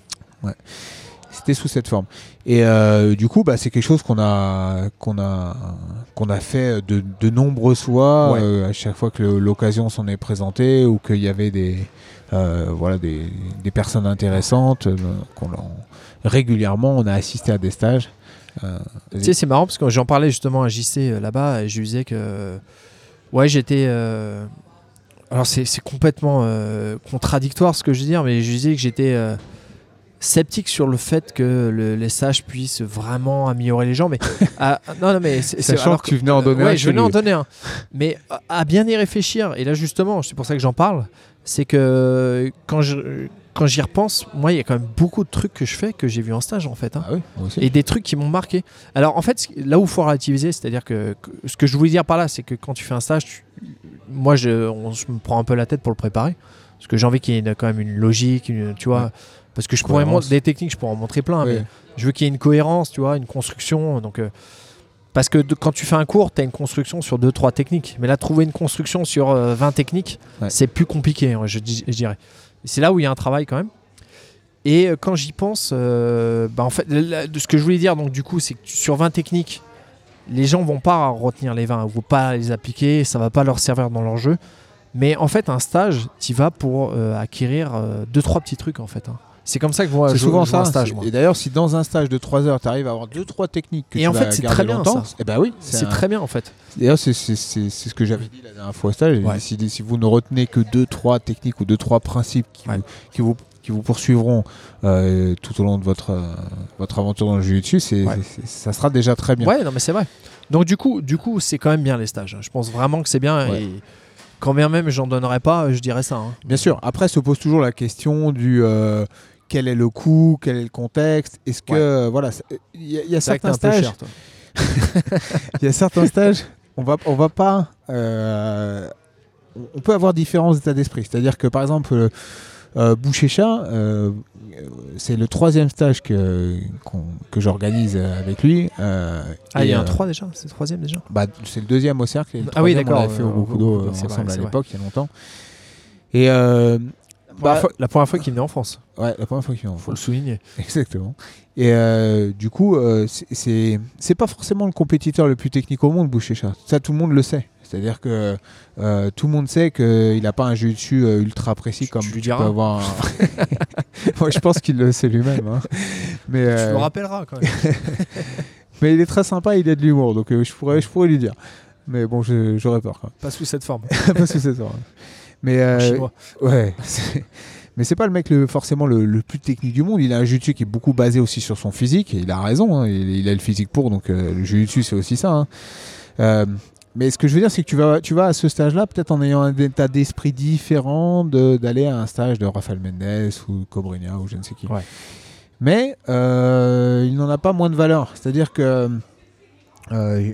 C'était sous cette forme. Et euh, du coup, bah, c'est quelque chose qu'on a, qu'on a, qu'on a fait de, de nombreuses fois, Ouais. euh, à chaque fois que le- l'occasion s'en est présentée ou qu'il y avait des, euh, voilà, des, des personnes intéressantes. euh, qu'on en- régulièrement, on a assisté à des stages. Euh, Tu sais, c'est marrant parce que j'en parlais justement à J C euh, là-bas et je lui disais que ouais, j'étais. euh, Alors, c'est, c'est complètement euh, contradictoire ce que je veux dire, mais je lui disais que j'étais euh, sceptique sur le fait que le- les stages puissent vraiment améliorer les gens. Mais ah, non, non, mais c'est, c'est- Sachant alors que tu venais en donner ouais, un je chez venais en lui. donner un. Mais à, à bien y réfléchir, et là justement, c'est pour ça que j'en parle, c'est que quand je. Quand j'y repense, moi, il y a quand même beaucoup de trucs que je fais que j'ai vu en stage, en fait. hein. Ah oui, moi aussi. Et des trucs qui m'ont marqué. Alors en fait, ce- là où il faut relativiser, c'est-à-dire que, que ce que je voulais dire par là, c'est que quand tu fais un stage, tu- moi je, on- je me prends un peu la tête pour le préparer, parce que j'ai envie qu'il y ait une- quand même une logique, une- tu vois, Ouais. parce que je pourrais Cohérence. montrer des techniques, je pourrais en montrer plein, Oui. mais je veux qu'il y ait une cohérence, tu vois, une construction. Donc euh, parce que de- quand tu fais un cours, tu as une construction sur deux trois techniques, mais là trouver une construction sur euh, vingt techniques, Ouais. c'est plus compliqué, hein, je, dis- je dirais. Et c'est là où il y a un travail quand même. Et euh, quand j'y pense, euh, bah en fait, la- de ce que je voulais dire, donc du coup, c'est que tu- sur vingt techniques, les gens vont pas retenir les vingt, vont pas les appliquer, ça va pas leur servir dans leur jeu. Mais en fait, un stage, tu vas pour euh, acquérir euh, deux trois petits trucs en fait. hein. C'est comme ça que moi, c'est je souvent je vois ça. un stage. c'est- moi. Et d'ailleurs, si dans un stage de trois heures, tu arrives à avoir deux trois techniques que Et tu en vas fait, c'est garder très bien, longtemps, ça. et ben oui, C'est un- très bien en fait. D'ailleurs, c'est, c'est, c'est, c'est ce que j'avais dit la dernière fois au stage. Ouais. Si, si vous ne retenez que deux trois techniques ou deux trois principes qui, Ouais. vous, qui, vous, qui vous poursuivront euh, tout au long de votre, euh, votre aventure dans le jiu-jitsu, c'est, Ouais. c'est- ça sera déjà très bien. Ouais, non, mais c'est vrai. Donc du coup, du coup, c'est quand même bien les stages. Je pense vraiment que c'est bien. Ouais. Et quand bien même j'en donnerais pas, je dirais ça. hein. Bien sûr. Après, se pose toujours la question du euh, quel est le coût, quel est le contexte. Est-ce que Ouais. euh, voilà, c'est- il y a, il y a C'est vrai que t'es certains un peu stages, cher, toi. il y a certains stages, on va, on va pas, euh, on- on peut avoir différents états d'esprit. C'est-à-dire que par exemple, euh, euh, Boucher-Chat, euh, euh, c'est le troisième stage que, qu'on- que j'organise avec lui. euh, Ah, il y et, a un euh, trois déjà. C'est le troisième déjà. bah, c'est le deuxième au cercle. Et le Ah oui, troisième, on d'accord, l'avait fait euh, au Gokudo au- euh, c'est vrai, ensemble c'est à vrai. l'époque, il y a longtemps. Et euh, La première bah, fois- la première fois qu'il venait en France. ouais, la première fois qu'il est en Faut le France. souligner. Exactement. Et euh, du coup, euh, c'est- c'est c'est pas forcément le compétiteur le plus technique au monde, Boucher-Chat. Ça, tout le monde le sait. C'est-à-dire que euh, tout le monde sait qu'il n'a pas un jiu-jitsu euh, ultra précis Tu- comme tu lui tu diras. peux avoir. un- Moi, je pense qu'il le sait lui-même. hein. Mais, Tu euh, le rappelleras quand même. mais il est très sympa, il a de l'humour, donc euh, je, pourrais, je pourrais lui dire. Mais bon, je- j'aurais peur quand Pas sous cette forme. même. Pas sous cette forme. Mais En euh, chinois. ouais. c'est- Mais c'est pas le mec le, forcément le, le plus technique du monde. Il a un jiu-jitsu qui est beaucoup basé aussi sur son physique. Et il a raison. hein. Il, il a le physique pour. Donc euh, le jiu-jitsu c'est aussi ça. hein. Euh, mais ce que je veux dire, c'est que tu vas, tu vas à ce stage-là peut-être en ayant un état d'esprit différent de- d'aller à un stage de Rafael Mendes ou Cobrinha ou je ne sais qui. Ouais. Mais euh, il n'en a pas moins de valeur. C'est-à-dire que euh,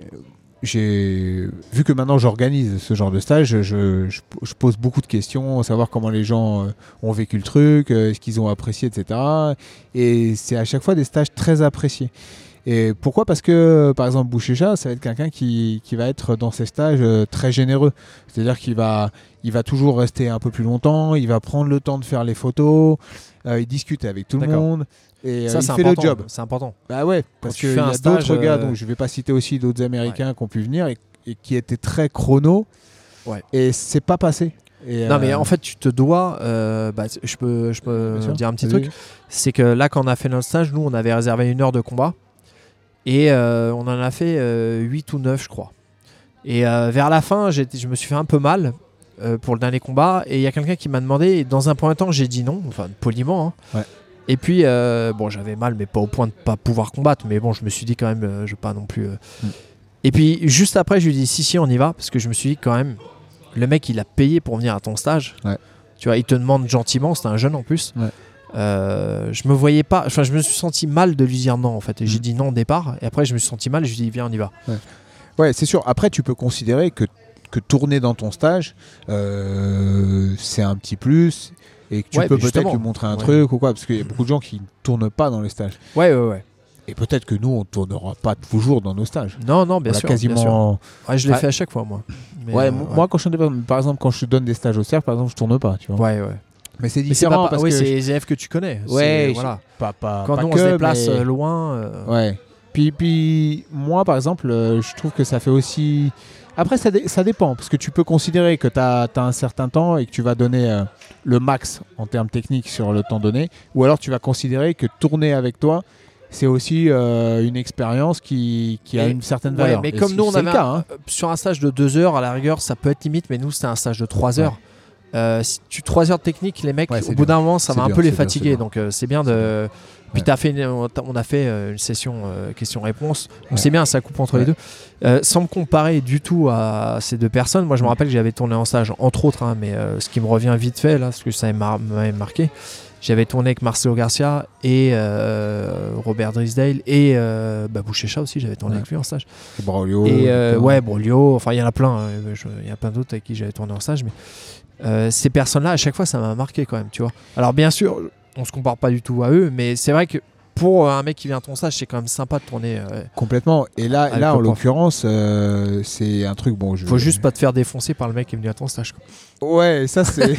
j'ai vu que maintenant j'organise ce genre de stage, je, je- je pose beaucoup de questions, savoir comment les gens euh, ont vécu le truc, euh, ce qu'ils ont apprécié, et cetera. Et c'est à chaque fois des stages très appréciés. Et pourquoi ? Parce que, par exemple, Boucher-Chat, ça va être quelqu'un qui, qui va être dans ces stages euh, très généreux. C'est-à-dire qu'il va, il va toujours rester un peu plus longtemps, il va prendre le temps de faire les photos, euh, il discute avec tout le D'accord. monde, et euh, Ça, il c'est fait important. le job. C'est important. Bah ouais, parce tu qu'il y fais a un stage, d'autres gars, euh, donc je vais pas citer aussi d'autres Américains qui ont pu venir et, et qui étaient très chrono. Ouais. Et c'est pas passé. Et, Non, mais euh, en fait, tu te dois. euh, bah, je peux, je peux bien sûr, dire un petit vas-y. truc. C'est que là, quand on a fait notre stage, nous, on avait réservé une heure de combat. Et euh, on en a fait euh, huit ou neuf, je crois. Et euh, vers la fin, j'étais- je me suis fait un peu mal euh, pour le dernier combat. Et il y a quelqu'un qui m'a demandé. Et dans un premier temps, j'ai dit non, enfin poliment. hein. Ouais. Et puis, euh, bon, j'avais mal, mais pas au point de pas pouvoir combattre. Mais bon, je me suis dit quand même, euh, je vais pas non plus. euh. Mm. Et puis, juste après, je lui ai dit si, si, on y va. Parce que je me suis dit quand même, le mec, il a payé pour venir à ton stage. Ouais. Tu vois, il te demande gentiment. C'était un jeune en plus. Ouais. Euh, je me voyais pas, enfin je me suis senti mal de lui dire non en fait, et j'ai Mm. dit non au départ, et après je me suis senti mal et je lui ai dit viens on y va. Ouais, c'est sûr. Après, tu peux considérer que, que tourner dans ton stage, euh, c'est un petit plus. Et que tu Ouais, peux mais peut-être justement. lui montrer un Ouais. truc ou quoi. Parce qu'il y a beaucoup de gens qui ne tournent pas dans les stages. Ouais ouais ouais. Et peut-être que nous, on ne tournera pas toujours dans nos stages. Non non bien On a sûr. bien sûr. quasiment. Ouais, je l'ai Ouais. fait à chaque fois moi. Mais, Ouais, euh, moi, quand je par exemple, quand je donne des stages au cercle, par exemple, je tourne pas. Tu vois. Ouais ouais. Mais c'est Mais c'est différent pas, parce oui, que c'est les élèves que tu connais. Ouais, C'est- je- voilà. pas, pas, Quand pas nous on que, se déplace mais- euh, loin. euh, Ouais. Puis, puis moi, par exemple, euh, je trouve que ça fait aussi. Après, ça, dé- ça dépend, parce que tu peux considérer que tu as un certain temps et que tu vas donner euh, le max en termes techniques sur le temps donné, ou alors tu vas considérer que tourner avec toi, c'est aussi euh, une expérience qui, qui a Et- une certaine ouais, valeur. mais Et comme c'est- nous on c'est avait le cas, un- hein. euh, sur un stage de deux heures à la rigueur ça peut être limite, mais nous c'était un stage de trois Ouais. heures. Euh, si tu trois heures de technique, les mecs Ouais, au c'est bout dur. d'un moment ça C'est va un dur, peu les c'est dur, c'est fatiguer, dur. donc euh, c'est bien C'est de. Puis Ouais. t'as fait une- on a- on a fait euh, une session euh, questions-réponses, donc Ouais. c'est bien, ça coupe entre Ouais. les deux. Euh, sans me comparer du tout à ces deux personnes, moi je me Mm. rappelle que j'avais tourné en stage, entre autres, hein, mais euh, ce qui me revient vite fait là, parce que ça m'a- m'avait marqué, j'avais tourné avec Marcelo Garcia et euh, Robert Drisdale et euh, bah, Boucher-Chat aussi, j'avais tourné Ouais. avec lui en stage. Braulio, Et euh, Victor. ouais, Brolio, enfin il y en a plein, hein, je- il y a plein d'autres avec qui j'avais tourné en stage, mais euh, ces personnes-là, à chaque fois, ça m'a marqué quand même, tu vois. Alors bien sûr, on se compare pas du tout à eux, mais c'est vrai que pour un mec qui vient à ton stage, c'est quand même sympa de tourner. euh, Complètement. Et là, Avec là le en prof. l'occurrence, euh, c'est un truc. Bon, je... Faut juste pas te faire défoncer par le mec qui est venu à ton stage, quoi. Ouais, ça c'est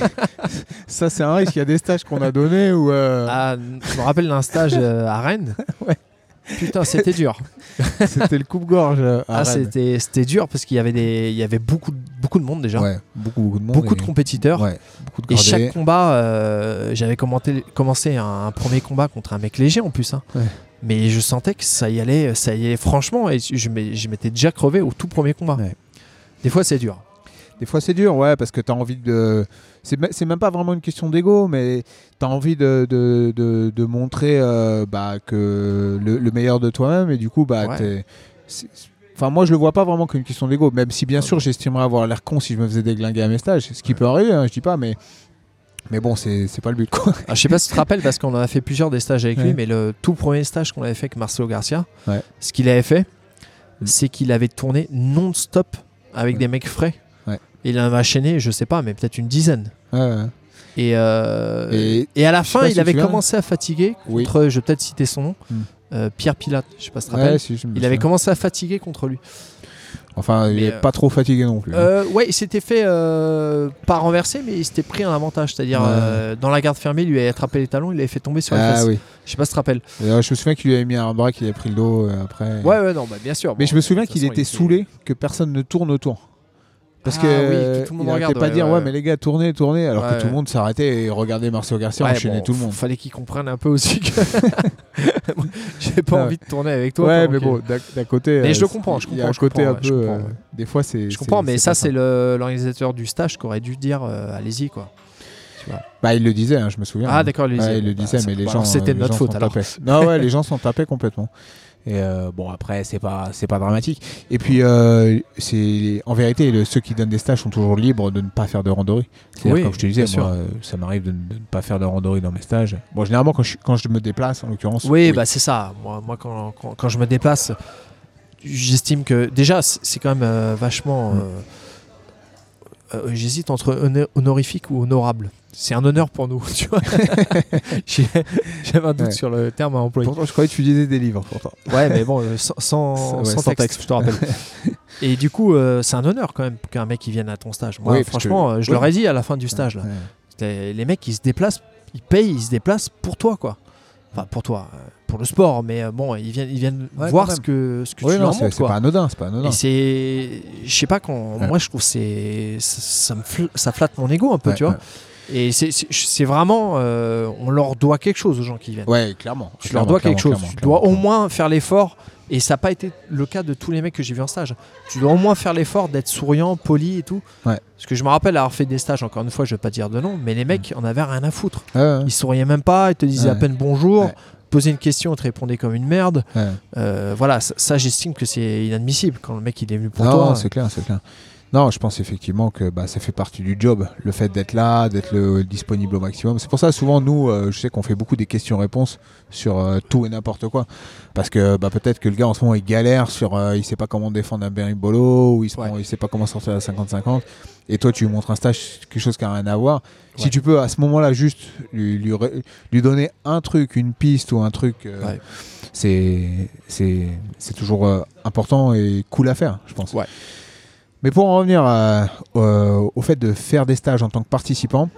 ça c'est un risque. Il y a des stages qu'on a donnés où. euh, Ah, je me rappelle d'un stage euh, à Rennes. Ouais. Putain, c'était dur. C'était le coupe-gorge. à Ah, Rennes. c'était, c'était dur parce qu'il y avait, des, il y avait beaucoup, de- beaucoup de monde déjà. Ouais, beaucoup, beaucoup de monde. Beaucoup et- de compétiteurs. Ouais, beaucoup de Et gradés. chaque combat, euh, j'avais commenté- commencé un, un premier combat contre un mec léger en plus. Hein. Ouais. Mais je sentais que ça y allait, ça y allait franchement. Et je, m'ai- je m'étais déjà crevé au tout premier combat. Ouais. Des fois, c'est dur. Des fois, c'est dur, ouais, parce que tu as envie de. C'est, me- c'est même pas vraiment une question d'ego, mais tu as envie de, de, de, de montrer euh, bah, que le, le meilleur de toi-même, et du coup, bah, Ouais. t'es. c'est- Enfin, moi, je le vois pas vraiment comme une question d'ego, même si, bien Ah sûr, bon. j'estimerais avoir l'air con si je me faisais déglinguer à mes stages, ce qui peut arriver, hein, je dis pas, mais. Mais bon, c'est, c'est pas le but, quoi. Alors, je sais pas si tu te rappelles, parce qu'on en a fait plusieurs des stages avec lui, Ouais. mais le tout premier stage qu'on avait fait avec Marcelo Garcia, Ouais. ce qu'il avait fait, Mm. c'est qu'il avait tourné non-stop avec Ouais. des mecs frais. Ouais. Et il en avait enchaîné, je sais pas, mais peut-être une dizaine. Ouais, ouais. Et, euh, Et- et à la je sais fin, pas il si avait tu viens. commencé à fatiguer Oui. contre, je vais peut-être citer son nom, Mm. euh, Pierre Pilate, je sais pas si tu te rappelles. Ouais, si, je me Il avait souviens. commencé à fatiguer contre lui. Enfin, il Mais, est euh, pas trop fatigué non plus. Euh, ouais, il s'était fait euh, pas renverser, mais il s'était pris un avantage. C'est-à-dire, Ouais. euh, dans la garde fermée, il lui avait attrapé les talons, il l'avait fait tomber sur la Ah face. oui. Je sais pas si tu te rappelles. Et, euh, je me souviens qu'il lui avait mis un bras, qu'il avait pris le dos euh, après. Ouais, ouais, non, bah, bien sûr. Mais Bon, je me souviens de toute qu'il façon, était il saoulé, que personne ne tourne autour. Parce Ah que oui, euh, que tout le monde il arrêtait regarde, pas ouais, de dire ouais, ouais, ouais. mais les gars tournez tournez alors Ouais, que tout le ouais. monde s'arrêtait et regardait Marcelo Garcia Ouais, enchaîner bon, tout le monde. Fallait qu'il comprenne un peu aussi que j'ai pas Ouais. envie de tourner avec toi. Ouais, pendant mais que- bon, d'un d'un côté. Mais euh, je le comprends, je Il y a comprends, un je côté comprends, un ouais, je peu. comprends, euh, ouais. Des fois, c'est. Je comprends, mais c'est ça, pas c'est le- l'organisateur du stage qui aurait dû dire euh, allez-y, quoi. Bah, il le disait, hein, je me souviens. Ah, d'accord, il le Ouais, disait. il le Bah, disait, ça- mais les bah, gens. alors, c'était euh, de les notre gens faute, s'en alors. tapaient. Non, ouais, les gens s'en tapaient complètement. Et euh, bon, après, c'est pas, c'est pas dramatique. Et puis, euh, c'est, en vérité, le- ceux qui donnent des stages sont toujours libres de ne pas faire de randonnées. C'est-à-dire, Oui, comme je te disais, bien sûr. moi, euh, ça m'arrive de, ne de ne pas faire de randonnées dans mes stages. Bon, généralement, quand je, quand je me déplace, en l'occurrence. Oui, bah c'est ça. Moi, moi quand, quand, quand je me déplace, j'estime que déjà, c'est c'est quand même euh, vachement. Mm. euh, euh, J'hésite entre honor- honorifique ou honorable. C'est un honneur pour nous, tu vois. J'ai- J'avais un doute Ouais. sur le terme à employer. Pourtant, je croyais que tu lisais des livres, pourtant. Ouais, mais bon, euh, sans, sans, Ouais, sans sans texte, texte. je te rappelle. Et du coup, euh, c'est un honneur quand même qu'un mec qui vienne à ton stage. Moi, Oui, parce franchement, que- euh, je oui. leur ai dit à la fin du stage, là, Ouais. les, les mecs, ils se déplacent, ils payent, ils se déplacent pour toi, quoi. Enfin, pour toi, euh, pour le sport, mais euh, bon, ils viennent, ils viennent Ouais, voir quand ce que, ce que Oui, tu non, leur c'est montres, c'est quoi. pas anodin, c'est pas anodin. Et c'est, je sais pas quand, Ouais. moi je trouve que c'est, ça, ça me fl- ça flatte mon ego un peu, Ouais, tu vois. ouais. Et c'est, c'est, c'est vraiment, euh, on leur doit quelque chose aux gens qui viennent. Ouais, clairement. Tu Clairement, leur dois quelque clairement, chose. clairement, Tu dois au clairement. moins faire l'effort. Et ça n'a pas été le cas de tous les mecs que j'ai vus en stage. Tu dois au moins faire l'effort d'être souriant, poli et tout. Ouais. Parce que je me rappelle avoir fait des stages, encore une fois, je vais pas dire de nom, mais les mecs en avaient rien à foutre. Ouais, ouais. Ils souriaient même pas, ils te disaient à Ouais. peine bonjour. Ouais. Poser une question, ils te répondaient comme une merde. Ouais. Euh, voilà, ça, ça, j'estime que c'est inadmissible quand le mec il est venu pour non, toi. c'est clair, c'est clair. Non, je pense effectivement que bah, ça fait partie du job, le fait d'être là, d'être le, disponible au maximum. C'est pour ça souvent nous, euh, je sais qu'on fait beaucoup des questions-réponses sur euh, tout et n'importe quoi, parce que bah, peut-être que le gars en ce moment il galère sur, euh, il sait pas comment défendre un berimbolo ou il, se Ouais. prend- il sait pas comment sortir à cinquante cinquante, et toi tu lui montres un stage, quelque chose qui a rien à voir. Si Ouais. tu peux à ce moment-là juste lui, lui, ré- lui donner un truc, une piste ou un truc, euh, Ouais. c'est c'est c'est toujours euh, important et cool à faire, je pense. Ouais. Mais pour en revenir à- au, au fait de faire des stages en tant que participant,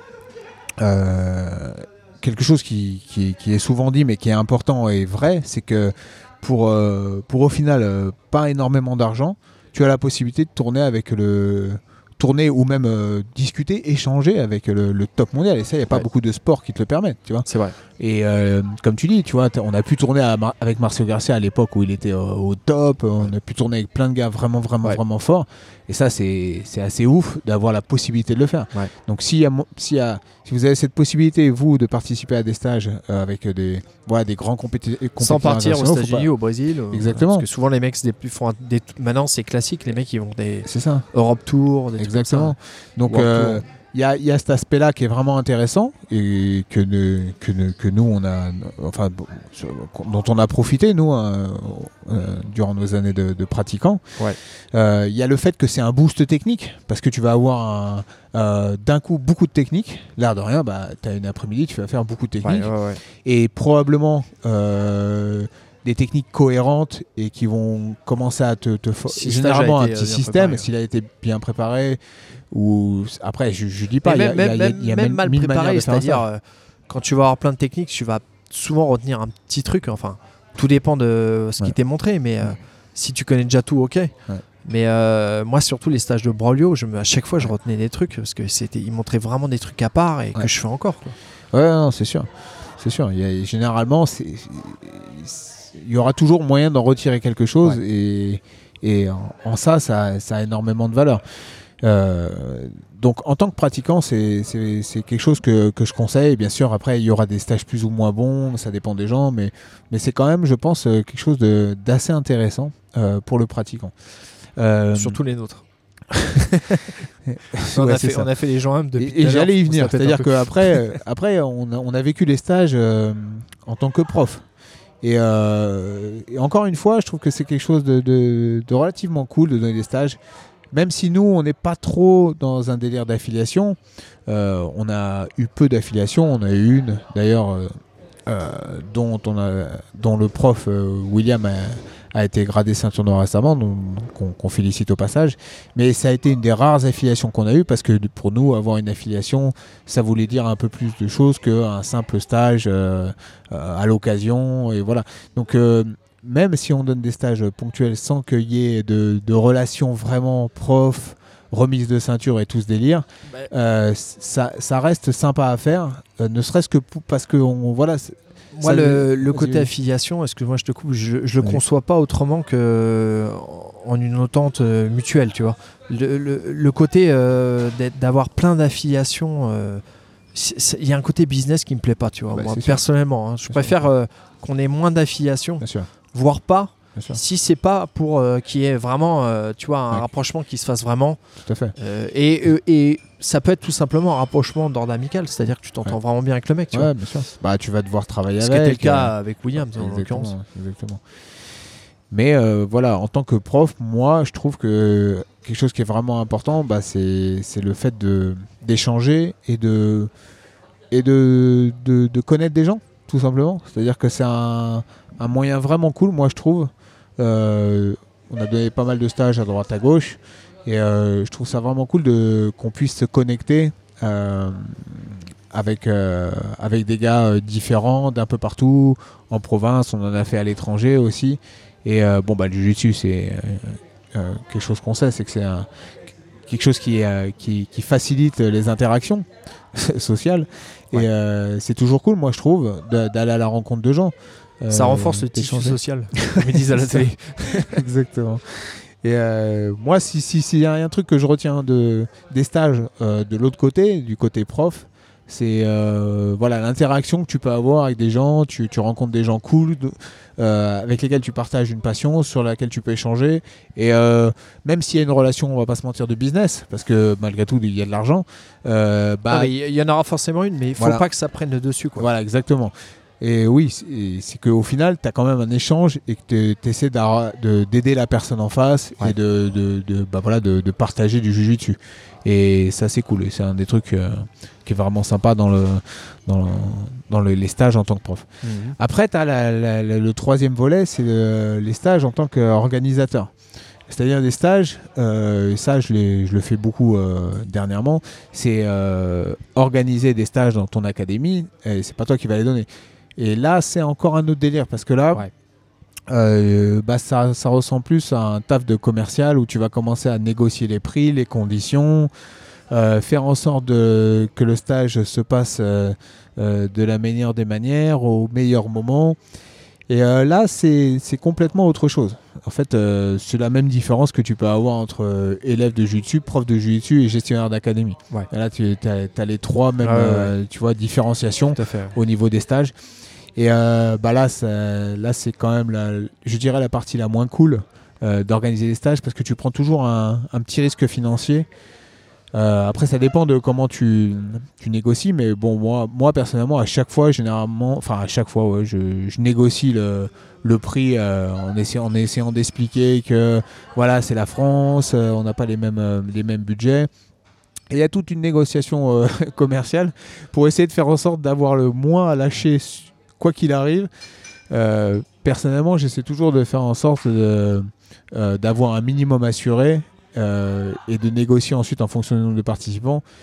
euh, quelque chose qui, qui- qui est souvent dit mais qui est important et vrai, c'est que pour, euh, pour au final euh, pas énormément d'argent, tu as la possibilité de tourner avec le tourner ou même euh, discuter, échanger avec le, le top mondial. Et ça, il n'y a pas Ouais. beaucoup de sports qui te le permettent, tu vois. C'est vrai. Et euh, comme tu dis, tu vois, t- on a pu tourner à Mar- avec Marcelo Garcia à l'époque où il était euh, au top. On a pu tourner avec plein de gars vraiment, vraiment, Ouais. vraiment forts. Et ça, c'est c'est assez ouf d'avoir la possibilité de le faire. Ouais. Donc, s'il y a, mo- s'il y a, si vous avez cette possibilité, vous, de participer à des stages euh, avec des, voilà, des grands compéti- compétiteurs Sans partir aux internationaux, faut États-Unis, pas- au Brésil. au- Exactement. Parce que souvent les mecs se dé- font un- des, maintenant c'est classique, les mecs ils vont des C'est ça. Europe Tour, des trucs comme Exactement. ça. Donc, World euh, Tour. il y a, il y a cet aspect-là qui est vraiment intéressant et que, ne- que, ne- que nous, on a, enfin, bon, sur- dont on a profité, nous, hein, euh, durant nos années de, de pratiquants. Ouais. Euh, Il y a le fait que c'est un boost technique parce que tu vas avoir un, euh, d'un coup beaucoup de techniques. L'air de rien, bah, tu as une après-midi, tu vas faire beaucoup de techniques Ouais, ouais, ouais. et probablement euh, des techniques cohérentes et qui vont commencer à te, te fo- Si le généralement stage a un été, petit euh, bien système préparé. s'il a été bien préparé ou après je, je dis pas Mais il y a- même, il y a- même, il y a même mille- mal mille manières préparé, de faire c'est-à-dire ça. euh, quand tu vas avoir plein de techniques, tu vas souvent retenir un petit truc. Enfin, tout dépend de ce Ouais. qui t'est montré, mais euh, si tu connais déjà tout, ok. Ouais. Mais euh, moi, surtout les stages de Braulio, je me, à chaque fois, je retenais des trucs parce que c'était, ils montraient vraiment des trucs à part et Ouais. que je fais encore. Quoi. Ouais, non, c'est sûr. C'est sûr. Il y a, généralement, c'est, c'est- il y aura toujours moyen d'en retirer quelque chose Ouais. et, et en, en ça, ça, ça a énormément de valeur. Euh, donc, en tant que pratiquant, c'est, c'est, c'est quelque chose que, que je conseille. Bien sûr, après, il y aura des stages plus ou moins bons, ça dépend des gens, mais, mais c'est quand même, je pense, euh, quelque chose de, d'assez intéressant euh, pour le pratiquant. Euh, Surtout les nôtres. ouais, on, a c'est fait, ça. on a fait les gens hum depuis Et, tout à et l'heure, j'allais y faut venir, se la péter c'est-à-dire un peu. qu'après, euh, après, on a, on a vécu les stages euh, en tant que prof. Et, euh, et encore une fois, je trouve que c'est quelque chose de, de- de relativement cool de donner des stages. Même si nous, on n'est pas trop dans un délire d'affiliation, euh, on a eu peu d'affiliations. On a eu une, d'ailleurs, euh, euh, dont, on a, dont le prof euh, William a, a été gradé ceinture noire récemment, donc, qu'on, qu'on félicite au passage. Mais ça a été une des rares affiliations qu'on a eues parce que pour nous, avoir une affiliation, ça voulait dire un peu plus de choses qu'un simple stage euh, euh, à l'occasion. Et voilà. Donc, euh, même si on donne des stages ponctuels sans qu'il y ait de, de relations vraiment prof, remise de ceinture et tout ce délire, Bah, euh, ça, ça reste sympa à faire, euh, ne serait-ce que pour- parce que on, voilà, c'est- Moi, ça- le, le vas-y, côté vas-y. affiliation, excuse-moi, je te coupe, je, je le Oui. conçois pas autrement que en une entente euh, mutuelle, tu vois. Le, le- le côté euh, d'être- d'avoir plein d'affiliations, euh, c'est- c'est- il y a un côté business qui me plaît pas, tu vois. Bah, Moi, c'est sûr. personnellement, hein. je Bien préfère sûr. euh, qu'on ait moins d'affiliations, Bien sûr, voire pas. bien sûr, Si c'est pas pour euh, qu'il y ait vraiment, euh, tu vois, un Ouais. rapprochement qui se fasse vraiment. tout à fait. Euh, et, euh, et ça peut être tout simplement un rapprochement d'ordre amical, c'est-à-dire que tu t'entends Ouais. vraiment bien avec le mec, tu Ouais, vois. bien sûr. Bah, tu vas devoir travailler Ce qui avec. était le cas euh, avec Williams, en exactement, l'occurrence. exactement. Mais euh, voilà, en tant que prof, moi, je trouve que quelque chose qui est vraiment important, bah, c'est, c'est le fait de, d'échanger et de, et de, de, de connaître des gens, tout simplement. C'est-à-dire que c'est un, un moyen vraiment cool, moi, je trouve. Euh, on a donné pas mal de stages à droite, à gauche. Et euh, je trouve ça vraiment cool de, qu'on puisse se connecter euh, avec, euh, avec des gars euh, différents d'un peu partout, en province, on en a fait à l'étranger aussi. Et euh, bon, bah, le jiu-jitsu, c'est euh, euh, quelque chose qu'on sait, c'est que c'est un, quelque chose qui, euh, qui, qui facilite les interactions sociales. Ouais. Et euh, c'est toujours cool, moi, je trouve, de- d'aller à la rencontre de gens. Ça Euh, renforce le tissu d'échanger. social, comme ils disent à la C'est ça. télé. Exactement. Et euh, moi, si s'il si, y a un truc que je retiens de, des stages euh, de l'autre côté, du côté prof, c'est euh, voilà, l'interaction que tu peux avoir avec des gens. Tu, tu rencontres des gens cool de- euh, avec lesquels tu partages une passion, sur laquelle tu peux échanger. Et euh, même s'il y a une relation, on va pas se mentir, de business, parce que malgré tout, il y a de l'argent. euh, bah, Ah, mais Il y en aura forcément une, mais il faut Voilà. pas que ça prenne le dessus. Quoi. Voilà, exactement. Et oui, c'est c'est qu'au final, tu as quand même un échange et que tu essaies d'aider la personne en face Ouais. et de, de, de, bah voilà, de, de partager du jujitsu. Et ça, c'est cool. Et c'est un des trucs euh, qui est vraiment sympa dans, le, dans, le- dans le- les stages en tant que prof. Mhm. Après, tu as le troisième volet, c'est le- les stages en tant qu'organisateur. C'est-à-dire des stages, euh, ça je, l'ai- je le fais beaucoup euh, dernièrement, c'est euh, organiser des stages dans ton académie, et c'est pas toi qui vas les donner. Et là, c'est encore un autre délire, parce que là, Ouais. euh, bah, ça, ça ressemble plus à un taf de commercial où tu vas commencer à négocier les prix, les conditions, euh, faire en sorte de, que le stage se passe euh, euh, de la meilleure des manières, au meilleur moment. Et euh, là, c'est c'est complètement autre chose. En fait, euh, c'est la même différence que tu peux avoir entre euh, élève de jiu-jitsu, prof de jiu-jitsu et gestionnaire d'académie. Ouais. Et là, tu as, les trois mêmes Ah ouais, ouais. euh, tu vois, différenciations Tout à fait. au niveau des stages. Et euh, bah là, ça- là c'est quand même, la, je dirais, la partie la moins cool euh, d'organiser les stages parce que tu prends toujours un, un petit risque financier. Euh, après, ça dépend de comment tu, tu négocies, mais bon, moi, moi personnellement, à chaque fois, généralement, enfin à chaque fois, ouais, je, je négocie le, le prix euh, en essayant, en essayant d'expliquer que voilà, c'est la France, euh, on n'a pas les mêmes, euh, les mêmes budgets. Et il y a toute une négociation euh, commerciale pour essayer de faire en sorte d'avoir le moins à lâcher quoi qu'il arrive. Euh, personnellement, j'essaie toujours de faire en sorte de, euh, d'avoir un minimum assuré euh, et de négocier ensuite en fonction du nombre de participants.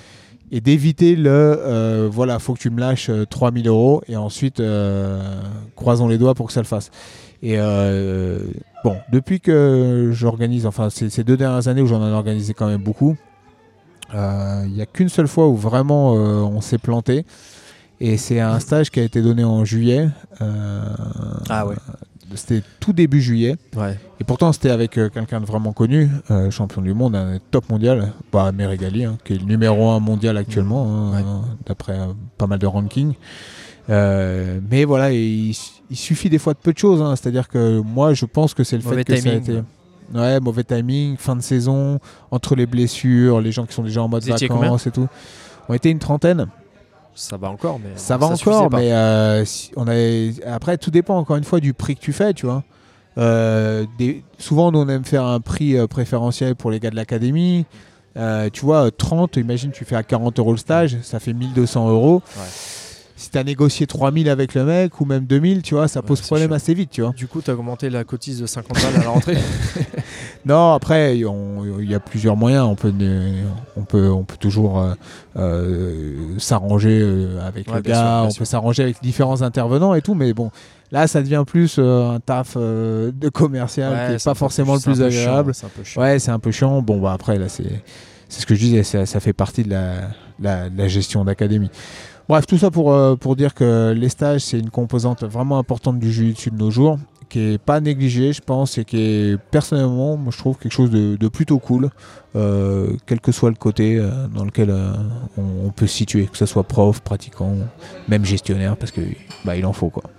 et d'éviter le euh, voilà, faut que tu me lâches euh, trois mille euros et ensuite euh, croisons les doigts pour que ça le fasse. Et euh, bon, depuis que j'organise, enfin c'est ces deux dernières années où j'en ai organisé quand même beaucoup, il euh, n'y a qu'une seule fois où vraiment euh, on s'est planté. Et c'est un stage qui a été donné en juillet. Euh, Ah ouais. C'était tout début juillet. Ouais. Et pourtant, c'était avec euh, quelqu'un de vraiment connu, euh, champion du monde, un top mondial, bah, Meregali, hein, qui est le numéro un mondial actuellement, hein, Ouais. euh, d'après euh, pas mal de rankings. Euh, mais voilà, il, il suffit des fois de peu de choses. Hein, c'est-à-dire que moi, je pense que c'est le Mauvais fait que timing. ça a été... Ouais, mauvais timing, fin de saison, entre les blessures, les gens qui sont déjà en mode Vous étiez vacances et tout. On était une trentaine. Ça va encore, mais Ça va suffisait encore, pas. mais euh, si on avait... après, tout dépend encore une fois du prix que tu fais, tu vois. Euh, des... Souvent, nous, on aime faire un prix euh, préférentiel pour les gars de l'académie. Euh, tu vois, trente, imagine, tu fais à quarante euros le stage, ça fait mille deux cents euros. Ouais. Si tu as négocié trois mille avec le mec ou même deux mille, tu vois, ça Ouais, pose c'est problème chiant. assez vite, tu vois. Du coup, tu as augmenté la cotise de cinquante balles à la rentrée. Non, après, on- il y a plusieurs moyens. On peut, on peut, on peut toujours euh, euh, s'arranger euh, avec Ouais, le bien gars, sûr, bien on sûr. peut s'arranger avec différents intervenants et tout. Mais bon, là, ça devient plus euh, un taf euh, de commercial Ouais, qui n'est c'est pas un peu- forcément le c'est un plus peu chiant, agréable. c'est un peu chiant. Ouais, c'est un peu chiant. Bon, bah après, là, c'est, c'est ce que je disais, ça, ça fait partie de la, la, la gestion d'académie. Bref, tout ça pour, euh, pour dire que les stages, c'est une composante vraiment importante du jiu-jitsu de nos jours, qui est pas négligée, je pense, et qui est personnellement, moi, je trouve quelque chose de, de plutôt cool, euh, quel que soit le côté euh, dans lequel euh, on, on peut se situer, que ce soit prof, pratiquant, même gestionnaire, parce que bah, il en faut, quoi.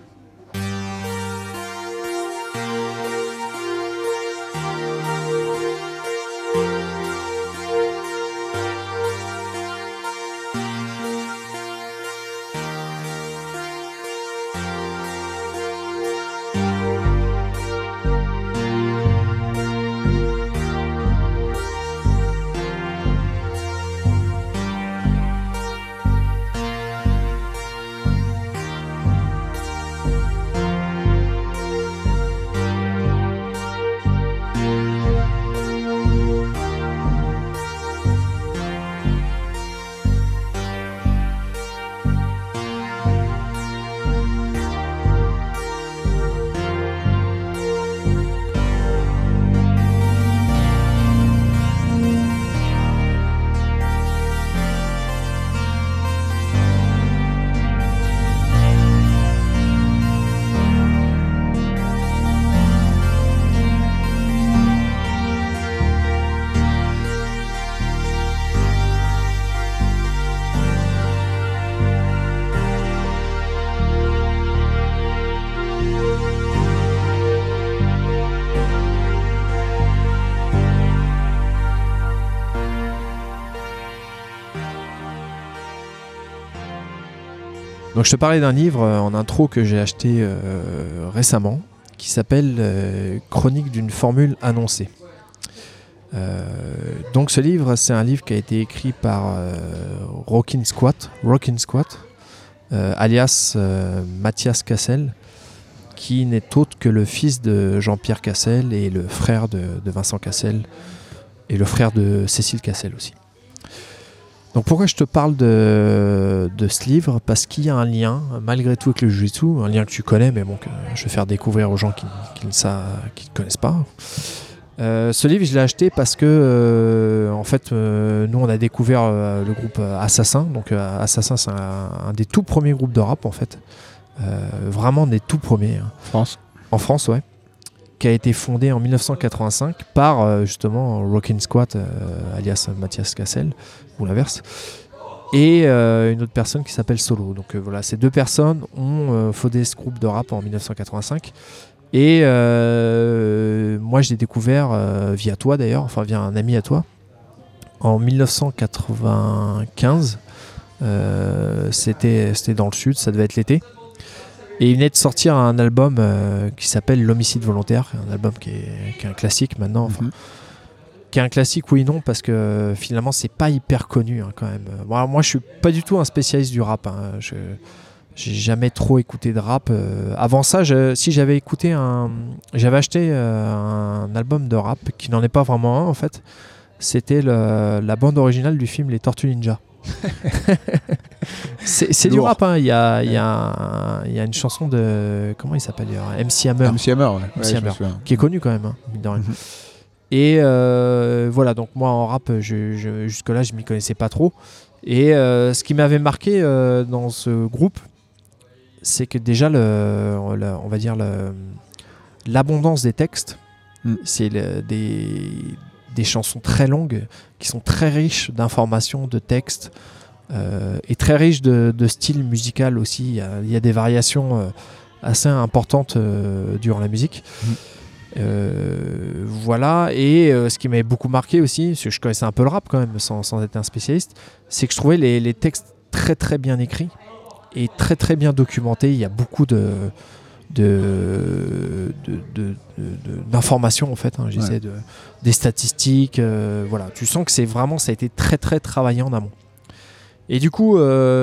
Donc je te parlais d'un livre euh, en intro que j'ai acheté euh, récemment qui s'appelle euh, Chronique d'une formule annoncée. Euh, donc ce livre, c'est un livre qui a été écrit par euh, Rockin' Squat, Rockin' Squat euh, alias euh, Mathias Cassel, qui n'est autre que le fils de Jean-Pierre Cassel et le frère de, de Vincent Cassel et le frère de Cécile Cassel aussi. Donc pourquoi je te parle de, de ce livre ? Parce qu'il y a un lien, malgré tout, avec le jiu-jitsu, un lien que tu connais, mais bon, que je vais faire découvrir aux gens qui, qui ne savent, qui ne connaissent pas. Euh, ce livre, je l'ai acheté parce que, euh, en fait, euh, nous, on a découvert euh, le groupe Assassin. Donc, euh, Assassin, c'est un, un des tout premiers groupes de rap, en fait. Euh, vraiment des tout premiers. Hein. France. En France, ouais. Qui a été fondé en dix-neuf cent quatre-vingt-cinq par, euh, justement, Rockin' Squat, euh, alias Mathias Cassel, ou l'inverse. Et euh, une autre personne qui s'appelle Solo. Donc, euh, voilà, ces deux personnes ont euh, fondé ce groupe de rap en dix-neuf cent quatre-vingt-cinq. Et euh, moi, je l'ai découvert euh, via toi d'ailleurs, enfin via un ami à toi, en dix-neuf cent quatre-vingt-quinze. Euh, c'était, c'était dans le sud, ça devait être l'été. Et il venait de sortir un album euh, qui s'appelle L'Homicide Volontaire, un album qui est, qui est un classique maintenant. Enfin, Mm-hmm. qui est un classique, oui et non, parce que euh, finalement, c'est pas hyper connu hein, quand même. Bon, moi, je suis pas du tout un spécialiste du rap. Hein. Je, J'ai jamais trop écouté de rap. Euh, avant ça, je, si j'avais écouté un, j'avais acheté euh, un album de rap qui n'en est pas vraiment un en fait. C'était le, la bande originale du film Les Tortues Ninja. c'est c'est du Lourd. rap, hein. Il y a, il y, a un- il y a une chanson de. Comment il s'appelle d'ailleurs M C Hammer, M C Hammer, ouais. M Ouais, C je me Hammer, souviens. qui est connu quand même, hein, mine de rien. Mhm. Et euh, voilà, donc moi en rap, je, je- jusque-là, je m'y connaissais pas trop. Et euh, ce qui m'avait marqué euh, dans ce groupe, c'est que déjà, le, le- on va dire, le- l'abondance des textes, Mm. c'est le- des, des chansons très longues qui sont très riches d'informations, de textes, euh, et très riches de, de style musical aussi. Il y a, il y a des variations euh, assez importantes euh, durant la musique. Mm. Euh, voilà, et euh, ce qui m'avait beaucoup marqué aussi, parce que je connaissais un peu le rap quand même, sans, sans être un spécialiste, c'est que je trouvais les, les textes très très bien écrits et très très bien documentés. Il y a beaucoup de de, de, de- de- de- d'informations en fait, hein, j'essaie Ouais. de, des statistiques, euh, voilà, tu sens que c'est vraiment, ça a été très très travaillé en amont. Et du coup,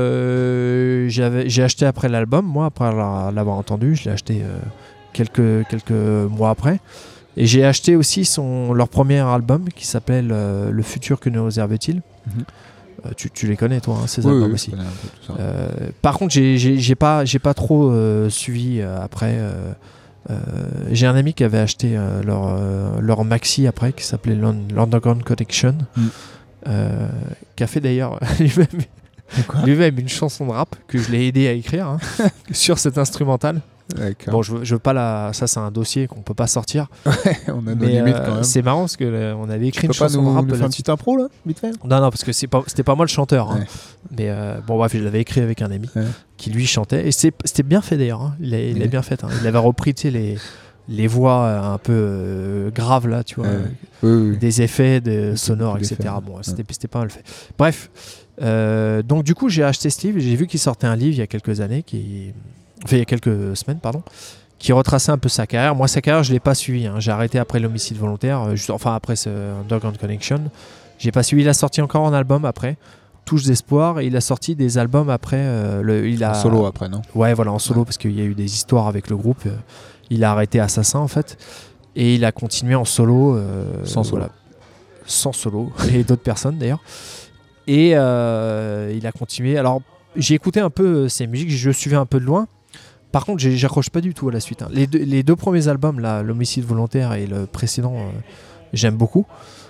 euh, j'avais, j'ai acheté après l'album, moi, après la- l'avoir entendu, je l'ai acheté euh, quelques, quelques mois après. Et j'ai acheté aussi son, leur premier album qui s'appelle euh, Le futur que nous réserve-t-il. Mhm. Euh, tu, tu les connais, toi, hein, ces Oui, albums oui, aussi. je connais un peu tout ça. Euh, par contre, j'ai, j'ai, j'ai pas, j'ai pas trop euh, suivi euh, après. euh, euh, j'ai un ami qui avait acheté euh, leur, euh, leur maxi après, qui s'appelait l'Un- l'Underground Collection, Mm. euh, qui a fait d'ailleurs lui-même, Quoi lui-même une chanson de rap que je l'ai aidé à écrire hein, sur cet instrumental. D'accord. Bon, je, veux- je veux pas la, ça c'est un dossier qu'on peut pas sortir. On a nos Mais limites euh, quand même. c'est marrant parce que euh, on avait écrit Tu une peux pas chanson nous, de rap nous faire un là-dessus. petit impro là, vite fait Non, non, parce que c'est pas, c'était pas moi le chanteur. hein. Ouais. Mais euh, bon, bref, je l'avais écrit avec un ami Ouais. qui lui chantait. Et c'est- c'était bien fait d'ailleurs. hein. Il, a, il a Ouais. bien fait. hein. Il avait repris tu sais, les, les voix euh, un peu euh, graves là, tu vois. Ouais. euh, Oui, oui. Des effets de sonores, beaucoup et cetera. d'effets, Bon, ouais. c'était, c'était pas mal fait. Bref. euh, donc, du coup, j'ai acheté ce livre. J'ai vu qu'il sortait un livre il y a quelques années, qui... enfin, il y a quelques semaines, pardon, qui retraçait un peu sa carrière. Moi, sa carrière, je l'ai pas suivi. hein. J'ai arrêté après l'homicide volontaire, euh, juste- enfin après ce Underground Connection. J'ai pas suivi. Il a sorti encore un album après, Touche d'espoir, et il a sorti des albums après. euh, le, il a En solo après, non Ouais, voilà, en solo, Ouais. parce qu'il y a eu des histoires avec le groupe. euh, il a arrêté Assassin, en fait. Et il a continué en solo. euh, Sans solo. voilà. Sans solo. Et d'autres personnes, d'ailleurs. Et euh, il a continué. Alors, j'ai écouté un peu ses musiques, je suivais un peu de loin. Par contre, j'ai- j'accroche pas du tout à la suite. hein. Les, deux, les deux premiers albums, là, l'homicide volontaire et le précédent, euh, j'aime beaucoup.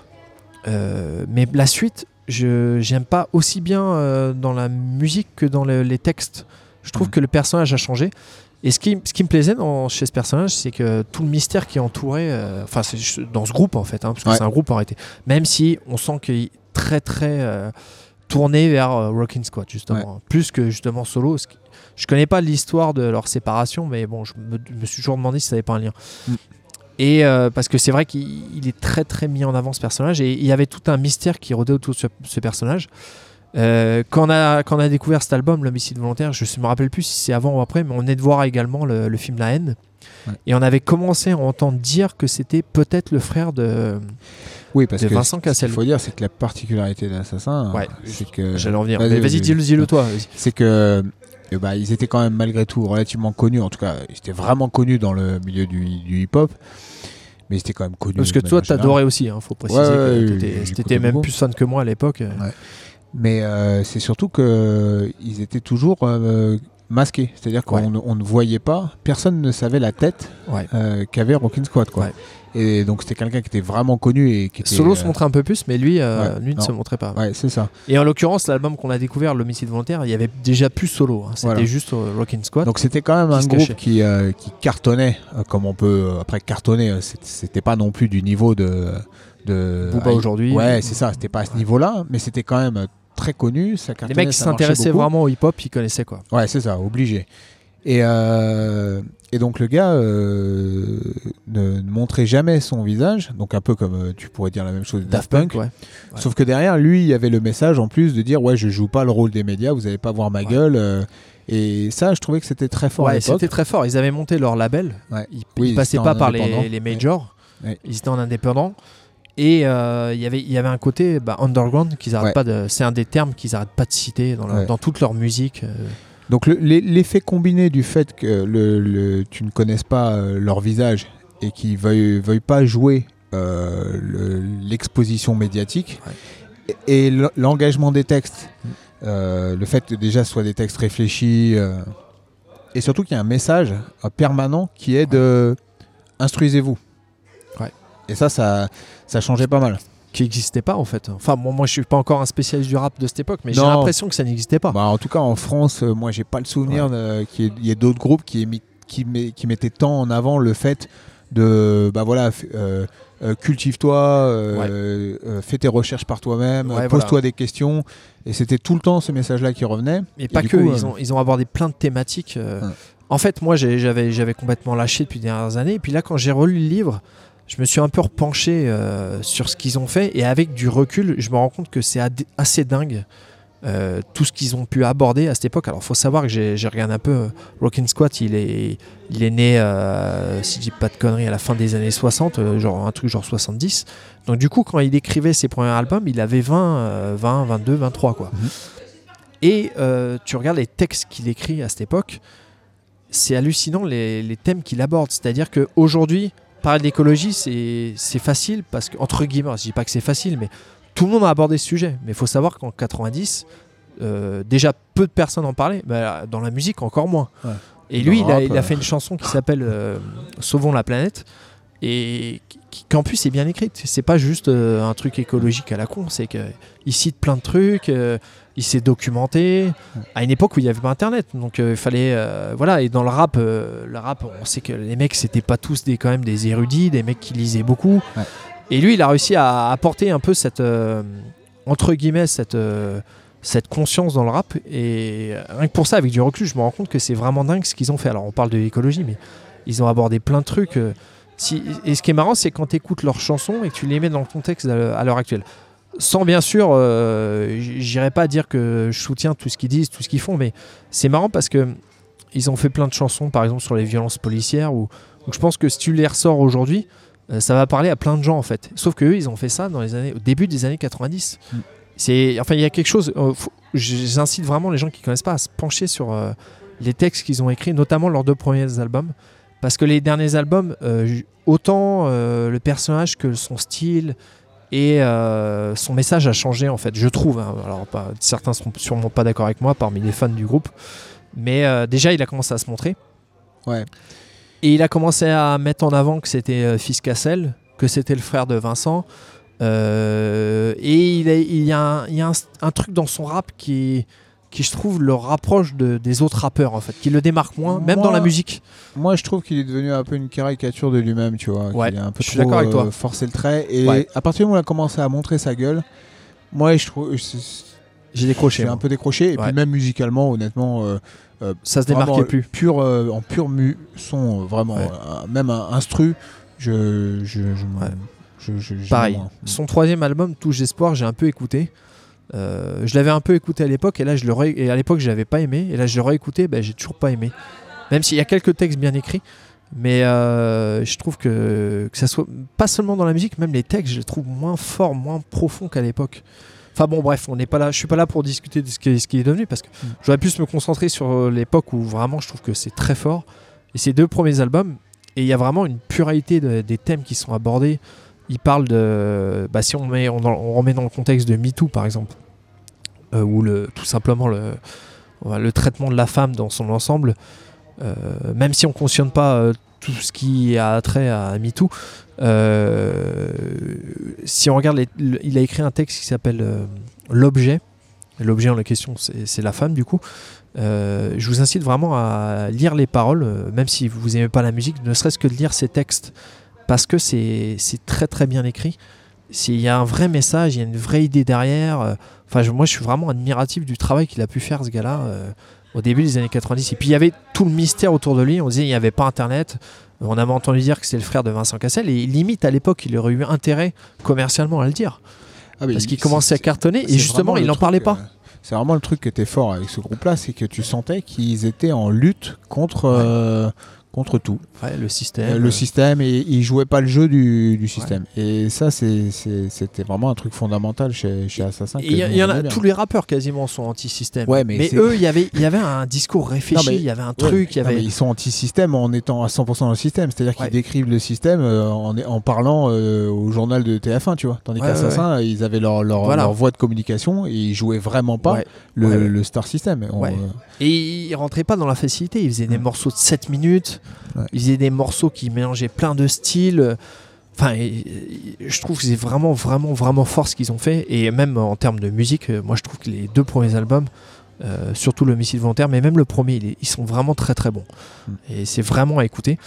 Euh, mais la suite, je j'aime pas aussi bien euh, dans la musique que dans le- les textes. Je trouve Mhm. que le personnage a changé. Et ce qui, ce qui me plaisait dans, chez ce personnage, c'est que tout le mystère qui entourait, euh, enfin, c'est ch- dans ce groupe en fait, hein, parce que Ouais. c'est un groupe en réalité, même si on sent qu'il est très très euh, tourné vers euh, Rockin' Squad, justement, plus que justement solo. Ce qui- Je connais pas l'histoire de leur séparation, mais bon, je me, je me suis toujours demandé si ça n'avait pas un lien. Mm. Et euh, parce que c'est vrai qu'il il est très très mis en avant ce personnage, et il y avait tout un mystère qui rôdait autour de ce, ce personnage. Euh, quand, on a, quand on a découvert cet album, L'homicide volontaire, je ne me rappelle plus si c'est avant ou après, mais on venait de voir également le, le film La haine. Ouais. Et on avait commencé à entendre dire que c'était peut-être le frère de. Oui, parce de que Vincent ce Cassel. qu'il faut dire, c'est que la particularité d'Assassin, Ouais. c'est que J'allais en venir. Vas-y, Mais vas-y, vas-y, dis-le, vas-y. dis-le toi. vas-y. c'est que euh, bah, ils étaient quand même malgré tout relativement connus. En tout cas, ils étaient vraiment connus dans le milieu du, du hip-hop, mais ils étaient quand même connus. Parce que de toi, manière t'adorais aussi, hein, faut préciser Ouais, ouais, que ouais, t'étais- j'ai t'étais écouté même beaucoup. plus fan que moi à l'époque. Ouais. Mais euh, c'est surtout qu'ils étaient toujours euh, masqués. C'est-à-dire qu'on Ouais. ne- on ne voyait pas, personne ne savait la tête Ouais. euh, qu'avait Rockin' Squad. Quoi. Ouais. Et donc c'était quelqu'un qui était vraiment connu et qui était. Solo euh, se montrait un peu plus, mais lui, euh, ouais, lui ne non. se montrait pas. Ouais, c'est ça. Et en l'occurrence, l'album qu'on a découvert, L'homicide volontaire, il y avait déjà plus solo. hein. C'était Voilà. juste euh, Rockin' Squad. Donc c'était quand même Qui un se groupe cachait. qui, euh, qui cartonnait, euh, comme on peut euh, après cartonner. euh, c'est- C'était pas non plus du niveau de. de Booba ah, aujourd'hui. Ouais, c'est ça. C'était pas à ce niveau-là, mais c'était quand même euh, très connu. Ça Les cartonnait, mecs qui ça marchait s'intéressaient beaucoup. vraiment au hip-hop, ils connaissaient quoi. Ouais, c'est ça, obligé. Et, euh, et donc le gars euh, ne, ne montrait jamais son visage, donc un peu comme euh, tu pourrais dire la même chose de Daft Punk. ouais. Ouais. Sauf que derrière lui, il y avait le message en plus de dire ouais, je joue pas le rôle des médias, vous allez pas voir ma Ouais. gueule. euh, et ça, je trouvais que c'était très fort à Ouais, l'époque. c'était très fort. Ils avaient monté leur label. Ouais. Ils, Oui, ils ils passaient étaient pas en par indépendant. les, les majors. Ouais. Ils étaient en indépendant. Et euh, il y avait- il y avait un côté bah, underground qu'ils arrêtent Ouais. pas de. C'est un des termes qu'ils arrêtent pas de citer dans, leur- Ouais. dans toute leur musique. euh. Donc le- l'e- l'effet combiné du fait que le, le- tu ne connaisses pas euh, leur visage et qu'ils veuillent, veuillent pas jouer euh, le- l'exposition médiatique Ouais. et, et l- l'engagement des textes. Euh, le fait que déjà ce soit des textes réfléchis euh, et surtout qu'il y a un message euh, permanent qui est de instruisez-vous. Ouais. Et ça, ça, ça changeait pas mal. Qui n'existait pas en fait. Enfin, moi, moi je suis pas encore un spécialiste du rap de cette époque, mais j'ai Non. l'impression que ça n'existait pas. Bah, en tout cas, en France, euh, moi, j'ai pas le souvenir de- qu'il y ait, il y ait d'autres groupes qui, émi- qui, met- qui mettaient tant en avant le fait de, bah voilà, f- euh, euh, cultive-toi, euh, Ouais. euh, fais tes recherches par toi-même, Ouais, euh, pose-toi voilà. des questions. Et c'était tout le temps ce message-là qui revenait. Mais Et pas du que, coup, ils, euh, ont, ils ont abordé plein de thématiques. euh. Ouais. En fait, moi, j'ai- j'avais, j'avais complètement lâché depuis les dernières années. Et puis là, quand j'ai relu le livre, je me suis un peu repenché euh, sur ce qu'ils ont fait. Et avec du recul, je me rends compte que c'est ad- assez dingue euh, tout ce qu'ils ont pu aborder à cette époque. Alors, il faut savoir que j'ai, j'ai regardé un peu euh, Rockin' Squat. Il est, il est né, euh, si je dis pas de conneries, à la fin des années soixante, euh, genre un truc genre soixante-dix. Donc, du coup, quand il écrivait ses premiers albums, il avait vingt, euh, vingt, vingt-deux, vingt-trois, quoi. Mhm. Et euh, tu regardes les textes qu'il écrit à cette époque, c'est hallucinant les, les thèmes qu'il aborde. C'est-à-dire qu'aujourd'hui, parler d'écologie, c'est, c'est facile, parce que, entre guillemets, je dis pas que c'est facile, mais tout le monde a abordé ce sujet. Mais il faut savoir qu'en quatre-vingt-dix, euh, déjà peu de personnes en parlaient, bah, dans la musique encore moins. Ouais. Et Dans lui, le il a, rap, il a euh. fait une chanson qui s'appelle euh, Sauvons la planète, et qui, qui en plus est bien écrite. C'est pas juste euh, un truc écologique à la con, c'est qu'il cite plein de trucs, euh, il s'est documenté à une époque où il n'y avait pas internet, donc euh, il fallait euh, voilà. Et dans le rap, euh, le rap, on sait que les mecs c'était pas tous des quand même des érudits, des mecs qui lisaient beaucoup. Ouais. Et lui, il a réussi à apporter un peu cette euh, entre guillemets cette euh, cette conscience dans le rap. Et rien que pour ça, avec du recul, je me rends compte que c'est vraiment dingue ce qu'ils ont fait. Alors on parle de l'écologie, mais ils ont abordé plein de trucs. euh, Si, et ce qui est marrant, c'est quand tu écoutes leurs chansons et que tu les mets dans le contexte à l'heure actuelle. Sans bien sûr, euh, j'irai pas dire que je soutiens tout ce qu'ils disent, tout ce qu'ils font, mais c'est marrant parce que ils ont fait plein de chansons, par exemple sur les violences policières, où, où je pense que si tu les ressors aujourd'hui, euh, ça va parler à plein de gens en fait. Sauf que eux, ils ont fait ça dans les années, au début des années quatre-vingt-dix. Mm. C'est, enfin, il y a quelque chose. Euh, faut- j'incite vraiment les gens qui connaissent pas à se pencher sur euh, les textes qu'ils ont écrits, notamment leurs deux premiers albums. Parce que les derniers albums, euh, j- autant euh, le personnage que son style et euh, son message a changé en fait, je trouve. Hein. Alors pas, certains seront sûrement pas d'accord avec moi parmi les fans du groupe, mais euh, déjà il a commencé à se montrer. Ouais. Et il a commencé à mettre en avant que c'était euh, Fils Cassel, que c'était le frère de Vincent. Euh, et il, a- il y a, un, il y a un, un truc dans son rap qui, qui je trouve le rapproche de, des autres rappeurs en fait, qui le démarque moins, même Moi- dans la musique. Moi, je trouve qu'il est devenu un peu une caricature de lui-même, tu vois. Ouais, qu'il a un peu je suis trop d'accord avec toi. euh, forcé le trait. Et Ouais. à partir du moment où il a commencé à montrer sa gueule, moi, je trouve, c'est- J'ai décroché. j'ai moi. un peu décroché. Et Ouais. puis même musicalement, honnêtement, euh, euh, Ça se vraiment, démarquait euh, plus. Pur, euh, en pur mu son, euh, vraiment, Ouais. euh, même un instru, je, je, je, Ouais. je- je- j'aime Pareil. moins. Son troisième album, Touche d'espoir, j'ai un peu écouté. Euh, je l'avais un peu écouté à l'époque et là je le ré- et à l'époque je l'avais pas aimé et là je l'ai réécouté, ben j'ai toujours pas aimé. Même s'il y a quelques textes bien écrits, mais euh, je trouve que que ça soit pas seulement dans la musique, même les textes, je les trouve moins forts, moins profonds qu'à l'époque. Enfin bon, bref, on n'est pas là. Je suis pas là pour discuter de ce qui, ce qui est devenu parce que Mm. j'aurais pu me concentrer sur l'époque où vraiment je trouve que c'est très fort. Et ces deux premiers albums, et il y a vraiment une pluralité de- des thèmes qui sont abordés. Il parle de, bah, si on met, on, on remet dans le contexte de MeToo par exemple, euh, ou le, tout simplement le, voilà, le traitement de la femme dans son ensemble, euh, même si on cautionne pas euh, tout ce qui a trait à MeToo, euh, si on regarde, les, le- il a écrit un texte qui s'appelle euh, L'objet. L'objet en la question, c'est c'est la femme du coup. Euh, je vous incite vraiment à lire les paroles, euh, même si vous aimez pas la musique, ne serait-ce que de lire ces textes, parce que c'est c'est très très bien écrit. C'est- Il y a un vrai message, il y a une vraie idée derrière. euh, Enfin, je- moi, je suis vraiment admiratif du travail qu'il a pu faire, ce gars-là, euh, au début des années quatre-vingt-dix. Et puis, il y avait tout le mystère autour de lui. On disait qu'il n'y avait pas Internet. On avait entendu dire que c'était le frère de Vincent Cassel. Et limite, à l'époque, il aurait eu intérêt commercialement à le dire. Ah, mais Parce il- qu'il commençait à c'est- cartonner. c'est Et justement, vraiment il le n'en truc, parlait euh, pas. C'est vraiment le truc qui était fort avec ce groupe-là, c'est que tu sentais qu'ils étaient en lutte contre, euh, contre tout. Ouais, le système. Euh, le système, et il jouait pas le jeu du, du système. Ouais. Et ça, c'est, c'est, c'était vraiment un truc fondamental chez, chez Assassin. Il y, y en a, tous les rappeurs quasiment sont anti-système. Ouais, mais mais eux, il y avait, il y avait un discours réfléchi, il y avait un truc. Ouais, y avait... non, mais ils sont anti-système en étant à cent pour cent dans le système. C'est-à-dire ouais. qu'ils décrivent le système euh, en, en parlant euh, au journal de T F un, tu vois. Tandis ouais, qu'Assassin, ouais. ils avaient leur, leur, voilà. leur voie de communication et ils jouaient vraiment pas ouais. Le, ouais. le star system. On, ouais. euh... Et ils rentraient pas dans la facilité. Ils faisaient des ouais. morceaux de sept minutes. Ouais. Ils faisaient des morceaux qui mélangeaient plein de styles. Enfin, je trouve que c'est vraiment, vraiment, vraiment fort ce qu'ils ont fait. Et même en termes de musique, moi je trouve que les deux premiers albums, euh, surtout le Missile Volontaire, mais même le premier, ils sont vraiment très très bons. Mm. Et c'est vraiment à écouter.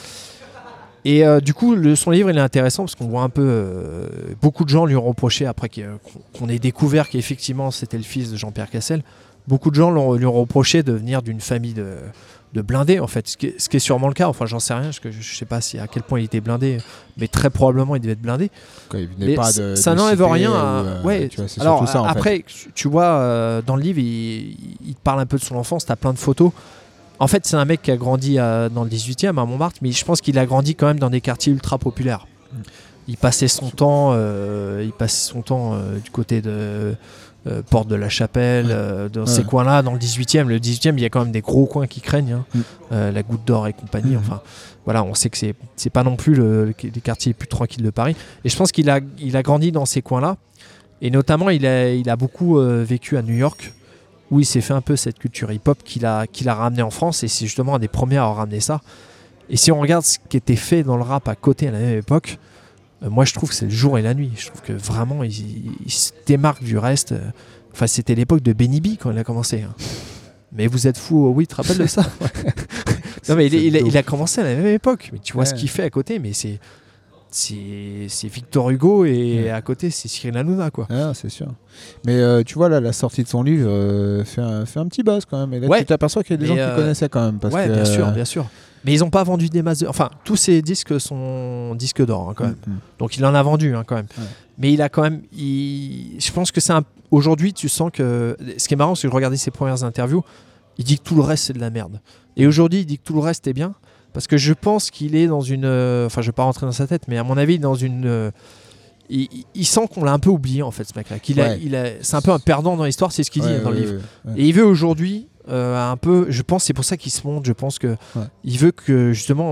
Et euh, du coup, le, son livre il est intéressant parce qu'on voit un peu. Euh, beaucoup de gens lui ont reproché après qu'on ait découvert qu'effectivement c'était le fils de Jean-Pierre Cassel. Beaucoup de gens lui ont reproché de venir d'une famille de. de blindé en fait, ce qui, est, ce qui est sûrement le cas, enfin j'en sais rien, parce que je, je sais pas si à quel point il était blindé, mais très probablement il devait être blindé. Quand il venait pas de, ça de n'enlève rien à... euh, ouais. Tu vois, c'est alors ça, en après fait. tu vois euh, dans le livre il, il te parle un peu de son enfance, t'as plein de photos. En fait c'est un mec qui a grandi à, dans le dix-huitième à Montmartre, mais je pense qu'il a grandi quand même dans des quartiers ultra populaires. Il passait son temps euh, il passait son temps euh, du côté de Euh, Porte de la Chapelle, ouais. euh, dans ouais. ces coins-là, dans le dix-huitième. Le dix-huitième, il y a quand même des gros coins qui craignent, hein. mm. euh, la Goutte d'Or et compagnie. Mm. Enfin, voilà, on sait que c'est c'est pas non plus le, le, les quartiers les plus tranquilles de Paris. Et je pense qu'il a il a grandi dans ces coins-là. Et notamment, il a il a beaucoup euh, vécu à New York, où il s'est fait un peu cette culture hip-hop qu'il a qu'il a ramené en France. Et c'est justement un des premiers à ramener ça. Et si on regarde ce qui était fait dans le rap à côté à la même époque. Euh, moi je trouve que c'est le jour et la nuit. Je trouve que vraiment il, il, il se démarque du reste. Enfin c'était l'époque de Benny B quand il a commencé, hein. Mais vous êtes fou, oh oui, tu te rappelles de ça? Non mais il, il, a, il a commencé à la même époque. Mais tu vois ouais. ce qu'il fait à côté, mais c'est c'est, c'est Victor Hugo et ouais. à côté c'est Cyril Hanouna quoi. Ah, c'est sûr. Mais euh, tu vois là la sortie de son livre euh, fait, un, fait un petit buzz quand même. Et là ouais. tu t'aperçois qu'il y a des mais gens euh... qui connaissaient quand même. Parce ouais que, bien sûr, euh... bien sûr. Mais ils n'ont pas vendu des masses de... Enfin, tous ces disques sont disques d'or, hein, quand même. Mm-hmm. Donc il en a vendu, hein, quand même. Ouais. Mais il a quand même... Il... Je pense que c'est un... Aujourd'hui, tu sens que... Ce qui est marrant, c'est que je regardais ses premières interviews, il dit que tout le reste, c'est de la merde. Et aujourd'hui, il dit que tout le reste est bien. Parce que je pense qu'il est dans une... Enfin, je ne vais pas rentrer dans sa tête, mais à mon avis, dans une... Il, il sent qu'on l'a un peu oublié, en fait, ce mec-là. Qu'il a, ouais. il a... C'est un peu un perdant dans l'histoire, c'est ce qu'il ouais, dit ouais, dans le ouais, livre. Ouais, ouais. Et il veut aujourd'hui... Euh, un peu, je pense c'est pour ça qu'il se monte, je pense que ouais. il veut que justement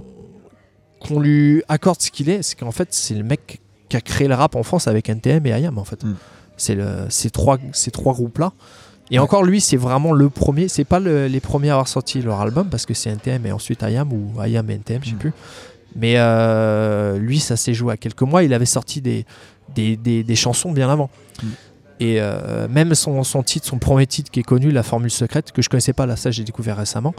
qu'on lui accorde ce qu'il est, c'est qu'en fait c'est le mec qui a créé le rap en France avec N T M et I A M en fait. Mm. C'est le, ces trois, ces trois groupes là. Et ouais. encore lui c'est vraiment le premier, c'est pas le, les premiers à avoir sorti leur album parce que c'est N T M et ensuite I A M ou I A M et N T M, je sais mm. plus. Mais euh, lui ça s'est joué à quelques mois, il avait sorti des, des, des, des chansons bien avant. Mm. Et euh, même son, son titre, son premier titre qui est connu, La Formule Secrète, que je connaissais pas, là ça j'ai découvert récemment.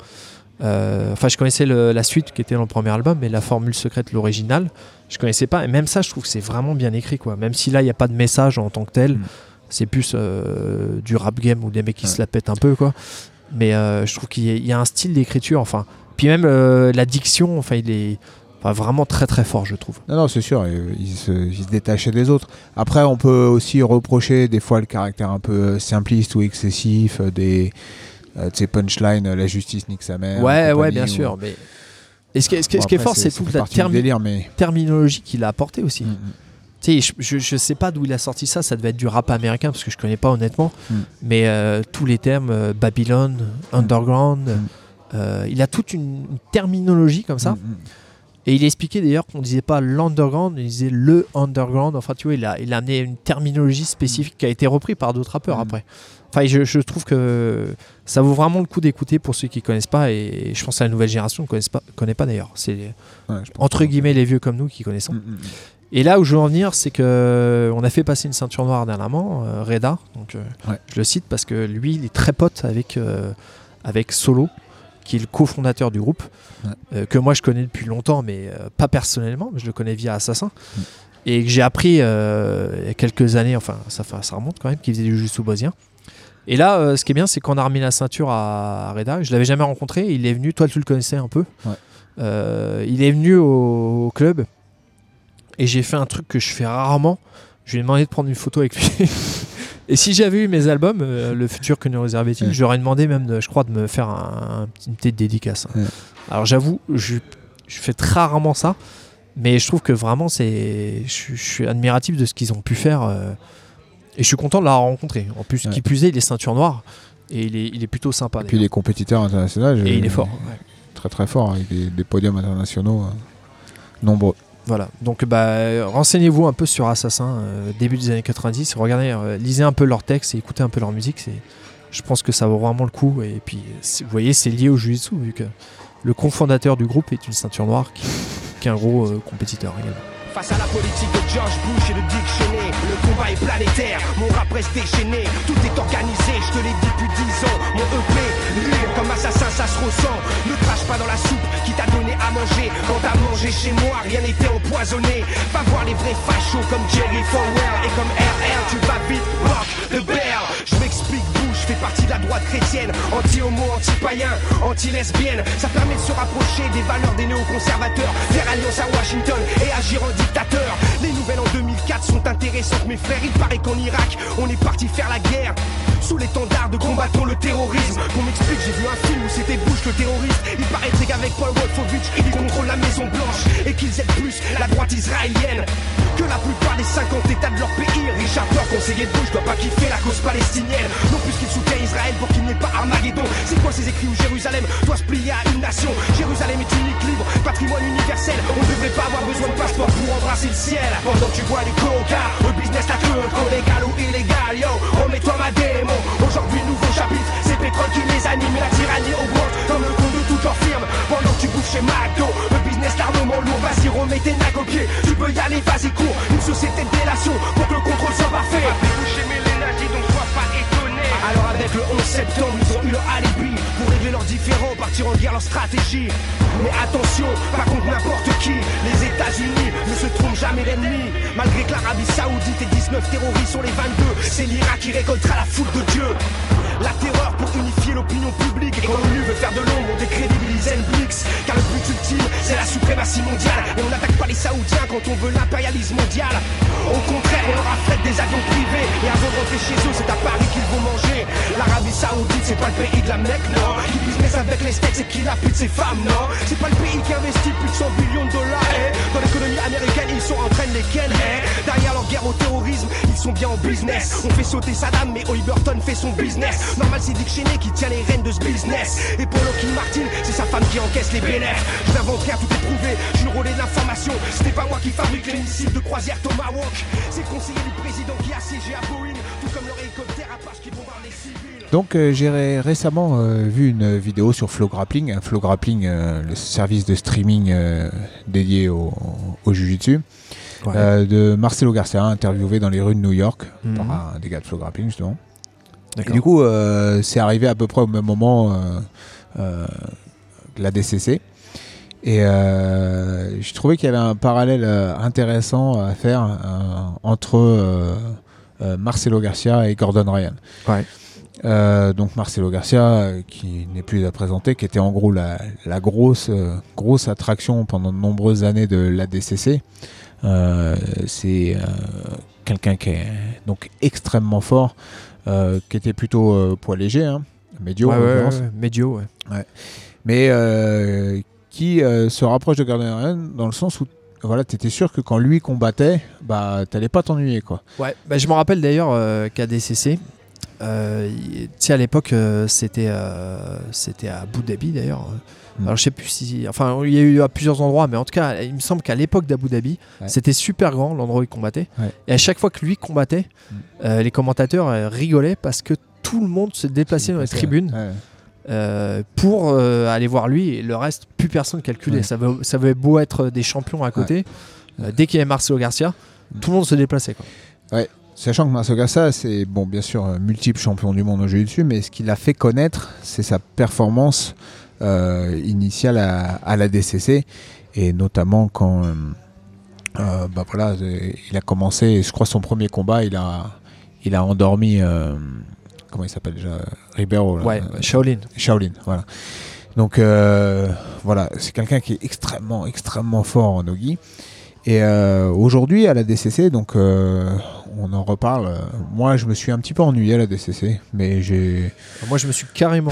Euh, enfin je connaissais le, la suite qui était dans le premier album, mais La Formule Secrète, l'original, je connaissais pas. Et même ça je trouve que c'est vraiment bien écrit quoi. Même si là il n'y a pas de message en tant que tel, mmh. c'est plus euh, du rap game ou des mecs qui ouais. se la pètent un peu quoi. Mais euh, je trouve qu'il y a, il y a un style d'écriture, enfin. Puis même euh, la diction, enfin il est... Enfin, vraiment très très fort je trouve. Non, non c'est sûr, il se, il se détachait des autres. Après on peut aussi reprocher des fois le caractère un peu simpliste ou excessif des euh, punchlines, la justice nique sa mère. Ouais ouais bien ou... sûr. Mais... Et ce qui est, ce qui est, bon, ce qui est fort c'est, c'est toute la termi- délire, mais... terminologie qu'il a apportée aussi. Mm-hmm. Tu sais, je, je, je sais pas d'où il a sorti ça, ça devait être du rap américain parce que je connais pas honnêtement. Mm. Mais euh, tous les termes, euh, Babylone, mm. Underground, mm. Euh, il a toute une, une terminologie comme ça. Mm-hmm. Et il expliquait d'ailleurs qu'on ne disait pas l'underground, il disait le underground. Enfin, tu vois, il a, il a amené une terminologie spécifique mmh. qui a été reprise par d'autres rappeurs mmh. après. Enfin, je, je trouve que ça vaut vraiment le coup d'écouter pour ceux qui ne connaissent pas. Et je pense que la nouvelle génération ne connaît pas, connaît pas d'ailleurs. C'est ouais, entre guillemets les vieux comme nous qui connaissons. Mmh. Et là où je veux en venir, c'est qu'on a fait passer une ceinture noire dernièrement, euh, Reda. Donc, euh, ouais. Je le cite parce que lui, il est très pote avec, euh, avec Solo, qui est le cofondateur du groupe, ouais. euh, que moi je connais depuis longtemps, mais euh, pas personnellement, mais je le connais via Assassin, mm. et que j'ai appris euh, il y a quelques années, enfin ça, ça remonte quand même, qu'il faisait du jiu-jitsu brésilien. Et là, euh, ce qui est bien, c'est qu'on a remis la ceinture à, à Reda. Je l'avais jamais rencontré, il est venu, toi tu le connaissais un peu, ouais. euh, il est venu au, au club, et j'ai fait un truc que je fais rarement, je lui ai demandé de prendre une photo avec lui. Et si j'avais eu mes albums, euh, le futur que nous réservait-il, Ouais. j'aurais demandé même, de, je crois, de me faire un, un petit- une petite dédicace. Ouais. Alors j'avoue, je, je fais très rarement ça, mais je trouve que vraiment, c'est, je, je suis admiratif de ce qu'ils ont pu faire. euh, et je suis content de l'avoir rencontré. En plus, Ouais. qui plus est, il est ceinture noire et il est, il est plutôt sympa. Et puis d'ailleurs. les compétiteurs internationaux, Et je- il est fort. ouais. Très très fort, avec des, des podiums internationaux euh, nombreux. Voilà, donc bah, euh, renseignez-vous un peu sur Assassin, euh, début des années quatre-vingt-dix, regardez, euh, lisez un peu leurs textes et écoutez un peu leur musique, c'est, je pense que ça vaut vraiment le coup, et puis c'est- vous voyez c'est lié au Jiu-Jitsu, vu que le cofondateur du groupe est une ceinture noire qui, qui est un gros euh, compétiteur également. Face à la politique de George Bush et de Dick Cheney, le combat est planétaire, mon rap reste déchaîné, tout est organisé, je te l'ai dit depuis dix ans, mon E P, libre comme assassin ça se ressent, ne crache pas dans la soupe qui t'a donné à manger, quand t'as mangé chez moi, rien n'était empoisonné, va voir les vrais fachos comme Jerry Falwell et comme R R, tu vas vite, rock the bear, je m'explique Bush fait partie de la droite chrétienne, anti-homo, anti-païen, anti-lesbienne, ça permet de se rapprocher des valeurs des néoconservateurs, faire alliance à Washington et agir en dictateur. Les nouvelles en deux mille quatre sont intéressantes mes frères, il paraît qu'en Irak on est parti faire la guerre sous l'étendard de combattons le terrorisme. Qu'on m'explique, j'ai vu un film où c'était Bush le terroriste. Il paraîtrait qu'avec Paul Wolfowitz il contrôle la Maison Blanche et qu'ils aident plus la droite israélienne que la plupart des cinquante états de leur pays. Richard Thor, conseiller de Bush, doit pas kiffer la cause palestinienne, non plus qu'il soutient Israël pour qu'il n'ait pas Armageddon. C'est quoi ces écrits où Jérusalem doit se plier à une nation? Jérusalem est unique, libre, patrimoine universel. On ne devrait pas avoir besoin de passeport pour embrasser le ciel. Pendant que tu vois les coca, le business la queue, trop légal ou illégal, yo, remets-toi ma démo. Aujourd'hui, nouveau chapitre, c'est pétrole qui les anime et la tyrannie augmente comme le compte de toutes leurs firmes. Pendant que tu bouffes chez McDo, le business l'armement lourd, vas-y remets tes nags au pied. Tu peux y aller, vas-y cours, une société de délation pour que le contrôle soit parfait. Boucher mes les nazis, donc sois pas étonné. Alors avec le onze septembre, ils ont eu leur alibi pour régler leurs différends, partir en guerre leur stratégie. Mais attention, pas contre n'importe qui, les États-Unis ne se trompent jamais l'ennemi. Malgré que l'Arabie Saoudite et dix-neuf terroristes sur les vingt-deux, c'est l'Irak qui récoltera la foudre de Dieu. La terreur pour unifier l'opinion publique. Et quand l'ONU veut faire de l'ombre, on décrédibilise Blix. Car le but ultime, c'est la suprématie mondiale. Et on n'attaque pas les Saoudiens quand on veut l'impérialisme mondial. Au contraire, on leur affrète des avions privés. Et avant de rentrer chez eux, c'est à Paris qu'ils vont manger. L'Arabie Saoudite, c'est pas le pays de la Mecque, non. Qui business avec les steaks et qui la pute ses femmes, non. C'est pas le pays qui investit plus de cent billions de dollars, eh. Dans l'économie américaine, ils sont en train de les ken, eh. Derrière leur guerre au terrorisme, ils sont bien en business. On fait sauter Saddam, mais Hoy Burton fait son business. Normal, c'est Dick Cheney qui tient les rênes de ce business. Et pour Lockheed Martin, c'est sa femme qui encaisse les bénéfices. Je n'invente rien, tout est prouvé. Je suis le relais de l'information. C'était pas moi qui fabrique les missiles de croisière Tomahawk. C'est le conseiller du président qui a siégé à Boeing. Tout comme leur hélicoptère Apache qui bombarde les civils. Donc euh, j'ai ré- récemment euh, vu une vidéo sur Flow Grappling, hein, Flow Grappling, euh, le service de streaming euh, dédié au, au Jiu-Jitsu, Ouais. euh, de Marcelo Garcia, interviewé dans les rues de New York Mhm. par un des gars de Flow Grappling justement. Et D'accord. du coup, euh, c'est arrivé à peu près au même moment euh, euh, que la D C C. Et euh, je trouvais qu'il y avait un parallèle euh, intéressant à faire euh, entre euh, euh, Marcelo Garcia et Gordon Ryan. Ouais. Euh, donc Marcelo Garcia, euh, qui n'est plus à présenter, qui était en gros la, la grosse, euh, grosse attraction pendant de nombreuses années de l'A D C C. Euh, c'est euh, quelqu'un qui est donc extrêmement fort, euh, qui était plutôt euh, poids léger, hein, médio Ouais, en ouais, l'occurrence, ouais, médio, ouais. mais euh, qui euh, se rapproche de Gordon Ryan dans le sens où voilà, t'étais sûr que quand lui combattait, bah t'allais pas t'ennuyer quoi. Ouais, bah, je me rappelle d'ailleurs euh, qu'à D C C, euh, il- tu sais à l'époque euh, c'était euh, c'était à Abu Dhabi d'ailleurs. Mm. Alors je sais plus si, enfin il y a eu à plusieurs endroits, mais en tout cas il me semble qu'à l'époque d'Abu Dhabi, Ouais. c'était super grand l'endroit où il combattait. Ouais. Et à chaque fois que lui combattait, Mm. euh, les commentateurs euh, rigolaient parce que tout le monde se déplaçait dans les tribunes Ouais. euh, pour euh, aller voir lui et le reste plus personne calculait. Ouais. Ça veut ça avait beau être des champions à côté, euh, dès qu'il y avait Marcelo Garcia, Mm. tout le monde se déplaçait quoi. Sachant que Marcelo Garcia, c'est bon, bien sûr euh, multiple champion du monde au Jiu-Jitsu, mais ce qui l'a fait connaître, c'est sa performance euh, initiale à, à la D C C, et notamment quand euh, euh, bah voilà, euh, il a commencé, je crois son premier combat, il a, il a endormi, euh, comment il s'appelle déjà, Ribeiro, là, Ouais, euh, Shaolin. Shaolin, voilà. Donc euh, voilà, c'est quelqu'un qui est extrêmement, extrêmement fort en nogi. Et euh, aujourd'hui à la D C C, donc euh, on en reparle. Euh, moi, je me suis un petit peu ennuyé à la D C C, mais j'ai. Moi, je me suis carrément.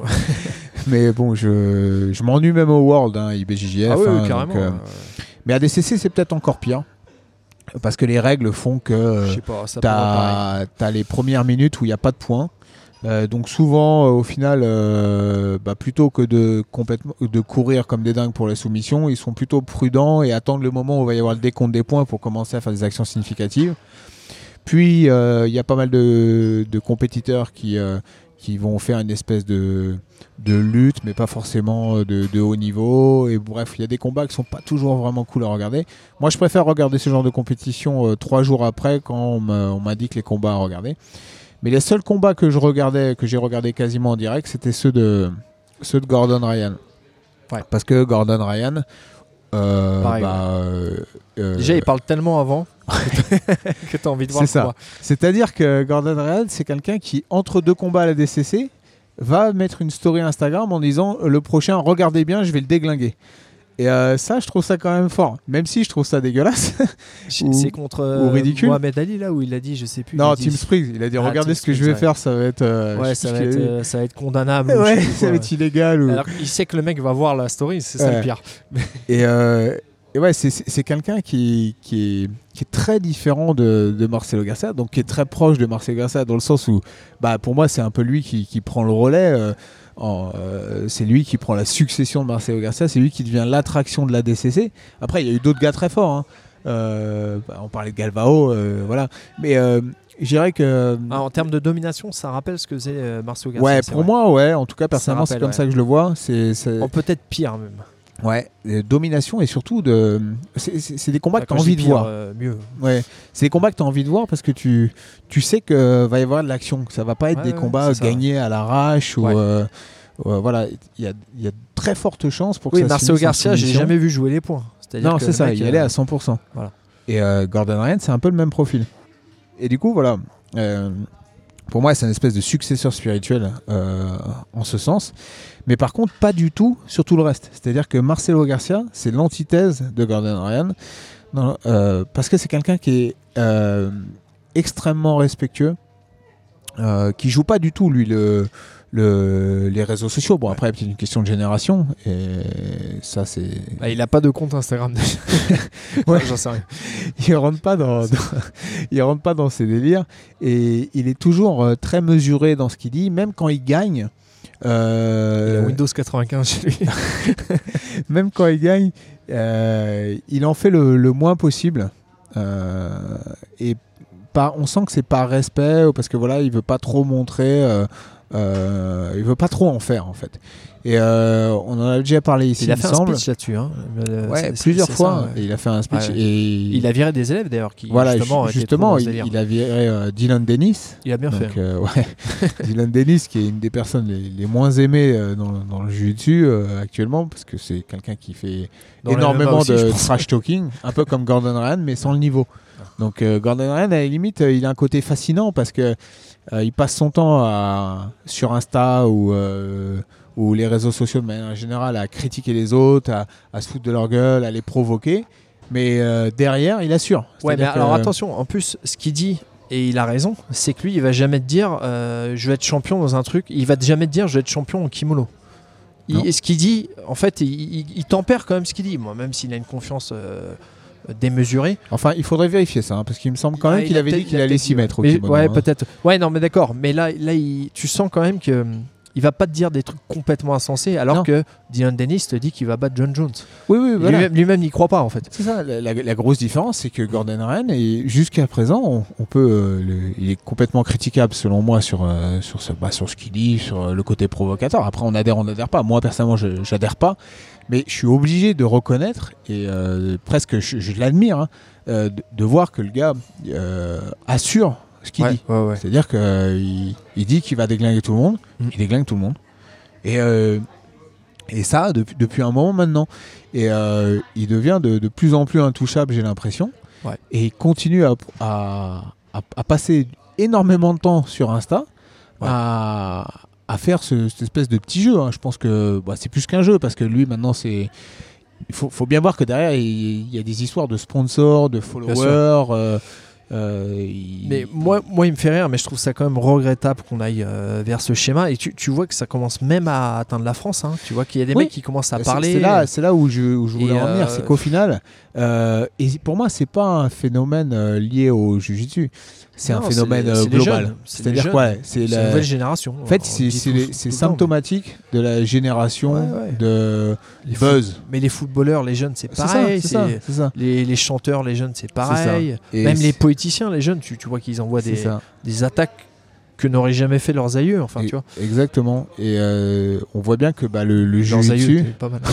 mais bon, je, je m'ennuie même au World, hein, I B J J F. Ah oui, hein, oui, carrément. donc, euh, euh, Mais à D C C, c'est peut-être encore pire. Parce que les règles font que euh, Je sais pas, ça peut être pareil. t'as as les premières minutes où il n'y a pas de points. Euh, donc souvent, euh, au final, euh, bah, plutôt que de, complètement, de courir comme des dingues pour les soumissions, ils sont plutôt prudents et attendent le moment où il va y avoir le décompte des points pour commencer à faire des actions significatives. Puis, il euh, y a pas mal de, de compétiteurs qui, euh, qui vont faire une espèce de, de lutte, mais pas forcément de, de haut niveau. Et bref, il y a des combats qui sont pas toujours vraiment cool à regarder. Moi, je préfère regarder ce genre de compétition euh, trois jours après, quand on m'a- on m'indique les combats à regarder. Mais les seuls combats que je regardais, que j'ai regardé quasiment en direct, c'était ceux de, ceux de Gordon Ryan. Ouais. Parce que Gordon Ryan, euh, Pareil, bah, euh, euh, Déjà, il parle tellement avant que tu as envie de voir c'est le ça. combat. C'est-à-dire que Gordon Ryan, c'est quelqu'un qui, entre deux combats à la D C C, va mettre une story Instagram en disant euh, le prochain, regardez bien, je vais le déglinguer. Et euh, ça, je trouve ça quand même fort. Même si je trouve ça dégueulasse. Ou- C'est contre ou euh, ridicule. Mohamed Ali, là, où il a dit, je sais plus. non, il a dit- Tim Spriggs, il a dit Ah, regardez Tim ce que je Spriggs, vais ouais. faire, ça va être. euh, Ouais, je ça sais va, plus être, ce qu'il a euh, ça va être condamnable. ou je Ouais, sais plus ça va quoi. être illégal. Ou... Alors qu'il sait que le mec va voir la story, c'est ça Ouais. le pire. Et, euh, et ouais, c'est- c'est c'est quelqu'un qui, qui, est, qui est très différent de, de Marcelo Garcia, donc qui est très proche de Marcelo Garcia dans le sens où, bah, pour moi, c'est un peu lui qui, qui prend le relais. euh, en, euh, c'est lui qui prend la succession de Marcelo Garcia, c'est lui qui devient l'attraction de la D C C. Après, il y a eu d'autres gars très forts. Hein. Euh, bah, on parlait de Galvao, euh, voilà. Mais euh, je dirais que. Ah, en termes de domination, ça rappelle ce que faisait euh, Marcelo Garcia. ouais, c'est pour vrai. moi, ouais. En tout cas, personnellement, c'est rappelle, comme ouais. ça que je le vois. C'est, c'est- En peut-être pire même. ouais, euh, domination et surtout de. C'est, c'est- c'est des combats que tu as Quand je envie dis de pire, voir. euh, mieux. Ouais, c'est des combats que tu as envie de voir parce que tu, tu sais que va y avoir de l'action, que ça va pas être Ouais, des ouais, combats c'est ça, gagnés à l'arrache ou Ouais. euh, euh, voilà, il y a, il y a de très fortes chances pour que Oui, ça se Marcelo finisse en Garcia, j'ai soumission. jamais vu jouer les points. C'est-à-dire Non, que c'est le ça, mec, il y euh, allait à cent pour cent. Voilà. Et euh, Gordon Ryan, c'est un peu le même profil. Et du coup, voilà, euh, pour moi, c'est une espèce de successeur spirituel euh, en ce sens. Mais par contre, pas du tout sur tout le reste. C'est-à-dire que Marcelo Garcia, c'est l'antithèse de Gordon Ryan. Non, euh, parce que c'est quelqu'un qui est euh, extrêmement respectueux, euh, qui joue pas du tout, lui, le, le, les réseaux sociaux. Bon, après, c'est une question de génération. Et ça, c'est. Bah, il a pas de compte Instagram déjà. Ouais. J'en sais rien. il rentre pas dans, dans- il rentre pas dans ses délires et il est toujours euh, très mesuré dans ce qu'il dit, même quand il gagne. euh, Il a Windows quatre-vingt-quinze chez lui. même quand il gagne, euh, il en fait le, le moins possible. Euh, et par, on sent que c'est par respect ou parce que voilà, il veut pas trop montrer. Euh, euh, il veut pas trop en faire en fait. Et euh, on en a déjà parlé ici, Il a il fait me un semble. speech là-dessus. Hein. Euh, Ouais, c'est- c'est- plusieurs c'est fois. ça, ouais. Et il a fait un speech Ouais. et Il a viré des élèves d'ailleurs qui voilà, justement, ju- étaient justement, trop dans ce il, délire. il a viré euh, Dylan Dennis. Il a bien Donc, fait. euh, ouais. Dylan Dennis, qui est une des personnes les, les moins aimées euh, dans, le- dans le jiu-jitsu euh, actuellement, parce que c'est quelqu'un qui fait Dans le énormément M M A aussi, de je pense. trash talking, un peu comme Gordon Ryan, mais sans le niveau. Donc euh, Gordon Ryan, à la limite, euh, il a un côté fascinant parce que euh, il passe son temps à, sur Insta ou, euh, ou les réseaux sociaux de manière générale à critiquer les autres, à, à se foutre de leur gueule, à les provoquer. Mais euh, derrière, il assure. Ouais, mais C'est-à-dire alors que- attention, en plus, ce qu'il dit, et il a raison, c'est que lui, il va jamais te dire euh, je vais être champion dans un truc, il va jamais te dire je vais être champion en kimono. Il- Non. et ce qu'il dit, en fait, il, il- il tempère quand même ce qu'il dit. Moi, même s'il a une confiance euh, démesurée. Enfin, il faudrait vérifier ça, hein, parce qu'il me semble quand Ah, même il qu'il a avait dit peut-être- qu'il il a allait peut-être s'y dit, mettre au Mais- kimono. ouais, hein. peut-être. Ouais, non, mais d'accord. Mais là, là il- tu sens quand même que. hum, Il va pas te dire des trucs complètement insensés, alors Non. que Dylan Dennis te dit qu'il va battre John Jones. Oui, oui, voilà. Lui-même, lui-même n'y croit pas en fait. C'est ça, la, la- la grosse différence, c'est que Gordon Ryan, et jusqu'à présent, on, on peut, euh, le- il est complètement critiquable selon moi sur, euh, sur, ce, bah, sur ce qu'il dit, sur euh, le côté provocateur. Après, on adhère, on n'adhère pas. Moi, personnellement, je j'adhère pas, mais je suis obligé de reconnaître, et euh, presque je, je l'admire, hein, euh, de, de voir que le gars euh, assure ce qu'il Ouais, dit. ouais, ouais. C'est-à-dire qu'il il dit qu'il va déglinguer tout le monde, Mm. il déglingue tout le monde. Et, euh, et ça, depuis, depuis un moment maintenant. Et euh, il devient de, de plus en plus intouchable, j'ai l'impression. Ouais. Et il continue à, à, à- à passer énormément de temps sur Insta, Ouais. à, à faire ce- cette espèce de petit jeu. hein. Je pense que bah, c'est plus qu'un jeu, parce que lui, maintenant, c'est... Il faut, faut bien voir que derrière, il, il y a des histoires de sponsors, de followers... euh, Euh, il- Mais moi, moi, il me fait rire, mais je trouve ça quand même regrettable qu'on aille euh, vers ce schéma. Et tu, tu vois que ça commence même à atteindre la France. Hein. Tu vois qu'il y a des Oui. mecs qui commencent à C'est- parler. C'est là, c'est là où je, où je voulais Et, en venir, euh, c'est qu'au final, euh, et pour moi, c'est pas un phénomène euh, lié au jujitsu, c'est Non, un phénomène c'est- euh, c'est les global. jeunes, c'est les C'est-à-dire jeunes. quoi ouais, c'est C'est la une nouvelle génération. En fait, On c'est le dit c'est tout- les- tout c'est le temps, symptomatique de la génération Ouais, ouais. de mais les buzz. foot- Mais les footballeurs, les jeunes, c'est C'est ça, pareil. c'est ça, c'est- c'est ça. Les, les chanteurs, les jeunes, c'est pareil. Et Même c'est- les poéticiens, les jeunes, tu, tu vois qu'ils envoient c'est des, ça. des attaques que n'auraient jamais fait leurs aïeux. Enfin, Et- tu vois. Exactement. Et euh, on voit bien que bah, le, le Leurs aïeux, jujitsu, c'est pas mal.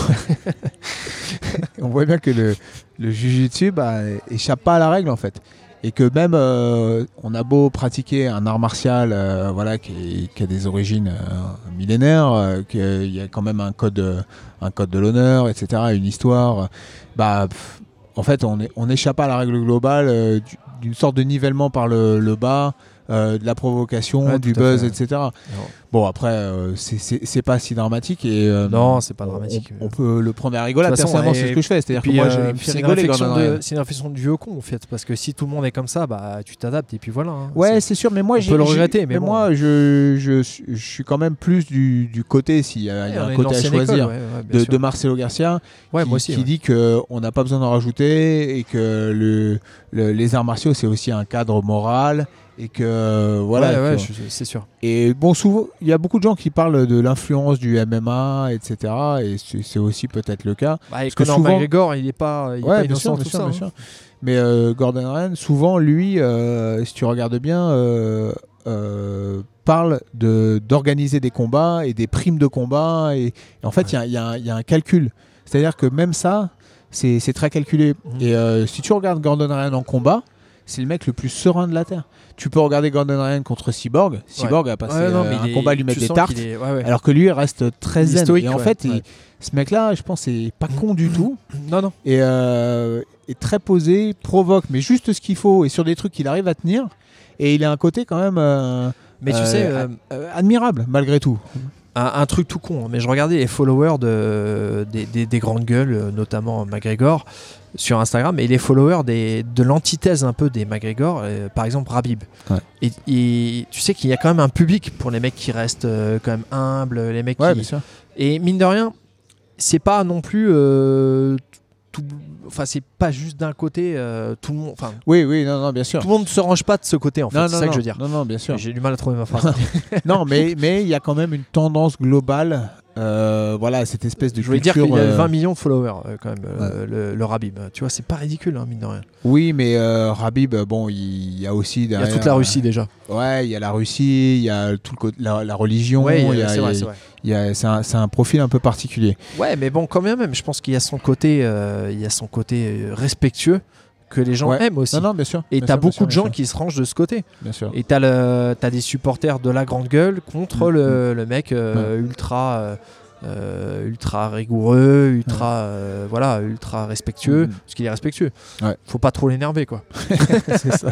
on voit bien que le, le jujitsu bah, échappe pas à la règle en fait. Et que même euh, on a beau pratiquer un art martial euh, voilà, qui, est- qui a des origines euh, millénaires, euh, qu'il y a quand même un code, euh, un code de l'honneur, et cetera, une histoire, bah, pff, en fait on, est, on échappe à la règle globale euh, du- d'une sorte de nivellement par le, le bas, euh, de la provocation, Ouais, du tout à buzz, fait. et cetera. Non. Bon après euh, c'est- c'est c'est pas si dramatique et euh, Non, c'est pas on- dramatique. On, on peut le prendre à rigolade. De toute façon, Personnellement, et- c'est ce que je fais. C'est-à-dire que Puis, moi, euh, j'ai- il me puis fait c'est une rigoler réflexion Gordon de- Ryan. c'est une réflexion de vieux con en fait, parce que si tout le monde est comme ça, bah tu t'adaptes et puis voilà. hein. Ouais, C'est- c'est sûr, mais moi, on j'ai, peut le j'ai- regretter, mais bon. moi, je, je, suis- je suis quand même plus du, du côté, s'il y a, il y a Ouais, on un est côté de à l'ancienne choisir, école, ouais, ouais, bien de, sûr. de Marcelo Garcia, Ouais, qui, moi aussi. qui ouais. dit qu'on n'a pas besoin d'en rajouter et que le, le- les arts martiaux, c'est aussi un cadre moral. Et que voilà. Ouais, ouais, que- je- c'est sûr. Et bon, souvent, il y a beaucoup de gens qui parlent de l'influence du M M A, et cetera. Et c'est, c'est aussi peut-être le cas. Bah, et que Conor souvent- McGregor, il est pas, il est pas Ouais, bien innocent sûr, de bien tout sûr, ça. bien hein. sûr. Mais euh, Gordon Ryan, souvent, lui, euh, si tu regardes bien, euh, euh, parle de, d'organiser des combats et des primes de combat. Et, et en fait, il y a- il y, a un- il y a un calcul. C'est-à-dire que même ça, c'est, c'est très calculé. Mhm. Et euh, si tu regardes Gordon Ryan en combat, c'est le mec le plus serein de la Terre. Tu peux regarder Gordon Ryan contre Cyborg. Cyborg a passé Ouais, non, euh, mais un il est- combat à lui mettre tu des sens tartes. qu'il est- ouais, ouais. Alors que lui, il reste très Il est zen. stoïque, et en ouais, fait, il- ouais. ce mec-là, je pense, c'est pas con du tout. Non, non. Et euh, est très posé, provoque, mais juste ce qu'il faut et sur des trucs qu'il arrive à tenir. Et il a un côté quand même euh, Mais tu euh, sais, euh, euh, admirable malgré tout. un, un truc tout con, hein, mais je regardais les followers de, des, des- des grandes gueules, euh, notamment McGregor, sur Instagram, et les followers des, de l'antithèse un peu des McGregor, euh, par exemple Rabib. Ouais. Et, et tu sais qu'il y a quand même un public pour les mecs qui restent euh, quand même humbles, les mecs Ouais, qui... bien sûr. Et mine de rien, c'est pas non plus... euh, tout... Enfin, c'est pas juste d'un côté, euh, tout le monde... Enfin, Oui, oui, non, non, bien sûr. tout le monde ne se range pas de ce côté, en fait, Non, c'est non, ça non, que je veux dire. Non, non, bien sûr. J'ai du mal à trouver ma phrase. non, mais mais il y a quand même une tendance globale. euh, voilà, cette espèce de Je voulais dire culture. qu'il y a euh, vingt millions de followers euh, quand même, euh, le, le Rabib. Tu vois, c'est pas ridicule, hein, mine de rien. Oui, mais euh, Rabib, bon, il y a aussi Il y a derrière, toute la Russie déjà. euh, ouais, il y a la Russie, il y a tout le côté, la, la religion. Ouais, il y a- c'est il y a- vrai, c'est vrai. il y a- c'est un, c'est un profil un peu particulier. Ouais, mais bon, quand même, je pense qu'il y a son côté, euh, il y a son côté euh, respectueux que les gens Ouais. aiment aussi. Non, non, bien sûr. Et bien t'as sûr, bien beaucoup sûr, de bien gens sûr, qui se rangent de ce côté. Bien sûr. Et t'as le, t'as des supporters de la grande gueule contre Mm, le, le mec euh, ultra, euh, euh, ultra rigoureux, ultra, euh, voilà, ultra respectueux, Mm. parce qu'il est respectueux. Ouais. Faut pas trop l'énerver, quoi. C'est ça.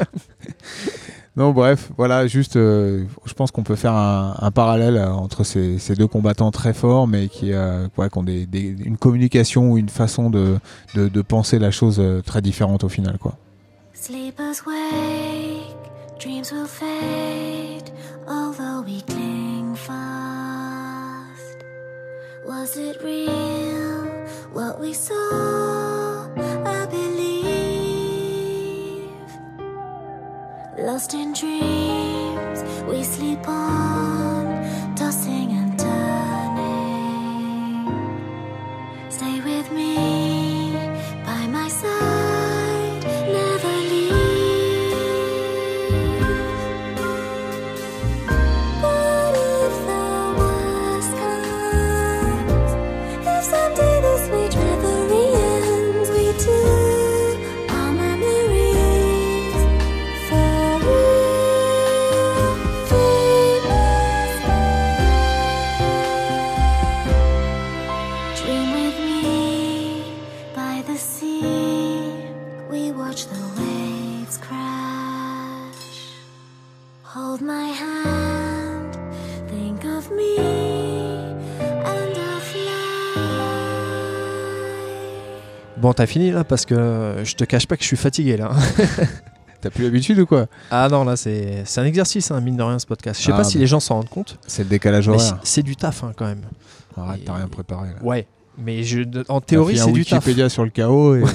Non, bref, voilà, juste, euh, je pense qu'on peut faire un, un parallèle euh, entre ces, ces deux combattants très forts, mais qui, euh, ouais, qui ont des, des- une communication ou une façon de, de, de penser la chose euh, très différente au final, quoi. Sleepers wake, dreams will fade, although we cling fast. Was it real, what we saw? I believe. Lost in dreams, we sleep on, tossing and turning. Stay with me, by my side, never leave. But if the worst comes, if someday this sweet reverie ends, we two are memories for real, famous. Dream with me by the sea. We watch the waves crash. Hold my hand, think of me, and I'll fly. Bon, t'as fini là parce que euh, je te cache pas que je suis fatigué là. T'as plus l'habitude ou quoi? Ah non, là, c'est c'est un exercice, hein, mine de rien, ce podcast. Je sais Ah, pas si bah. les gens s'en rendent compte, C'est le décalage mais c'est- horaire. c'est du taf hein, quand même. Arrête, Et- t'as rien préparé. Là. Ouais, mais je, en T'as théorie, fait un c'est du taf. Wikipédia sur le chaos. Et...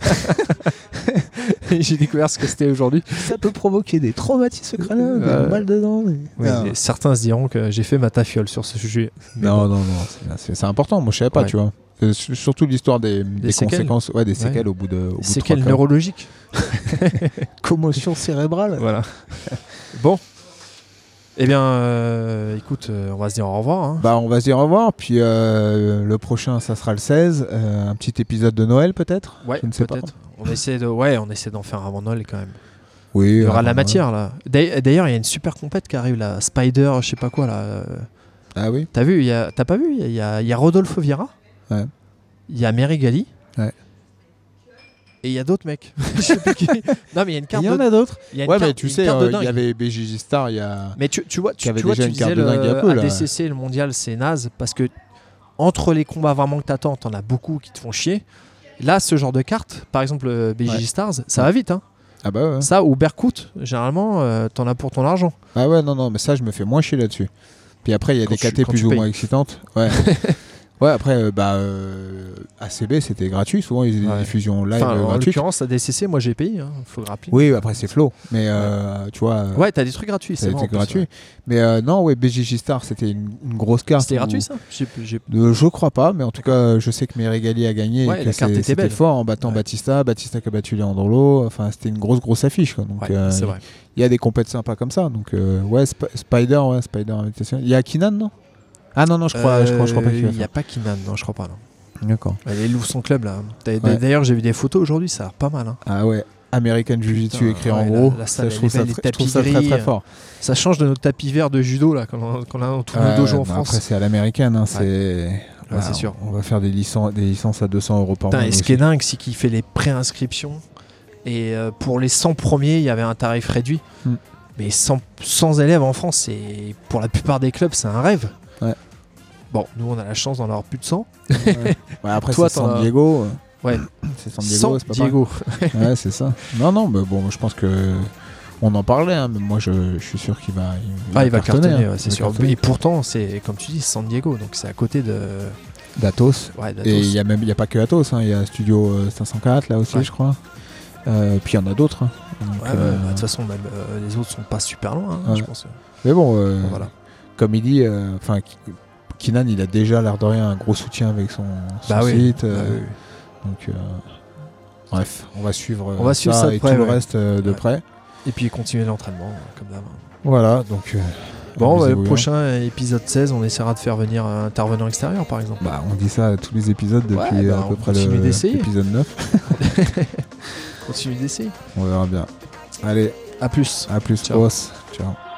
J'ai découvert ce que c'était aujourd'hui. ça peut provoquer des traumatismes crâniens, des Euh, mal dedans. Ouais, et certains se diront que j'ai fait ma tafiole sur ce sujet. Mais Non, bon. non, non, c'est- c'est c'est important. Moi, je savais pas, Ouais. tu vois. Euh, s- Surtout l'histoire des, des, séquelles. conséquences, ouais, des Ouais. séquelles au bout de. Au bout de Séquelles trois cas. neurologiques. Commotion cérébrale. Voilà. Bon. Eh bien, euh, écoute, euh, on va se dire au revoir. Hein. Bah, on va se dire au revoir. Puis euh, le prochain, ça sera le seize. Euh, un petit épisode de Noël, peut-être. Ouais, Je ne sais pas. peut-être. On essaie de, ouais, on essaie d'en faire avant Noël quand même. Oui. Il y aura euh, de la ouais. matière là. D'ailleurs, d'ailleurs, il y a une super compète qui arrive là, Spider, je sais pas quoi là. Euh, Ah oui. T'as vu, il y a- t'as pas vu, il y a- il y, a- il y a Rodolfo Vieira. Ouais. Il y a Mary Gali. Ouais. Et il y a d'autres mecs. Je sais plus qui. Non mais il y a une Il carte. y en de- a d'autres. il y a une Ouais, carte- mais tu une sais, carte de euh, il dingue. y avait B J J Star, il y a. Mais tu, tu vois, tu, Qui avait tu vois, déjà tu une carte disais de dingue le un peu, là. A D C C, le mondial, c'est naze parce que entre les combats vraiment que t'attends, t'en as beaucoup qui te font chier. Là, ce genre de carte, par exemple euh, B J J Ouais. Stars, ça va vite. Hein. Ah bah ouais. Ça ou Berkut, généralement, euh, t'en as pour ton argent. Ah ouais, non, non, mais ça, je me fais moins chier là-dessus. Puis après, il y a Quand des tu- K T quand plus tu ou payes. moins excitantes. Ouais. Ouais, après, euh, bah, euh, A C B, c'était gratuit. Souvent, ils faisaient Ouais. des diffusions live Enfin, euh, en gratuites. l'occurrence, A D C C, moi j'ai payé, hein, faut grappler. Oui, après, c'est Flow. Mais euh, tu vois, euh, Ouais, t'as des trucs gratuits, ça c'est a vrai. en été plus, gratuit. ouais. Mais euh, non, ouais, B J J Star, c'était une, une grosse carte. C'était où- gratuit ça J'ai- j'ai- Euh, je crois pas, mais en tout cas, je sais que Meregali a gagné Ouais, et que la carte c'est- était c'était belle. fort en battant Ouais. Batista. Batista qui a battu Leandrolo. Enfin, c'était une grosse, grosse affiche. Quoi. Donc, Ouais, euh, c'est vrai. il y a des compètes sympas comme ça. Donc, euh, ouais, Sp- Spider, ouais, Spider Invitation. Il y a Kinan, non? Ah non, non, je crois, je crois, je crois pas qu'il va Il n'y a faire. pas Kinan, non, je crois pas. Non. D'accord. Les loups son club là. D'a- Ouais. D'ailleurs, j'ai vu des photos aujourd'hui, ça a l'air pas mal. Hein. Ah ouais, American Jiu-Jitsu Putain, écrit en ouais, gros. la- la Ça, salle, je elle trouve est ça, belle, les très, je trouve tapis ça très gris, très euh, fort. Ça change de notre tapis vert de judo là, qu'on a, qu'on a dans tous Ah nos dojos ouais, en bah France. Après, c'est à l'américaine. Hein, c'est Ouais, c'est sûr. On va faire des licences, des licences à deux cents euros par mois. Putain, et ce aussi. qui est dingue, c'est qu'il fait les préinscriptions. Et euh, pour les cent premiers, il y avait un tarif réduit. Hmm. Mais cent, cent élèves en France, c'est pour la plupart des clubs, c'est un rêve. Ouais. Bon, nous, on a la chance d'en avoir plus de cent. Ouais. Ouais, après, Toi, c'est t'en San as- Diego. Ouais. C'est San Diego, San c'est pas Diego. pareil. Ouais, c'est ça. Non, non, mais bon, je pense que. On en parlait, hein, mais moi je, je suis sûr qu'il va, il, Ah, il va cartonner, hein. ouais, c'est Il va sûr. cartonner. Et pourtant, c'est comme tu dis, San Diego, donc c'est à côté de. d'Atos. Ouais, d'Atos. Et il y a même, il y a pas que Atos, hein, il y a Studio euh, cinq cent quatre là aussi, Ouais. je crois. Euh, puis il y en a d'autres. hein. Donc, Ouais, ouais, euh, bah, de toute façon, même, euh, les autres sont pas super loin, hein, Ouais. je pense. Mais bon, euh, Bon, voilà. comme il dit, euh, enfin, Kinan, il a déjà l'air de rien un gros soutien avec son, son Bah oui. site. Bah euh, oui, oui. Donc, euh, bref, on va suivre, euh, On va suivre ça de et près, tout le ouais. reste euh, de Ouais. près. Et puis continuer l'entraînement, euh, comme d'hab. Voilà, donc. euh, Bon, bah, amusez-vous le bien. prochain épisode seize, on essaiera de faire venir un intervenant extérieur, par exemple. Bah, on dit ça à tous les épisodes depuis Ouais, bah, à peu on près continue le- d'essayer. l'épisode neuf. Continue d'essayer. On verra bien. Allez, À plus. à plus, Ciao. Ross. Ciao.